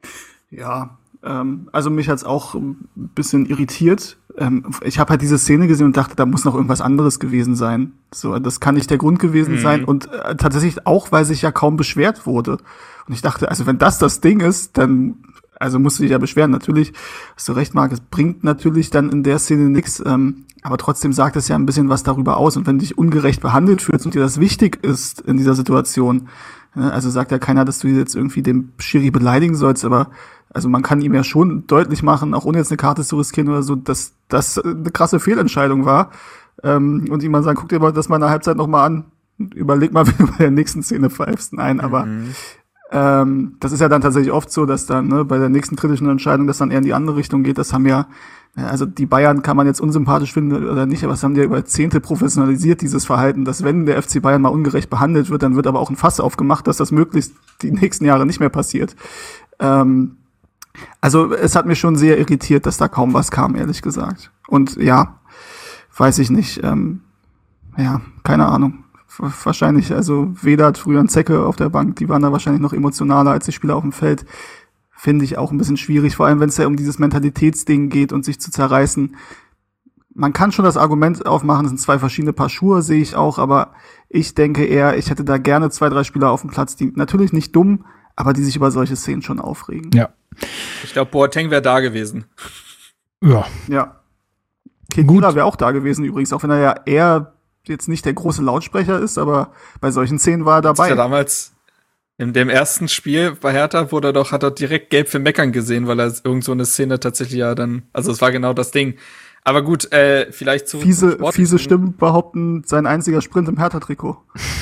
ja, ähm, also mich hat's auch ein bisschen irritiert. Ähm, ich habe halt diese Szene gesehen und dachte, da muss noch irgendwas anderes gewesen sein. So, das kann nicht der Grund gewesen
Mhm.
sein. Und äh, tatsächlich auch, weil sich ja kaum beschwert wurde. Und ich dachte, also wenn das das Ding ist, dann also musst du dich ja beschweren. Natürlich, hast du recht, Marc, es bringt natürlich dann in der Szene nichts, ähm, aber trotzdem sagt es ja ein bisschen was darüber aus. Und wenn du dich ungerecht behandelt fühlst und dir das wichtig ist in dieser Situation, ja, also sagt ja keiner, dass du jetzt irgendwie den Schiri beleidigen sollst, aber also man kann ihm ja schon deutlich machen, auch ohne jetzt eine Karte zu riskieren oder so, dass das eine krasse Fehlentscheidung war. Ähm, und ihm mal sagen, guck dir mal das mal in der Halbzeit noch mal an, überleg mal, wie du bei der nächsten Szene pfeifst. Nein, aber
Mhm.
Ähm, das ist ja dann tatsächlich oft so, dass dann ne, bei der nächsten kritischen Entscheidung das dann eher in die andere Richtung geht. Das haben ja, also die Bayern kann man jetzt unsympathisch finden oder nicht, aber das haben die ja über Jahrzehnte professionalisiert, dieses Verhalten, dass wenn der F C Bayern mal ungerecht behandelt wird, dann wird aber auch ein Fass aufgemacht, dass das möglichst die nächsten Jahre nicht mehr passiert. Ähm, also es hat mich schon sehr irritiert, dass da kaum was kam, ehrlich gesagt. Und ja, weiß ich nicht, ähm, ja, keine Ahnung. Wahrscheinlich, also Vedat, früher ein Zecke auf der Bank, die waren da wahrscheinlich noch emotionaler als die Spieler auf dem Feld. Finde ich auch ein bisschen schwierig, vor allem wenn es ja um dieses Mentalitätsding geht und sich zu zerreißen. Man kann schon das Argument aufmachen, es sind zwei verschiedene Paar Schuhe, sehe ich auch, aber ich denke eher, ich hätte da gerne zwei, drei Spieler auf dem Platz, die natürlich nicht dumm, aber die sich über solche Szenen schon aufregen.
Ja.
Ich glaube, Boateng wäre da gewesen.
Ja.
Ja. Kedira wäre auch da gewesen übrigens, auch wenn er ja eher jetzt nicht der große Lautsprecher ist, aber bei solchen Szenen war er dabei.
Das ist ja damals in dem ersten Spiel bei Hertha wurde er doch, hat er direkt gelb für Meckern gesehen, weil er irgend so eine Szene tatsächlich ja dann, also es war genau das Ding. Aber gut, äh, vielleicht zu
Fiese, fiese Stimmen behaupten, sein einziger Sprint im Hertha-Trikot.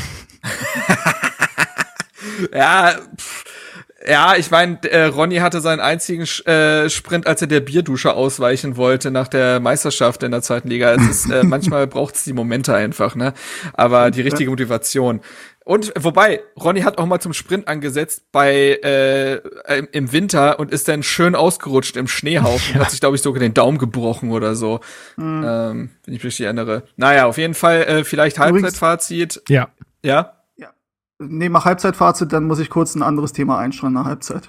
ja, pff. Ja, ich meine, äh, Ronny hatte seinen einzigen äh, Sprint, als er der Bierdusche ausweichen wollte nach der Meisterschaft in der zweiten Liga. Es ist, äh, manchmal braucht es die Momente einfach, ne? Aber die richtige Motivation. Und wobei, Ronny hat auch mal zum Sprint angesetzt bei äh, im Winter und ist dann schön ausgerutscht im Schneehaufen. Ja. Hat sich, glaube ich, sogar den Daumen gebrochen oder so. Mhm. Ähm, wenn ich mich richtig erinnere. Naja, auf jeden Fall äh, vielleicht Halbzeitfazit.
Ja.
Ja?
Nee, mach Halbzeitfazit, dann muss ich kurz ein anderes Thema einstreuen nach Halbzeit.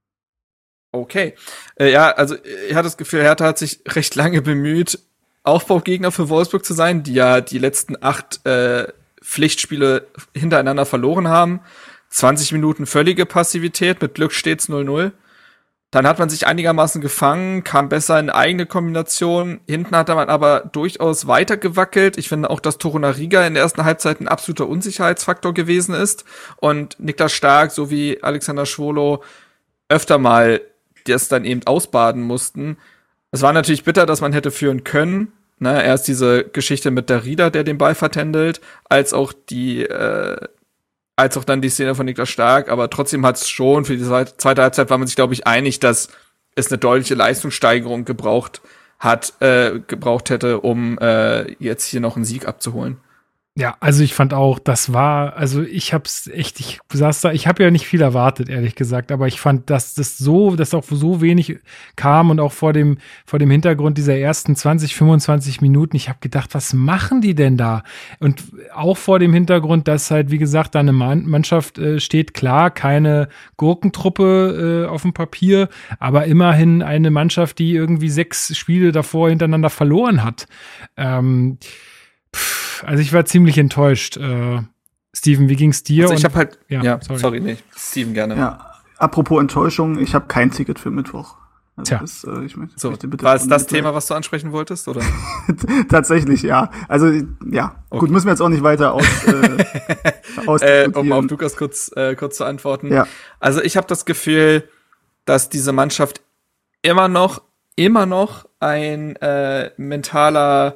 Okay. Äh, ja, also ich hatte das Gefühl, Hertha hat sich recht lange bemüht, Aufbaugegner für Wolfsburg zu sein, die ja die letzten acht äh, Pflichtspiele hintereinander verloren haben. zwanzig Minuten völlige Passivität, mit Glück stets null null. Dann hat man sich einigermaßen gefangen, kam besser in eigene Kombination. Hinten hat man aber durchaus weiter gewackelt. Ich finde auch, dass Torunariga in der ersten Halbzeit ein absoluter Unsicherheitsfaktor gewesen ist. Und Niklas Stark sowie Alexander Schwolo öfter mal das dann eben ausbaden mussten. Es war natürlich bitter, dass man hätte führen können. Ne, erst diese Geschichte mit der Rieder, der den Ball vertändelt, als auch die äh, als auch dann die Szene von Niklas Stark, aber trotzdem hat es schon, für die zweite Halbzeit war man sich, glaube ich, einig, dass es eine deutliche Leistungssteigerung gebraucht hat, äh, gebraucht hätte, um äh, jetzt hier noch einen Sieg abzuholen.
Ja, also ich fand auch, das war, also ich hab's echt, ich saß da, ich habe ja nicht viel erwartet, ehrlich gesagt, aber ich fand, dass das so, dass auch so wenig kam und auch vor dem, vor dem Hintergrund dieser ersten zwanzig, fünfundzwanzig Minuten, ich habe gedacht, was machen die denn da? Und auch vor dem Hintergrund, dass halt, wie gesagt, da eine Mannschaft äh, steht, klar, keine Gurkentruppe äh, auf dem Papier, aber immerhin eine Mannschaft, die irgendwie sechs Spiele davor hintereinander verloren hat. Ähm, Also ich war ziemlich enttäuscht. Äh, Steven, wie ging's dir?
Also ich habe halt,
ja,
ja
sorry.
sorry, nee, Steven gerne.
Ja, apropos Enttäuschung, ich habe kein Ticket für Mittwoch. Also
Tja.
das, äh, ich möchte,
so,
möchte bitte
war es das
bitte.
Thema, was du ansprechen wolltest, oder?
Tatsächlich, ja. Also ja, okay. Gut, müssen wir jetzt auch nicht weiter aus, äh, aus
äh, um auf Lukas kurz äh, kurz zu antworten.
Ja.
Also ich habe das Gefühl, dass diese Mannschaft immer noch, immer noch ein äh, mentaler,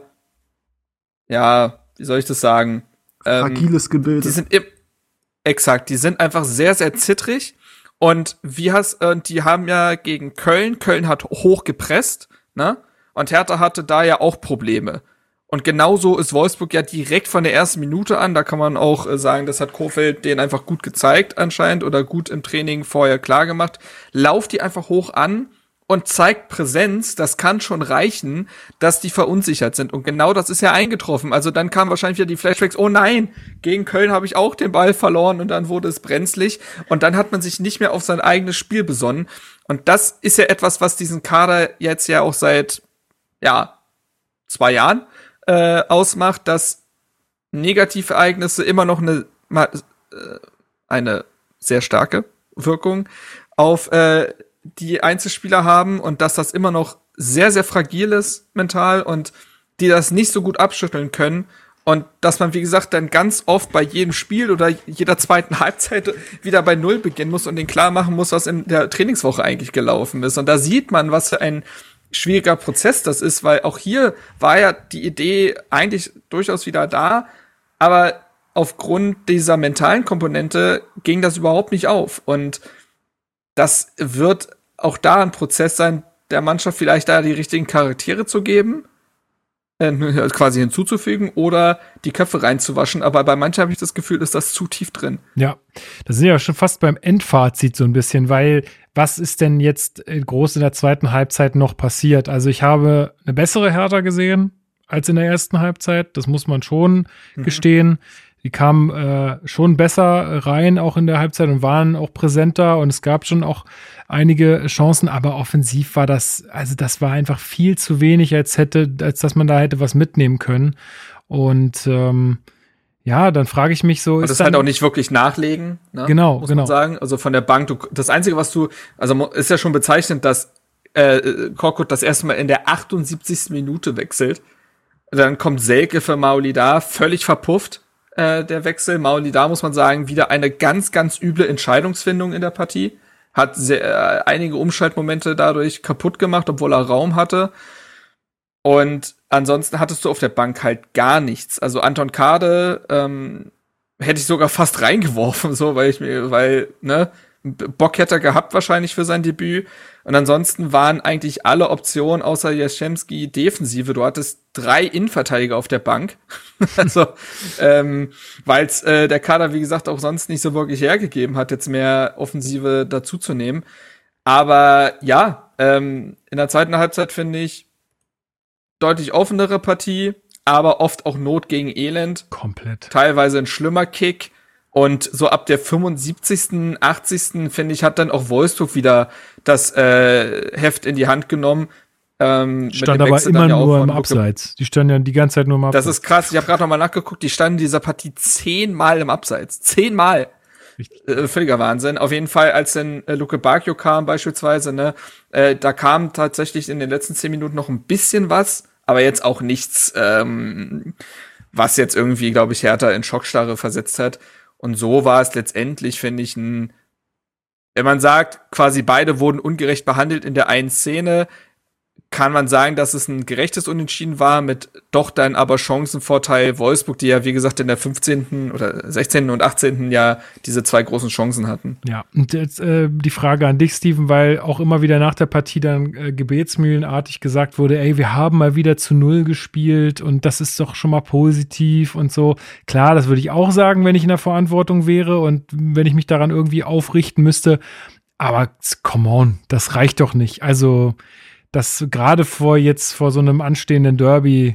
ja, wie soll ich das sagen?
Fragiles
ähm,
Gebilde.
Die sind im, exakt, die sind einfach sehr, sehr zittrig. Und wie hast, und die haben ja gegen Köln, Köln hat hoch gepresst, ne? Und Hertha hatte da ja auch Probleme. Und genauso ist Wolfsburg ja direkt von der ersten Minute an, da kann man auch äh, sagen, das hat Kohfeldt denen einfach gut gezeigt anscheinend oder gut im Training vorher klar gemacht. Lauft die einfach hoch an und zeigt Präsenz, das kann schon reichen, dass die verunsichert sind. Und genau das ist ja eingetroffen. Also dann kamen wahrscheinlich wieder die Flashbacks, oh nein, gegen Köln habe ich auch den Ball verloren und dann wurde es brenzlig. Und dann hat man sich nicht mehr auf sein eigenes Spiel besonnen. Und das ist ja etwas, was diesen Kader jetzt ja auch seit, ja, zwei Jahren äh, ausmacht, dass Negativereignisse immer noch eine, äh, eine sehr starke Wirkung auf äh, die Einzelspieler haben und dass das immer noch sehr, sehr fragil ist mental und die das nicht so gut abschütteln können und dass man, wie gesagt, dann ganz oft bei jedem Spiel oder jeder zweiten Halbzeit wieder bei Null beginnen muss und denen klar machen muss, was in der Trainingswoche eigentlich gelaufen ist. Und da sieht man, was für ein schwieriger Prozess das ist, weil auch hier war ja die Idee eigentlich durchaus wieder da, aber aufgrund dieser mentalen Komponente ging das überhaupt nicht auf. Und das wird auch da ein Prozess sein, der Mannschaft vielleicht da die richtigen Charaktere zu geben, äh, quasi hinzuzufügen oder die Köpfe reinzuwaschen. Aber bei manchen habe ich das Gefühl, ist das zu tief drin.
Ja, da sind wir ja schon fast beim Endfazit so ein bisschen, weil was ist denn jetzt groß in der zweiten Halbzeit noch passiert? Also ich habe eine bessere Hertha gesehen als in der ersten Halbzeit, das muss man schon mhm. gestehen. Die kamen äh, schon besser rein, auch in der Halbzeit, und waren auch präsenter, und es gab schon auch einige Chancen, aber offensiv war das, also das war einfach viel zu wenig, als hätte, als dass man da hätte was mitnehmen können. Und ähm, ja, dann frage ich mich so,
und
ist
das
dann
halt auch nicht wirklich nachlegen, ne?
Genau,
muss
genau.
man sagen. Also von der Bank, du, das Einzige, was du, also ist ja schon bezeichnend, dass äh, Korkut das erste Mal in der achtundsiebzigsten Minute wechselt. Dann kommt Selke für Maolida, völlig verpufft, äh, der Wechsel. Maolida, muss man sagen, wieder eine ganz, ganz üble Entscheidungsfindung in der Partie. Hat sehr, äh, einige Umschaltmomente dadurch kaputt gemacht, obwohl er Raum hatte. Und ansonsten hattest du auf der Bank halt gar nichts. Also Anton Kade ähm, hätte ich sogar fast reingeworfen, so, weil ich mir, weil, ne, Bock hätte er gehabt wahrscheinlich für sein Debüt. Und ansonsten waren eigentlich alle Optionen außer Jaschemski Defensive. Du hattest drei Innenverteidiger auf der Bank. also, ähm, weil es äh, der Kader, wie gesagt, auch sonst nicht so wirklich hergegeben hat, jetzt mehr Offensive dazuzunehmen. Aber ja, ähm, in der zweiten Halbzeit finde ich deutlich offenere Partie, aber oft auch Not gegen Elend.
Komplett.
Teilweise ein schlimmer Kick. Und so ab der fünfundsiebzigsten, achtzigsten finde ich, hat dann auch Wolfsburg wieder das äh, Heft in die Hand genommen. Ähm,
Stand aber immer ja nur im Abseits. Die standen ja die ganze Zeit nur im Abseits.
Das ist krass. Ich habe gerade noch mal nachgeguckt. Die standen in dieser Partie zehnmal im Abseits. Zehnmal. Äh, völliger Wahnsinn. Auf jeden Fall, als dann äh, Luke Bacchio kam beispielsweise, ne, äh, da kam tatsächlich in den letzten zehn Minuten noch ein bisschen was, aber jetzt auch nichts, ähm, was jetzt irgendwie, glaube ich, Hertha in Schockstarre versetzt hat. Und so war es letztendlich, finde ich, ein, wenn man sagt, quasi beide wurden ungerecht behandelt in der einen Szene, kann man sagen, dass es ein gerechtes Unentschieden war, mit doch dann aber Chancenvorteil Wolfsburg, die ja, wie gesagt, in der fünfzehnten oder sechzehnten und achtzehnten Jahr diese zwei großen Chancen hatten.
Ja, und jetzt äh, die Frage an dich, Steven, weil auch immer wieder nach der Partie dann äh, gebetsmühlenartig gesagt wurde, ey, wir haben mal wieder zu Null gespielt und das ist doch schon mal positiv und so. Klar, das würde ich auch sagen, wenn ich in der Verantwortung wäre und wenn ich mich daran irgendwie aufrichten müsste. Aber come on, das reicht doch nicht. Also das gerade vor jetzt vor so einem anstehenden Derby,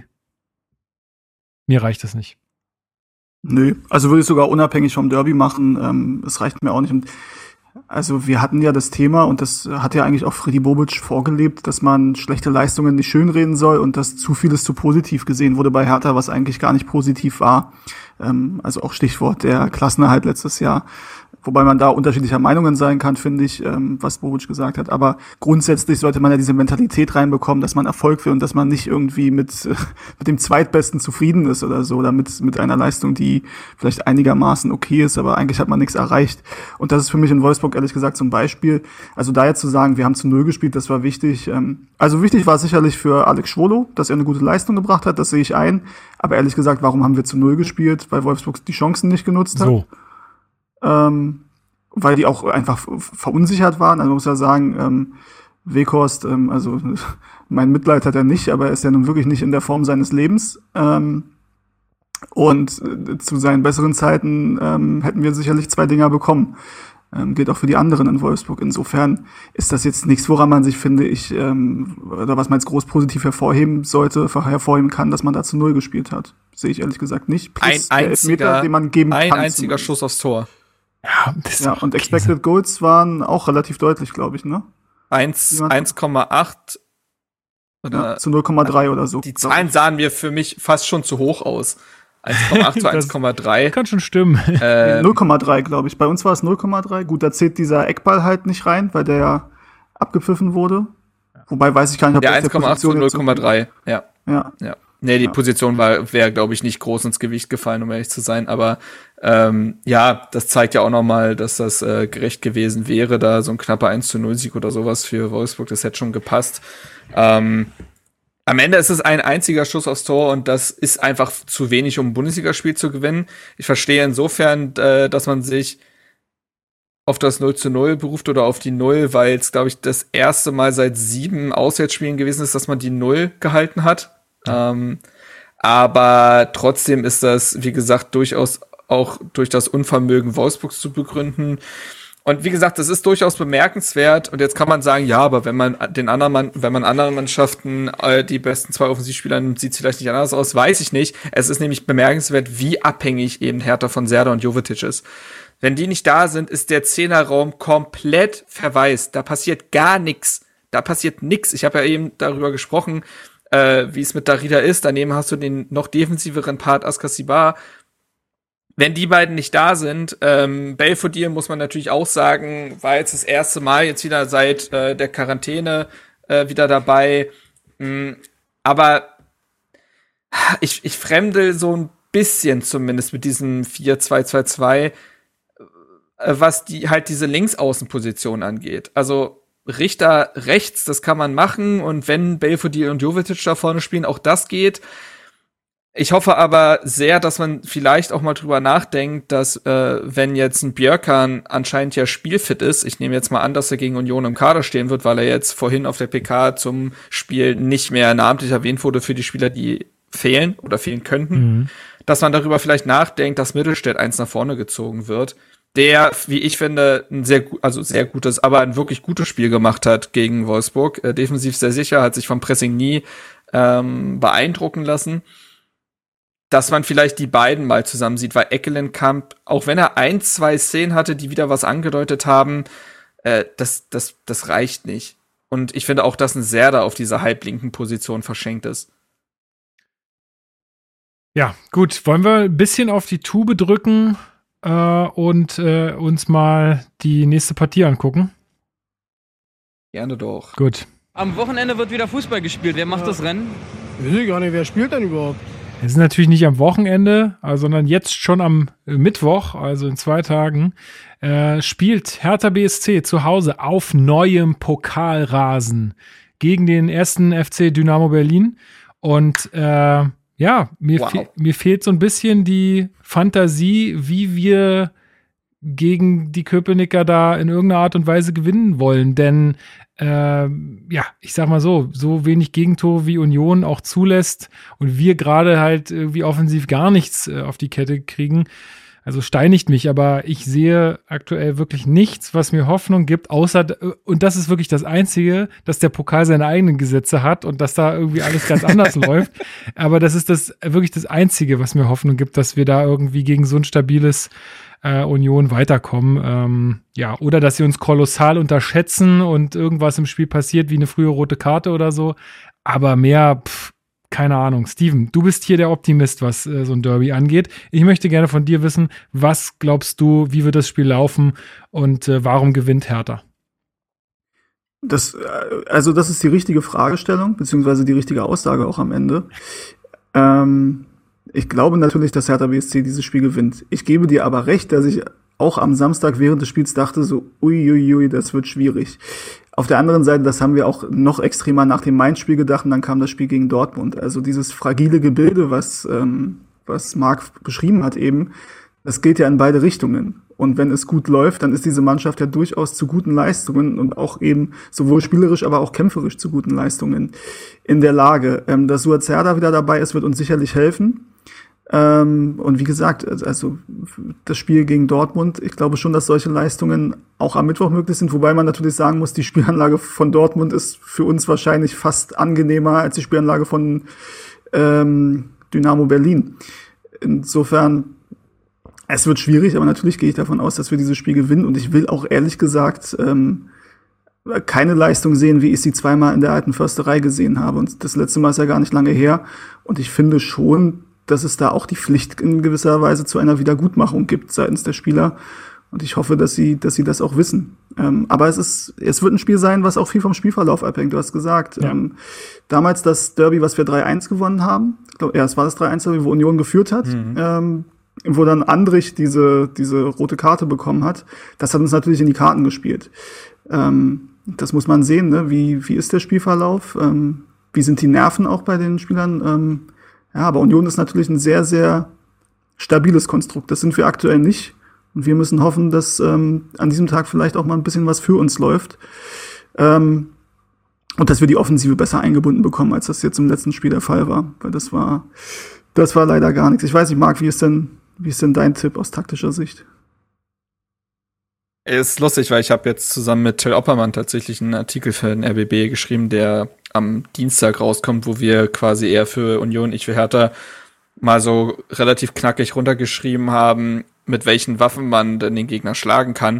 mir reicht das nicht.
Nö, also würde ich sogar unabhängig vom Derby machen. Ähm, es reicht mir auch nicht. Und also wir hatten ja das Thema, und das hat ja eigentlich auch Freddy Bobic vorgelebt, dass man schlechte Leistungen nicht schönreden soll und dass zu vieles zu positiv gesehen wurde bei Hertha, was eigentlich gar nicht positiv war. Ähm, also auch Stichwort der Klassenerhalt letztes Jahr. Wobei man da unterschiedlicher Meinungen sein kann, finde ich, ähm, was Bobic gesagt hat. Aber grundsätzlich sollte man ja diese Mentalität reinbekommen, dass man Erfolg will und dass man nicht irgendwie mit äh, mit dem Zweitbesten zufrieden ist oder so, oder mit, mit einer Leistung, die vielleicht einigermaßen okay ist, aber eigentlich hat man nichts erreicht. Und das ist für mich in Wolfsburg ehrlich gesagt so ein Beispiel. Also da jetzt zu sagen, wir haben zu Null gespielt, das war wichtig. Ähm, also wichtig war es sicherlich für Alex Schwolo, dass er eine gute Leistung gebracht hat, das sehe ich ein. Aber ehrlich gesagt, warum haben wir zu Null gespielt? Weil Wolfsburg die Chancen nicht genutzt hat.
So.
Ähm, weil die auch einfach verunsichert waren. Also man muss ja sagen, ähm, Weghorst, ähm, also mein Mitleid hat er nicht, aber er ist ja nun wirklich nicht in der Form seines Lebens. Ähm, und äh, zu seinen besseren Zeiten ähm, hätten wir sicherlich zwei Dinger bekommen. Ähm, gilt auch für die anderen in Wolfsburg. Insofern ist das jetzt nichts, woran man sich, finde ich, ähm, oder was man jetzt groß positiv hervorheben sollte, hervorheben kann, dass man da zu Null gespielt hat. Sehe ich ehrlich gesagt nicht.
Plus ein einziger, Elfmeter,
den man geben
ein
kann.
Ein einziger Schuss aufs Tor.
Ja, das
ja, und Expected Käse. Goals waren auch relativ deutlich, glaube ich, ne?
eins Komma acht
oder ja, zu null Komma drei oder so.
Die Zahlen sahen mir für mich fast schon zu hoch aus. eins Komma acht zu eins Komma drei.
Kann schon stimmen.
Äh, null Komma drei, glaube ich. Bei uns war es null Komma drei. Gut, da zählt dieser Eckball halt nicht rein, weil der ja abgepfiffen wurde. Wobei weiß ich gar nicht, ob
der eins Komma acht zu null Komma drei. Ja.
Ja.
Ja. Nee, die ja. Position war wäre, glaube ich, nicht groß ins Gewicht gefallen, um ehrlich zu sein. Aber ähm, ja, das zeigt ja auch noch mal, dass das äh, gerecht gewesen wäre, da so ein knapper eins zu null Sieg oder sowas für Wolfsburg. Das hätte schon gepasst. Ähm, Am Ende ist es ein einziger Schuss aufs Tor und das ist einfach zu wenig, um ein Bundesligaspiel zu gewinnen. Ich verstehe insofern, äh, dass man sich auf das null zu null beruft oder auf die Null, weil es, glaube ich, das erste Mal seit sieben Auswärtsspielen gewesen ist, dass man die Null gehalten hat. Ja. Ähm, aber trotzdem ist das, wie gesagt, durchaus auch durch das Unvermögen Wolfsburgs zu begründen. Und wie gesagt, das ist durchaus bemerkenswert. Und jetzt kann man sagen, ja, aber wenn man den anderen Mann, wenn man anderen Mannschaften äh, die besten zwei Offensivspieler nimmt, sieht es vielleicht nicht anders aus, weiß ich nicht. Es ist nämlich bemerkenswert, wie abhängig eben Hertha von Serdar und Jovetic ist. Wenn die nicht da sind, ist der Zehnerraum komplett verwaist. Da passiert gar nichts. Da passiert nichts. Ich habe ja eben darüber gesprochen, äh, wie es mit Darida ist. Daneben hast du den noch defensiveren Part Askasibar. Wenn die beiden nicht da sind, ähm, Belfodil muss man natürlich auch sagen, war jetzt das erste Mal jetzt wieder seit äh, der Quarantäne äh, wieder dabei. Mhm. Aber ich, ich fremdel so ein bisschen zumindest mit diesem vier zwei zwei zwei, äh, was die halt diese Linksaußenposition angeht. Also Richter rechts, das kann man machen. Und wenn Belfodil und Jovetic da vorne spielen, auch das geht. Ich hoffe aber sehr, dass man vielleicht auch mal drüber nachdenkt, dass äh, wenn jetzt ein Björkan anscheinend ja spielfit ist, ich nehme jetzt mal an, dass er gegen Union im Kader stehen wird, weil er jetzt vorhin auf der P K zum Spiel nicht mehr namentlich erwähnt wurde für die Spieler, die fehlen oder fehlen könnten, mhm. dass man darüber vielleicht nachdenkt, dass Mittelstädt eins nach vorne gezogen wird, der, wie ich finde, ein sehr gut, also sehr gutes, aber ein wirklich gutes Spiel gemacht hat gegen Wolfsburg, äh, defensiv sehr sicher, hat sich vom Pressing nie ähm, beeindrucken lassen. Dass man vielleicht die beiden mal zusammen sieht, weil Eckelenkamp, auch wenn er ein, zwei Szenen hatte, die wieder was angedeutet haben, äh, das, das, das reicht nicht. Und ich finde auch, dass ein Serdar auf dieser halblinken Position verschenkt ist.
Ja, gut. Wollen wir ein bisschen auf die Tube drücken äh, und äh, uns mal die nächste Partie angucken?
Gerne doch.
Gut.
Am Wochenende wird wieder Fußball gespielt. Wer macht ja. das Rennen?
Weiß ich gar nicht. Wer spielt denn überhaupt?
Es ist natürlich nicht am Wochenende, sondern jetzt schon am Mittwoch, also in zwei Tagen, äh, spielt Hertha B S C zu Hause auf neuem Pokalrasen gegen den ersten F C Dynamo Berlin. Und äh, ja, mir, wow. fe- mir fehlt so ein bisschen die Fantasie, wie wir gegen die Köpenicker da in irgendeiner Art und Weise gewinnen wollen. Denn äh, ja, ich sag mal so, so wenig Gegentore wie Union auch zulässt und wir gerade halt irgendwie offensiv gar nichts äh, auf die Kette kriegen, also steinigt mich, aber ich sehe aktuell wirklich nichts, was mir Hoffnung gibt, außer, und das ist wirklich das Einzige, dass der Pokal seine eigenen Gesetze hat und dass da irgendwie alles ganz anders läuft, aber das ist das wirklich das Einzige, was mir Hoffnung gibt, dass wir da irgendwie gegen so ein stabiles Äh, Union weiterkommen. Ähm, ja, oder dass sie uns kolossal unterschätzen und irgendwas im Spiel passiert, wie eine frühe rote Karte oder so. Aber mehr, pff, keine Ahnung. Steven, du bist hier der Optimist, was äh, so ein Derby angeht. Ich möchte gerne von dir wissen, was glaubst du, wie wird das Spiel laufen und äh, warum gewinnt Hertha?
Das, also das ist die richtige Fragestellung, beziehungsweise die richtige Aussage auch am Ende. Ähm, Ich glaube natürlich, dass Hertha B S C dieses Spiel gewinnt. Ich gebe dir aber recht, dass ich auch am Samstag während des Spiels dachte, so uiuiui, das wird schwierig. Auf der anderen Seite, das haben wir auch noch extremer nach dem Mainz-Spiel gedacht und dann kam das Spiel gegen Dortmund. Also dieses fragile Gebilde, was, ähm, was Marc beschrieben hat eben, das geht ja in beide Richtungen. Und wenn es gut läuft, dann ist diese Mannschaft ja durchaus zu guten Leistungen und auch eben sowohl spielerisch, aber auch kämpferisch zu guten Leistungen in der Lage. Ähm, dass Suat Serdar wieder dabei ist, wird uns sicherlich helfen. Ähm, und wie gesagt, also das Spiel gegen Dortmund, ich glaube schon, dass solche Leistungen auch am Mittwoch möglich sind, wobei man natürlich sagen muss, die Spielanlage von Dortmund ist für uns wahrscheinlich fast angenehmer als die Spielanlage von ähm, Dynamo Berlin. Insofern, es wird schwierig, aber natürlich gehe ich davon aus, dass wir dieses Spiel gewinnen und ich will auch ehrlich gesagt ähm, keine Leistung sehen, wie ich sie zweimal in der alten Försterei gesehen habe und das letzte Mal ist ja gar nicht lange her und ich finde schon, dass es da auch die Pflicht in gewisser Weise zu einer Wiedergutmachung gibt seitens der Spieler. Und ich hoffe, dass sie, dass sie das auch wissen. Ähm, aber es ist, es wird ein Spiel sein, was auch viel vom Spielverlauf abhängt. Du hast gesagt, ja. ähm, damals das Derby, was wir drei eins gewonnen haben. Ich glaub, ja, es war das drei eins Derby, wo Union geführt hat. Mhm. Ähm, wo dann Andrich diese, diese rote Karte bekommen hat. Das hat uns natürlich in die Karten gespielt. Ähm, das muss man sehen, ne? Wie, wie ist der Spielverlauf? Ähm, wie sind die Nerven auch bei den Spielern. Ähm, ja, aber Union ist natürlich ein sehr, sehr stabiles Konstrukt. Das sind wir aktuell nicht. Und wir müssen hoffen, dass ähm, an diesem Tag vielleicht auch mal ein bisschen was für uns läuft. Ähm, und dass wir die Offensive besser eingebunden bekommen, als das jetzt im letzten Spiel der Fall war. Weil das war, das war leider gar nichts. Ich weiß nicht, Marc, wie ist denn, wie ist denn dein Tipp aus taktischer Sicht?
Ist lustig, weil ich habe jetzt zusammen mit Till Oppermann tatsächlich einen Artikel für den R B B geschrieben, der am Dienstag rauskommt, wo wir quasi eher für Union, ich für Hertha mal so relativ knackig runtergeschrieben haben, mit welchen Waffen man denn den Gegner schlagen kann.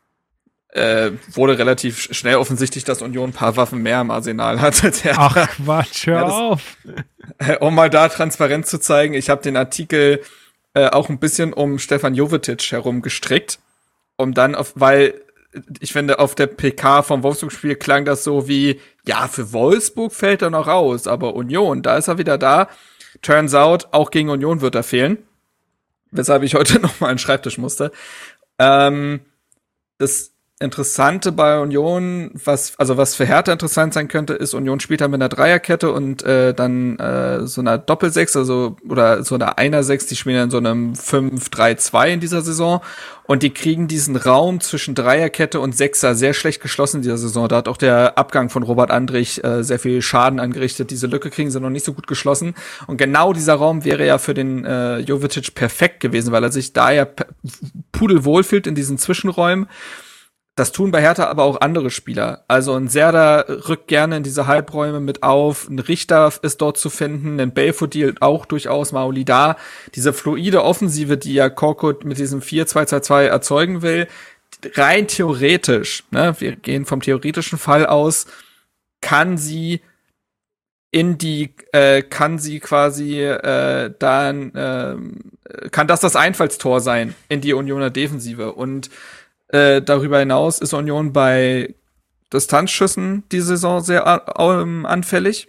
Äh, wurde relativ schnell offensichtlich, dass Union ein paar Waffen mehr im Arsenal hat als Hertha.
Ach Quatsch, hör
ja, das,
auf!
Um mal da transparent zu zeigen, ich habe den Artikel äh, auch ein bisschen um Stefan Jovetic herum gestrickt. Um dann auf, weil ich finde, auf der P K vom Wolfsburg-Spiel klang das so wie, ja, für Wolfsburg fällt er noch raus, aber Union, da ist er wieder da. Turns out, auch gegen Union wird er fehlen. Weshalb ich heute noch mal an den Schreibtisch musste. Ähm, das Interessante bei Union, was also was für Hertha interessant sein könnte, ist, Union spielt dann mit einer Dreierkette und äh, dann äh, so einer Doppelsechs, also oder so einer Einer-Sechs, die spielen in so einem fünf drei zwei in dieser Saison und die kriegen diesen Raum zwischen Dreierkette und Sechser sehr schlecht geschlossen in dieser Saison. Da hat auch der Abgang von Robert Andrich äh, sehr viel Schaden angerichtet. Diese Lücke kriegen sie noch nicht so gut geschlossen und genau dieser Raum wäre ja für den äh, Jovetic perfekt gewesen, weil er sich da ja pudelwohl fühlt in diesen Zwischenräumen. Das tun bei Hertha aber auch andere Spieler. Also ein Serdar rückt gerne in diese Halbräume mit auf, ein Richter ist dort zu finden, ein Belfodil auch durchaus, Maoli da. Diese fluide Offensive, die ja Korkut mit diesem vier zwei zwei zwei erzeugen will, rein theoretisch, ne, wir gehen vom theoretischen Fall aus, kann sie in die, äh, kann sie quasi äh, dann, äh, kann das das Einfallstor sein in die Unioner Defensive und Äh, darüber hinaus ist Union bei Distanzschüssen die Saison sehr ähm, anfällig.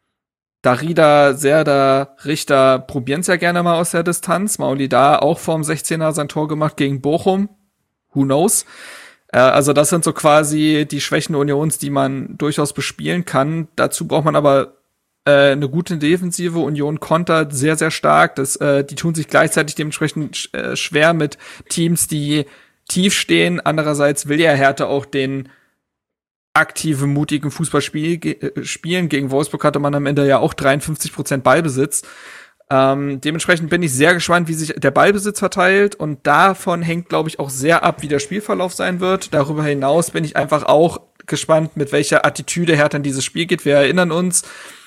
Darida, Serdar, Richter probieren es ja gerne mal aus der Distanz. Maoli da auch vorm sechzehner sein Tor gemacht gegen Bochum. Who knows? Äh, also das sind so quasi die Schwächen Unions, die man durchaus bespielen kann. Dazu braucht man aber äh, eine gute Defensive. Union kontert sehr, sehr stark. Das, äh, die tun sich gleichzeitig dementsprechend sch- äh, schwer mit Teams, die tief stehen. Andererseits will ja Hertha auch den aktiven, mutigen Fußballspiel ge- spielen. Gegen Wolfsburg hatte man am Ende ja auch dreiundfünfzig Prozent Ballbesitz. Ähm, dementsprechend bin ich sehr gespannt, wie sich der Ballbesitz verteilt. Und davon hängt, glaube ich, auch sehr ab, wie der Spielverlauf sein wird. Darüber hinaus bin ich einfach auch gespannt, mit welcher Attitüde Hertha in dieses Spiel geht. Wir erinnern uns,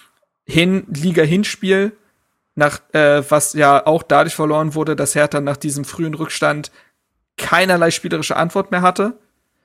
hin Liga-Hinspiel, nach äh, was ja auch dadurch verloren wurde, dass Hertha nach diesem frühen Rückstand keinerlei spielerische Antwort mehr hatte.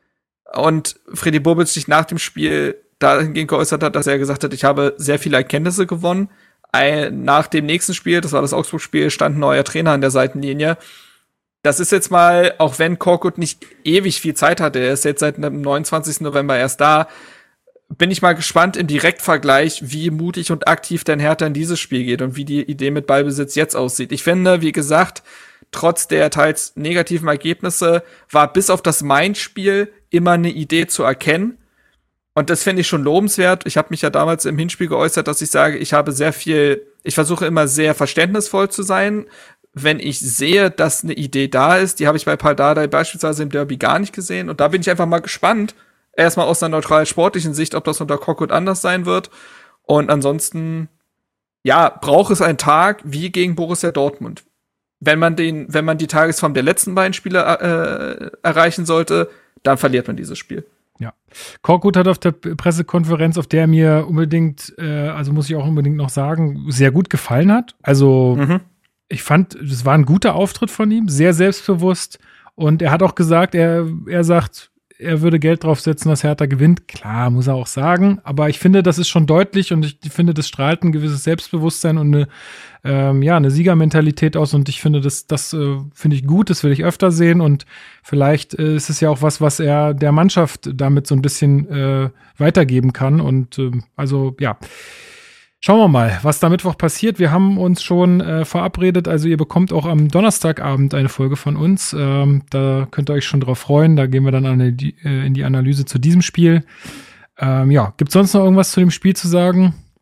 Und Freddy Bobic sich nach dem Spiel dahingehend geäußert hat, dass er gesagt hat, ich habe sehr viele Erkenntnisse gewonnen. Ein, nach dem nächsten Spiel, das war das Augsburg-Spiel, stand ein neuer Trainer an der Seitenlinie. Das ist jetzt mal, auch wenn Korkut nicht ewig viel Zeit hatte, er ist jetzt seit dem neunundzwanzigsten November erst da, bin ich mal gespannt im Direktvergleich, wie mutig und aktiv denn Hertha in dieses Spiel geht und wie die Idee mit Ballbesitz jetzt aussieht. Ich finde, wie gesagt, trotz der teils negativen Ergebnisse war bis auf das Main-Spiel immer eine Idee zu erkennen. Und das finde ich schon lobenswert. Ich habe mich ja damals im Hinspiel geäußert, dass ich sage, ich habe sehr viel, ich versuche immer sehr verständnisvoll zu sein. Wenn ich sehe, dass eine Idee da ist, die habe ich bei Paldadei beispielsweise im Derby gar nicht gesehen. Und da bin ich einfach mal gespannt, erstmal aus einer neutral sportlichen Sicht, ob das unter Korkut anders sein wird. Und ansonsten, ja, braucht es einen Tag wie gegen Borussia Dortmund. Wenn man den, wenn man die Tagesform der letzten beiden Spiele äh, erreichen sollte, dann verliert man dieses Spiel.
Ja. Korkut hat auf der Pressekonferenz, auf der er mir unbedingt, äh, also muss ich auch unbedingt noch sagen, sehr gut gefallen hat. Also mhm. ich fand, das war ein guter Auftritt von ihm, sehr selbstbewusst. Und er hat auch gesagt, er, er sagt, er würde Geld draufsetzen, dass Hertha gewinnt. Klar, muss er auch sagen. Aber ich finde, das ist schon deutlich und ich finde, das strahlt ein gewisses Selbstbewusstsein und eine, ähm, ja, eine Siegermentalität aus. Und ich finde, das, das äh, finde ich gut, das will ich öfter sehen. Und vielleicht äh, ist es ja auch was, was er der Mannschaft damit so ein bisschen äh, weitergeben kann. Und äh, also, ja. Schauen wir mal, was da Mittwoch passiert. Wir haben uns schon äh, verabredet, also ihr bekommt auch am Donnerstagabend eine Folge von uns. Ähm, da könnt ihr euch schon drauf freuen. Da gehen wir dann an die, äh, in die Analyse zu diesem Spiel. Ähm, ja, gibt es sonst noch irgendwas zu dem Spiel zu sagen?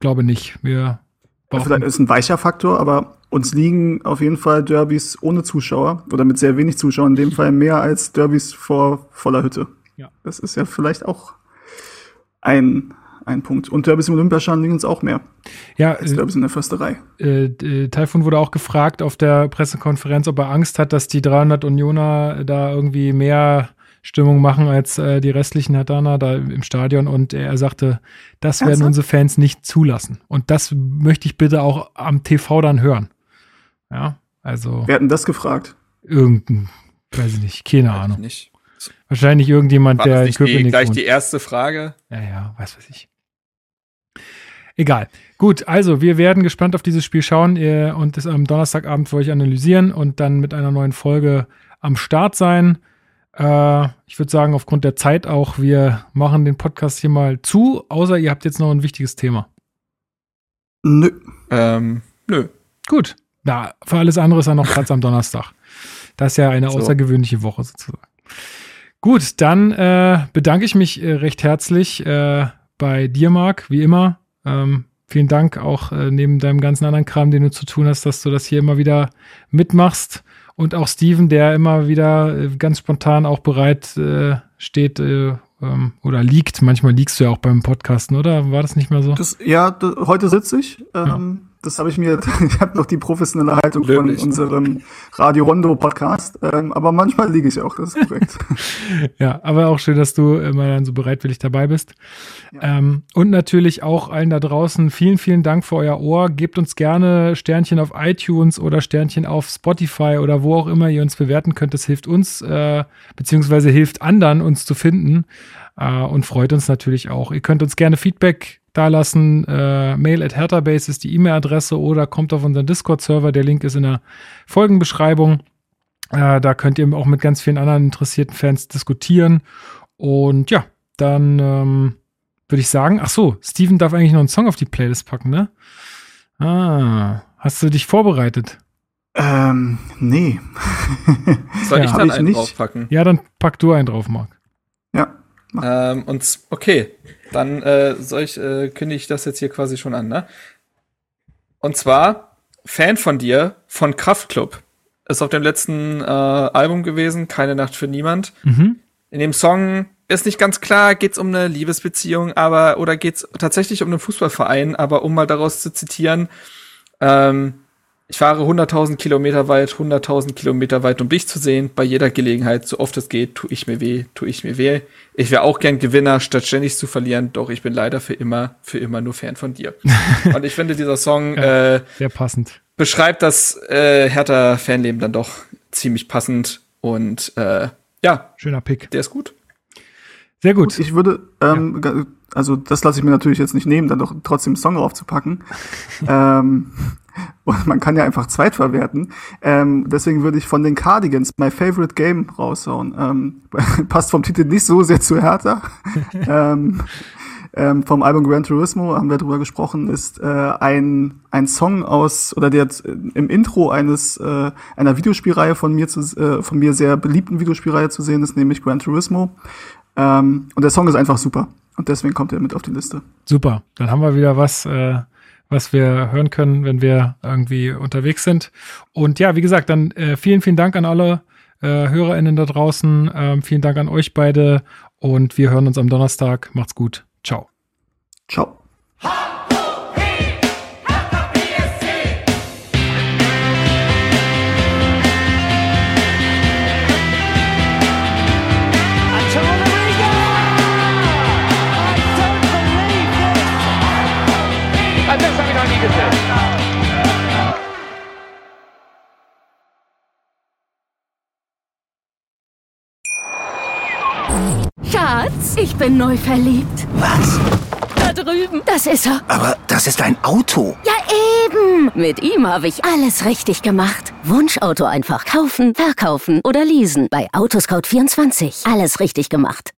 glaube nicht. Wir brauchen
Vielleicht ist ein weicher Faktor, aber uns liegen auf jeden Fall Derbys ohne Zuschauer oder mit sehr wenig Zuschauern, in dem Fall mehr als Derbys vor voller Hütte.
Ja.
Das ist ja vielleicht auch ein, ein Punkt. Und Derbys im Olympiastadion liegen uns auch mehr
ja,
als Derbys in der Försterei.
Äh, äh, Taifun wurde auch gefragt auf der Pressekonferenz, ob er Angst hat, dass die dreihundert Unioner da irgendwie mehr Stimmung machen als äh, die restlichen Herthaner da im Stadion, und er sagte, das werden
Ernsthaft?
unsere Fans nicht zulassen. Und das möchte ich bitte auch am T V dann hören. Ja, also
Wer hat denn das gefragt?
irgendein, weiß ich nicht, keine Ahnung.
Nicht.
Wahrscheinlich irgendjemand,
War
der
das
in
nicht die,
Köpenick
gleich
wohnt.
die erste Frage?
Ja, ja, weiß was ich. Egal. Gut, also wir werden gespannt auf dieses Spiel schauen äh, und es am Donnerstagabend für euch analysieren und dann mit einer neuen Folge am Start sein. Äh, ich würde sagen, aufgrund der Zeit auch, wir machen den Podcast hier mal zu, außer ihr habt jetzt noch ein wichtiges Thema.
Nö.
Ähm, nö.
Gut, na, für alles andere ist ja noch Platz am Donnerstag. Das ist ja eine
So.
außergewöhnliche Woche sozusagen. Gut, dann äh, bedanke ich mich äh, recht herzlich äh, bei dir, Marc, wie immer. Ähm, vielen Dank auch äh, neben deinem ganzen anderen Kram, den du zu tun hast, dass du das hier immer wieder mitmachst. Und auch Steven, der immer wieder äh, ganz spontan auch bereit äh, steht äh, ähm, oder liegt. Manchmal liegst du ja auch beim Podcasten, oder? War das nicht mehr so?
Das, ja, d- heute sitze ich. Ähm, ja. Das habe ich mir, ich habe noch die professionelle Haltung
Wirklich?
von unserem Radio Rondo Podcast. Ähm, aber manchmal liege ich auch, das ist korrekt.
Ja, aber auch schön, dass du immer dann so bereitwillig dabei bist.
Ja.
Ähm, und natürlich auch allen da draußen vielen, vielen Dank für euer Ohr. Gebt uns gerne Sternchen auf iTunes oder Sternchen auf Spotify oder wo auch immer ihr uns bewerten könnt. Das hilft uns, äh, beziehungsweise hilft anderen, uns zu finden, äh, und freut uns natürlich auch. Ihr könnt uns gerne Feedback da lassen. Äh, mail at herthabase ist die E-Mail-Adresse oder kommt auf unseren Discord-Server. Der Link ist in der Folgenbeschreibung. Äh, da könnt ihr auch mit ganz vielen anderen interessierten Fans diskutieren. Und ja, dann ähm, würde ich sagen, ach so, Steven darf eigentlich noch einen Song auf die Playlist packen, ne? Ah, hast du dich vorbereitet?
Ähm, nee.
Soll
Ja,
ich
hab
dann
ich
einen
nicht.
draufpacken?
Ja, dann pack du einen drauf, Marc.
Ja.
Ähm, und z- okay, dann äh, soll ich, äh, kündige ich das jetzt hier quasi schon an, ne? Und zwar Fan von dir von Kraftklub. Ist auf dem letzten äh, Album gewesen, Keine Nacht für niemand.
Mhm.
In dem Song ist nicht ganz klar, geht's um eine Liebesbeziehung, aber oder geht's tatsächlich um einen Fußballverein, aber um mal daraus zu zitieren, ähm, ich fahre hunderttausend Kilometer weit, hunderttausend Kilometer weit, um dich zu sehen. Bei jeder Gelegenheit, so oft es geht, tu ich mir weh, tu ich mir weh. Ich wäre auch gern Gewinner, statt ständig zu verlieren, doch ich bin leider für immer, für immer nur Fan von dir. Und ich finde, dieser Song
Ja,
äh,
sehr passend.
beschreibt das äh, Hertha-Fanleben dann doch ziemlich passend. Und äh, ja,
Schöner Pick.
der ist gut.
Sehr gut.
Gut, ich würde, ähm, ga- also das lasse ich mir natürlich jetzt nicht nehmen, dann doch trotzdem einen Song draufzupacken. ähm, und man kann ja einfach zweitverwerten. Ähm, deswegen würde ich von den Cardigans My Favorite Game raushauen. Ähm, passt vom Titel nicht so sehr zu Hertha. ähm, ähm, vom Album Gran Turismo haben wir drüber gesprochen, ist äh, ein ein Song aus oder der jetzt im Intro eines äh, einer Videospielreihe von mir zu äh, von mir sehr beliebten Videospielreihe zu sehen ist, nämlich Gran Turismo. Ähm, und der Song ist einfach super. Und deswegen kommt er mit auf die Liste.
Super. Dann haben wir wieder was, äh, was wir hören können, wenn wir irgendwie unterwegs sind. Und ja, wie gesagt, dann äh, vielen, vielen Dank an alle äh, HörerInnen da draußen. Ähm, vielen Dank an euch beide. Und wir hören uns am Donnerstag. Macht's gut. Ciao.
Ciao.
Das habe ich noch nie gesehen.
Schatz, ich bin neu verliebt.
Was?
Da drüben. Das ist er.
Aber das ist ein Auto.
Ja, eben. Mit ihm habe ich alles richtig gemacht. Wunschauto einfach kaufen, verkaufen oder leasen. Bei Autoscout vierundzwanzig. Alles richtig gemacht.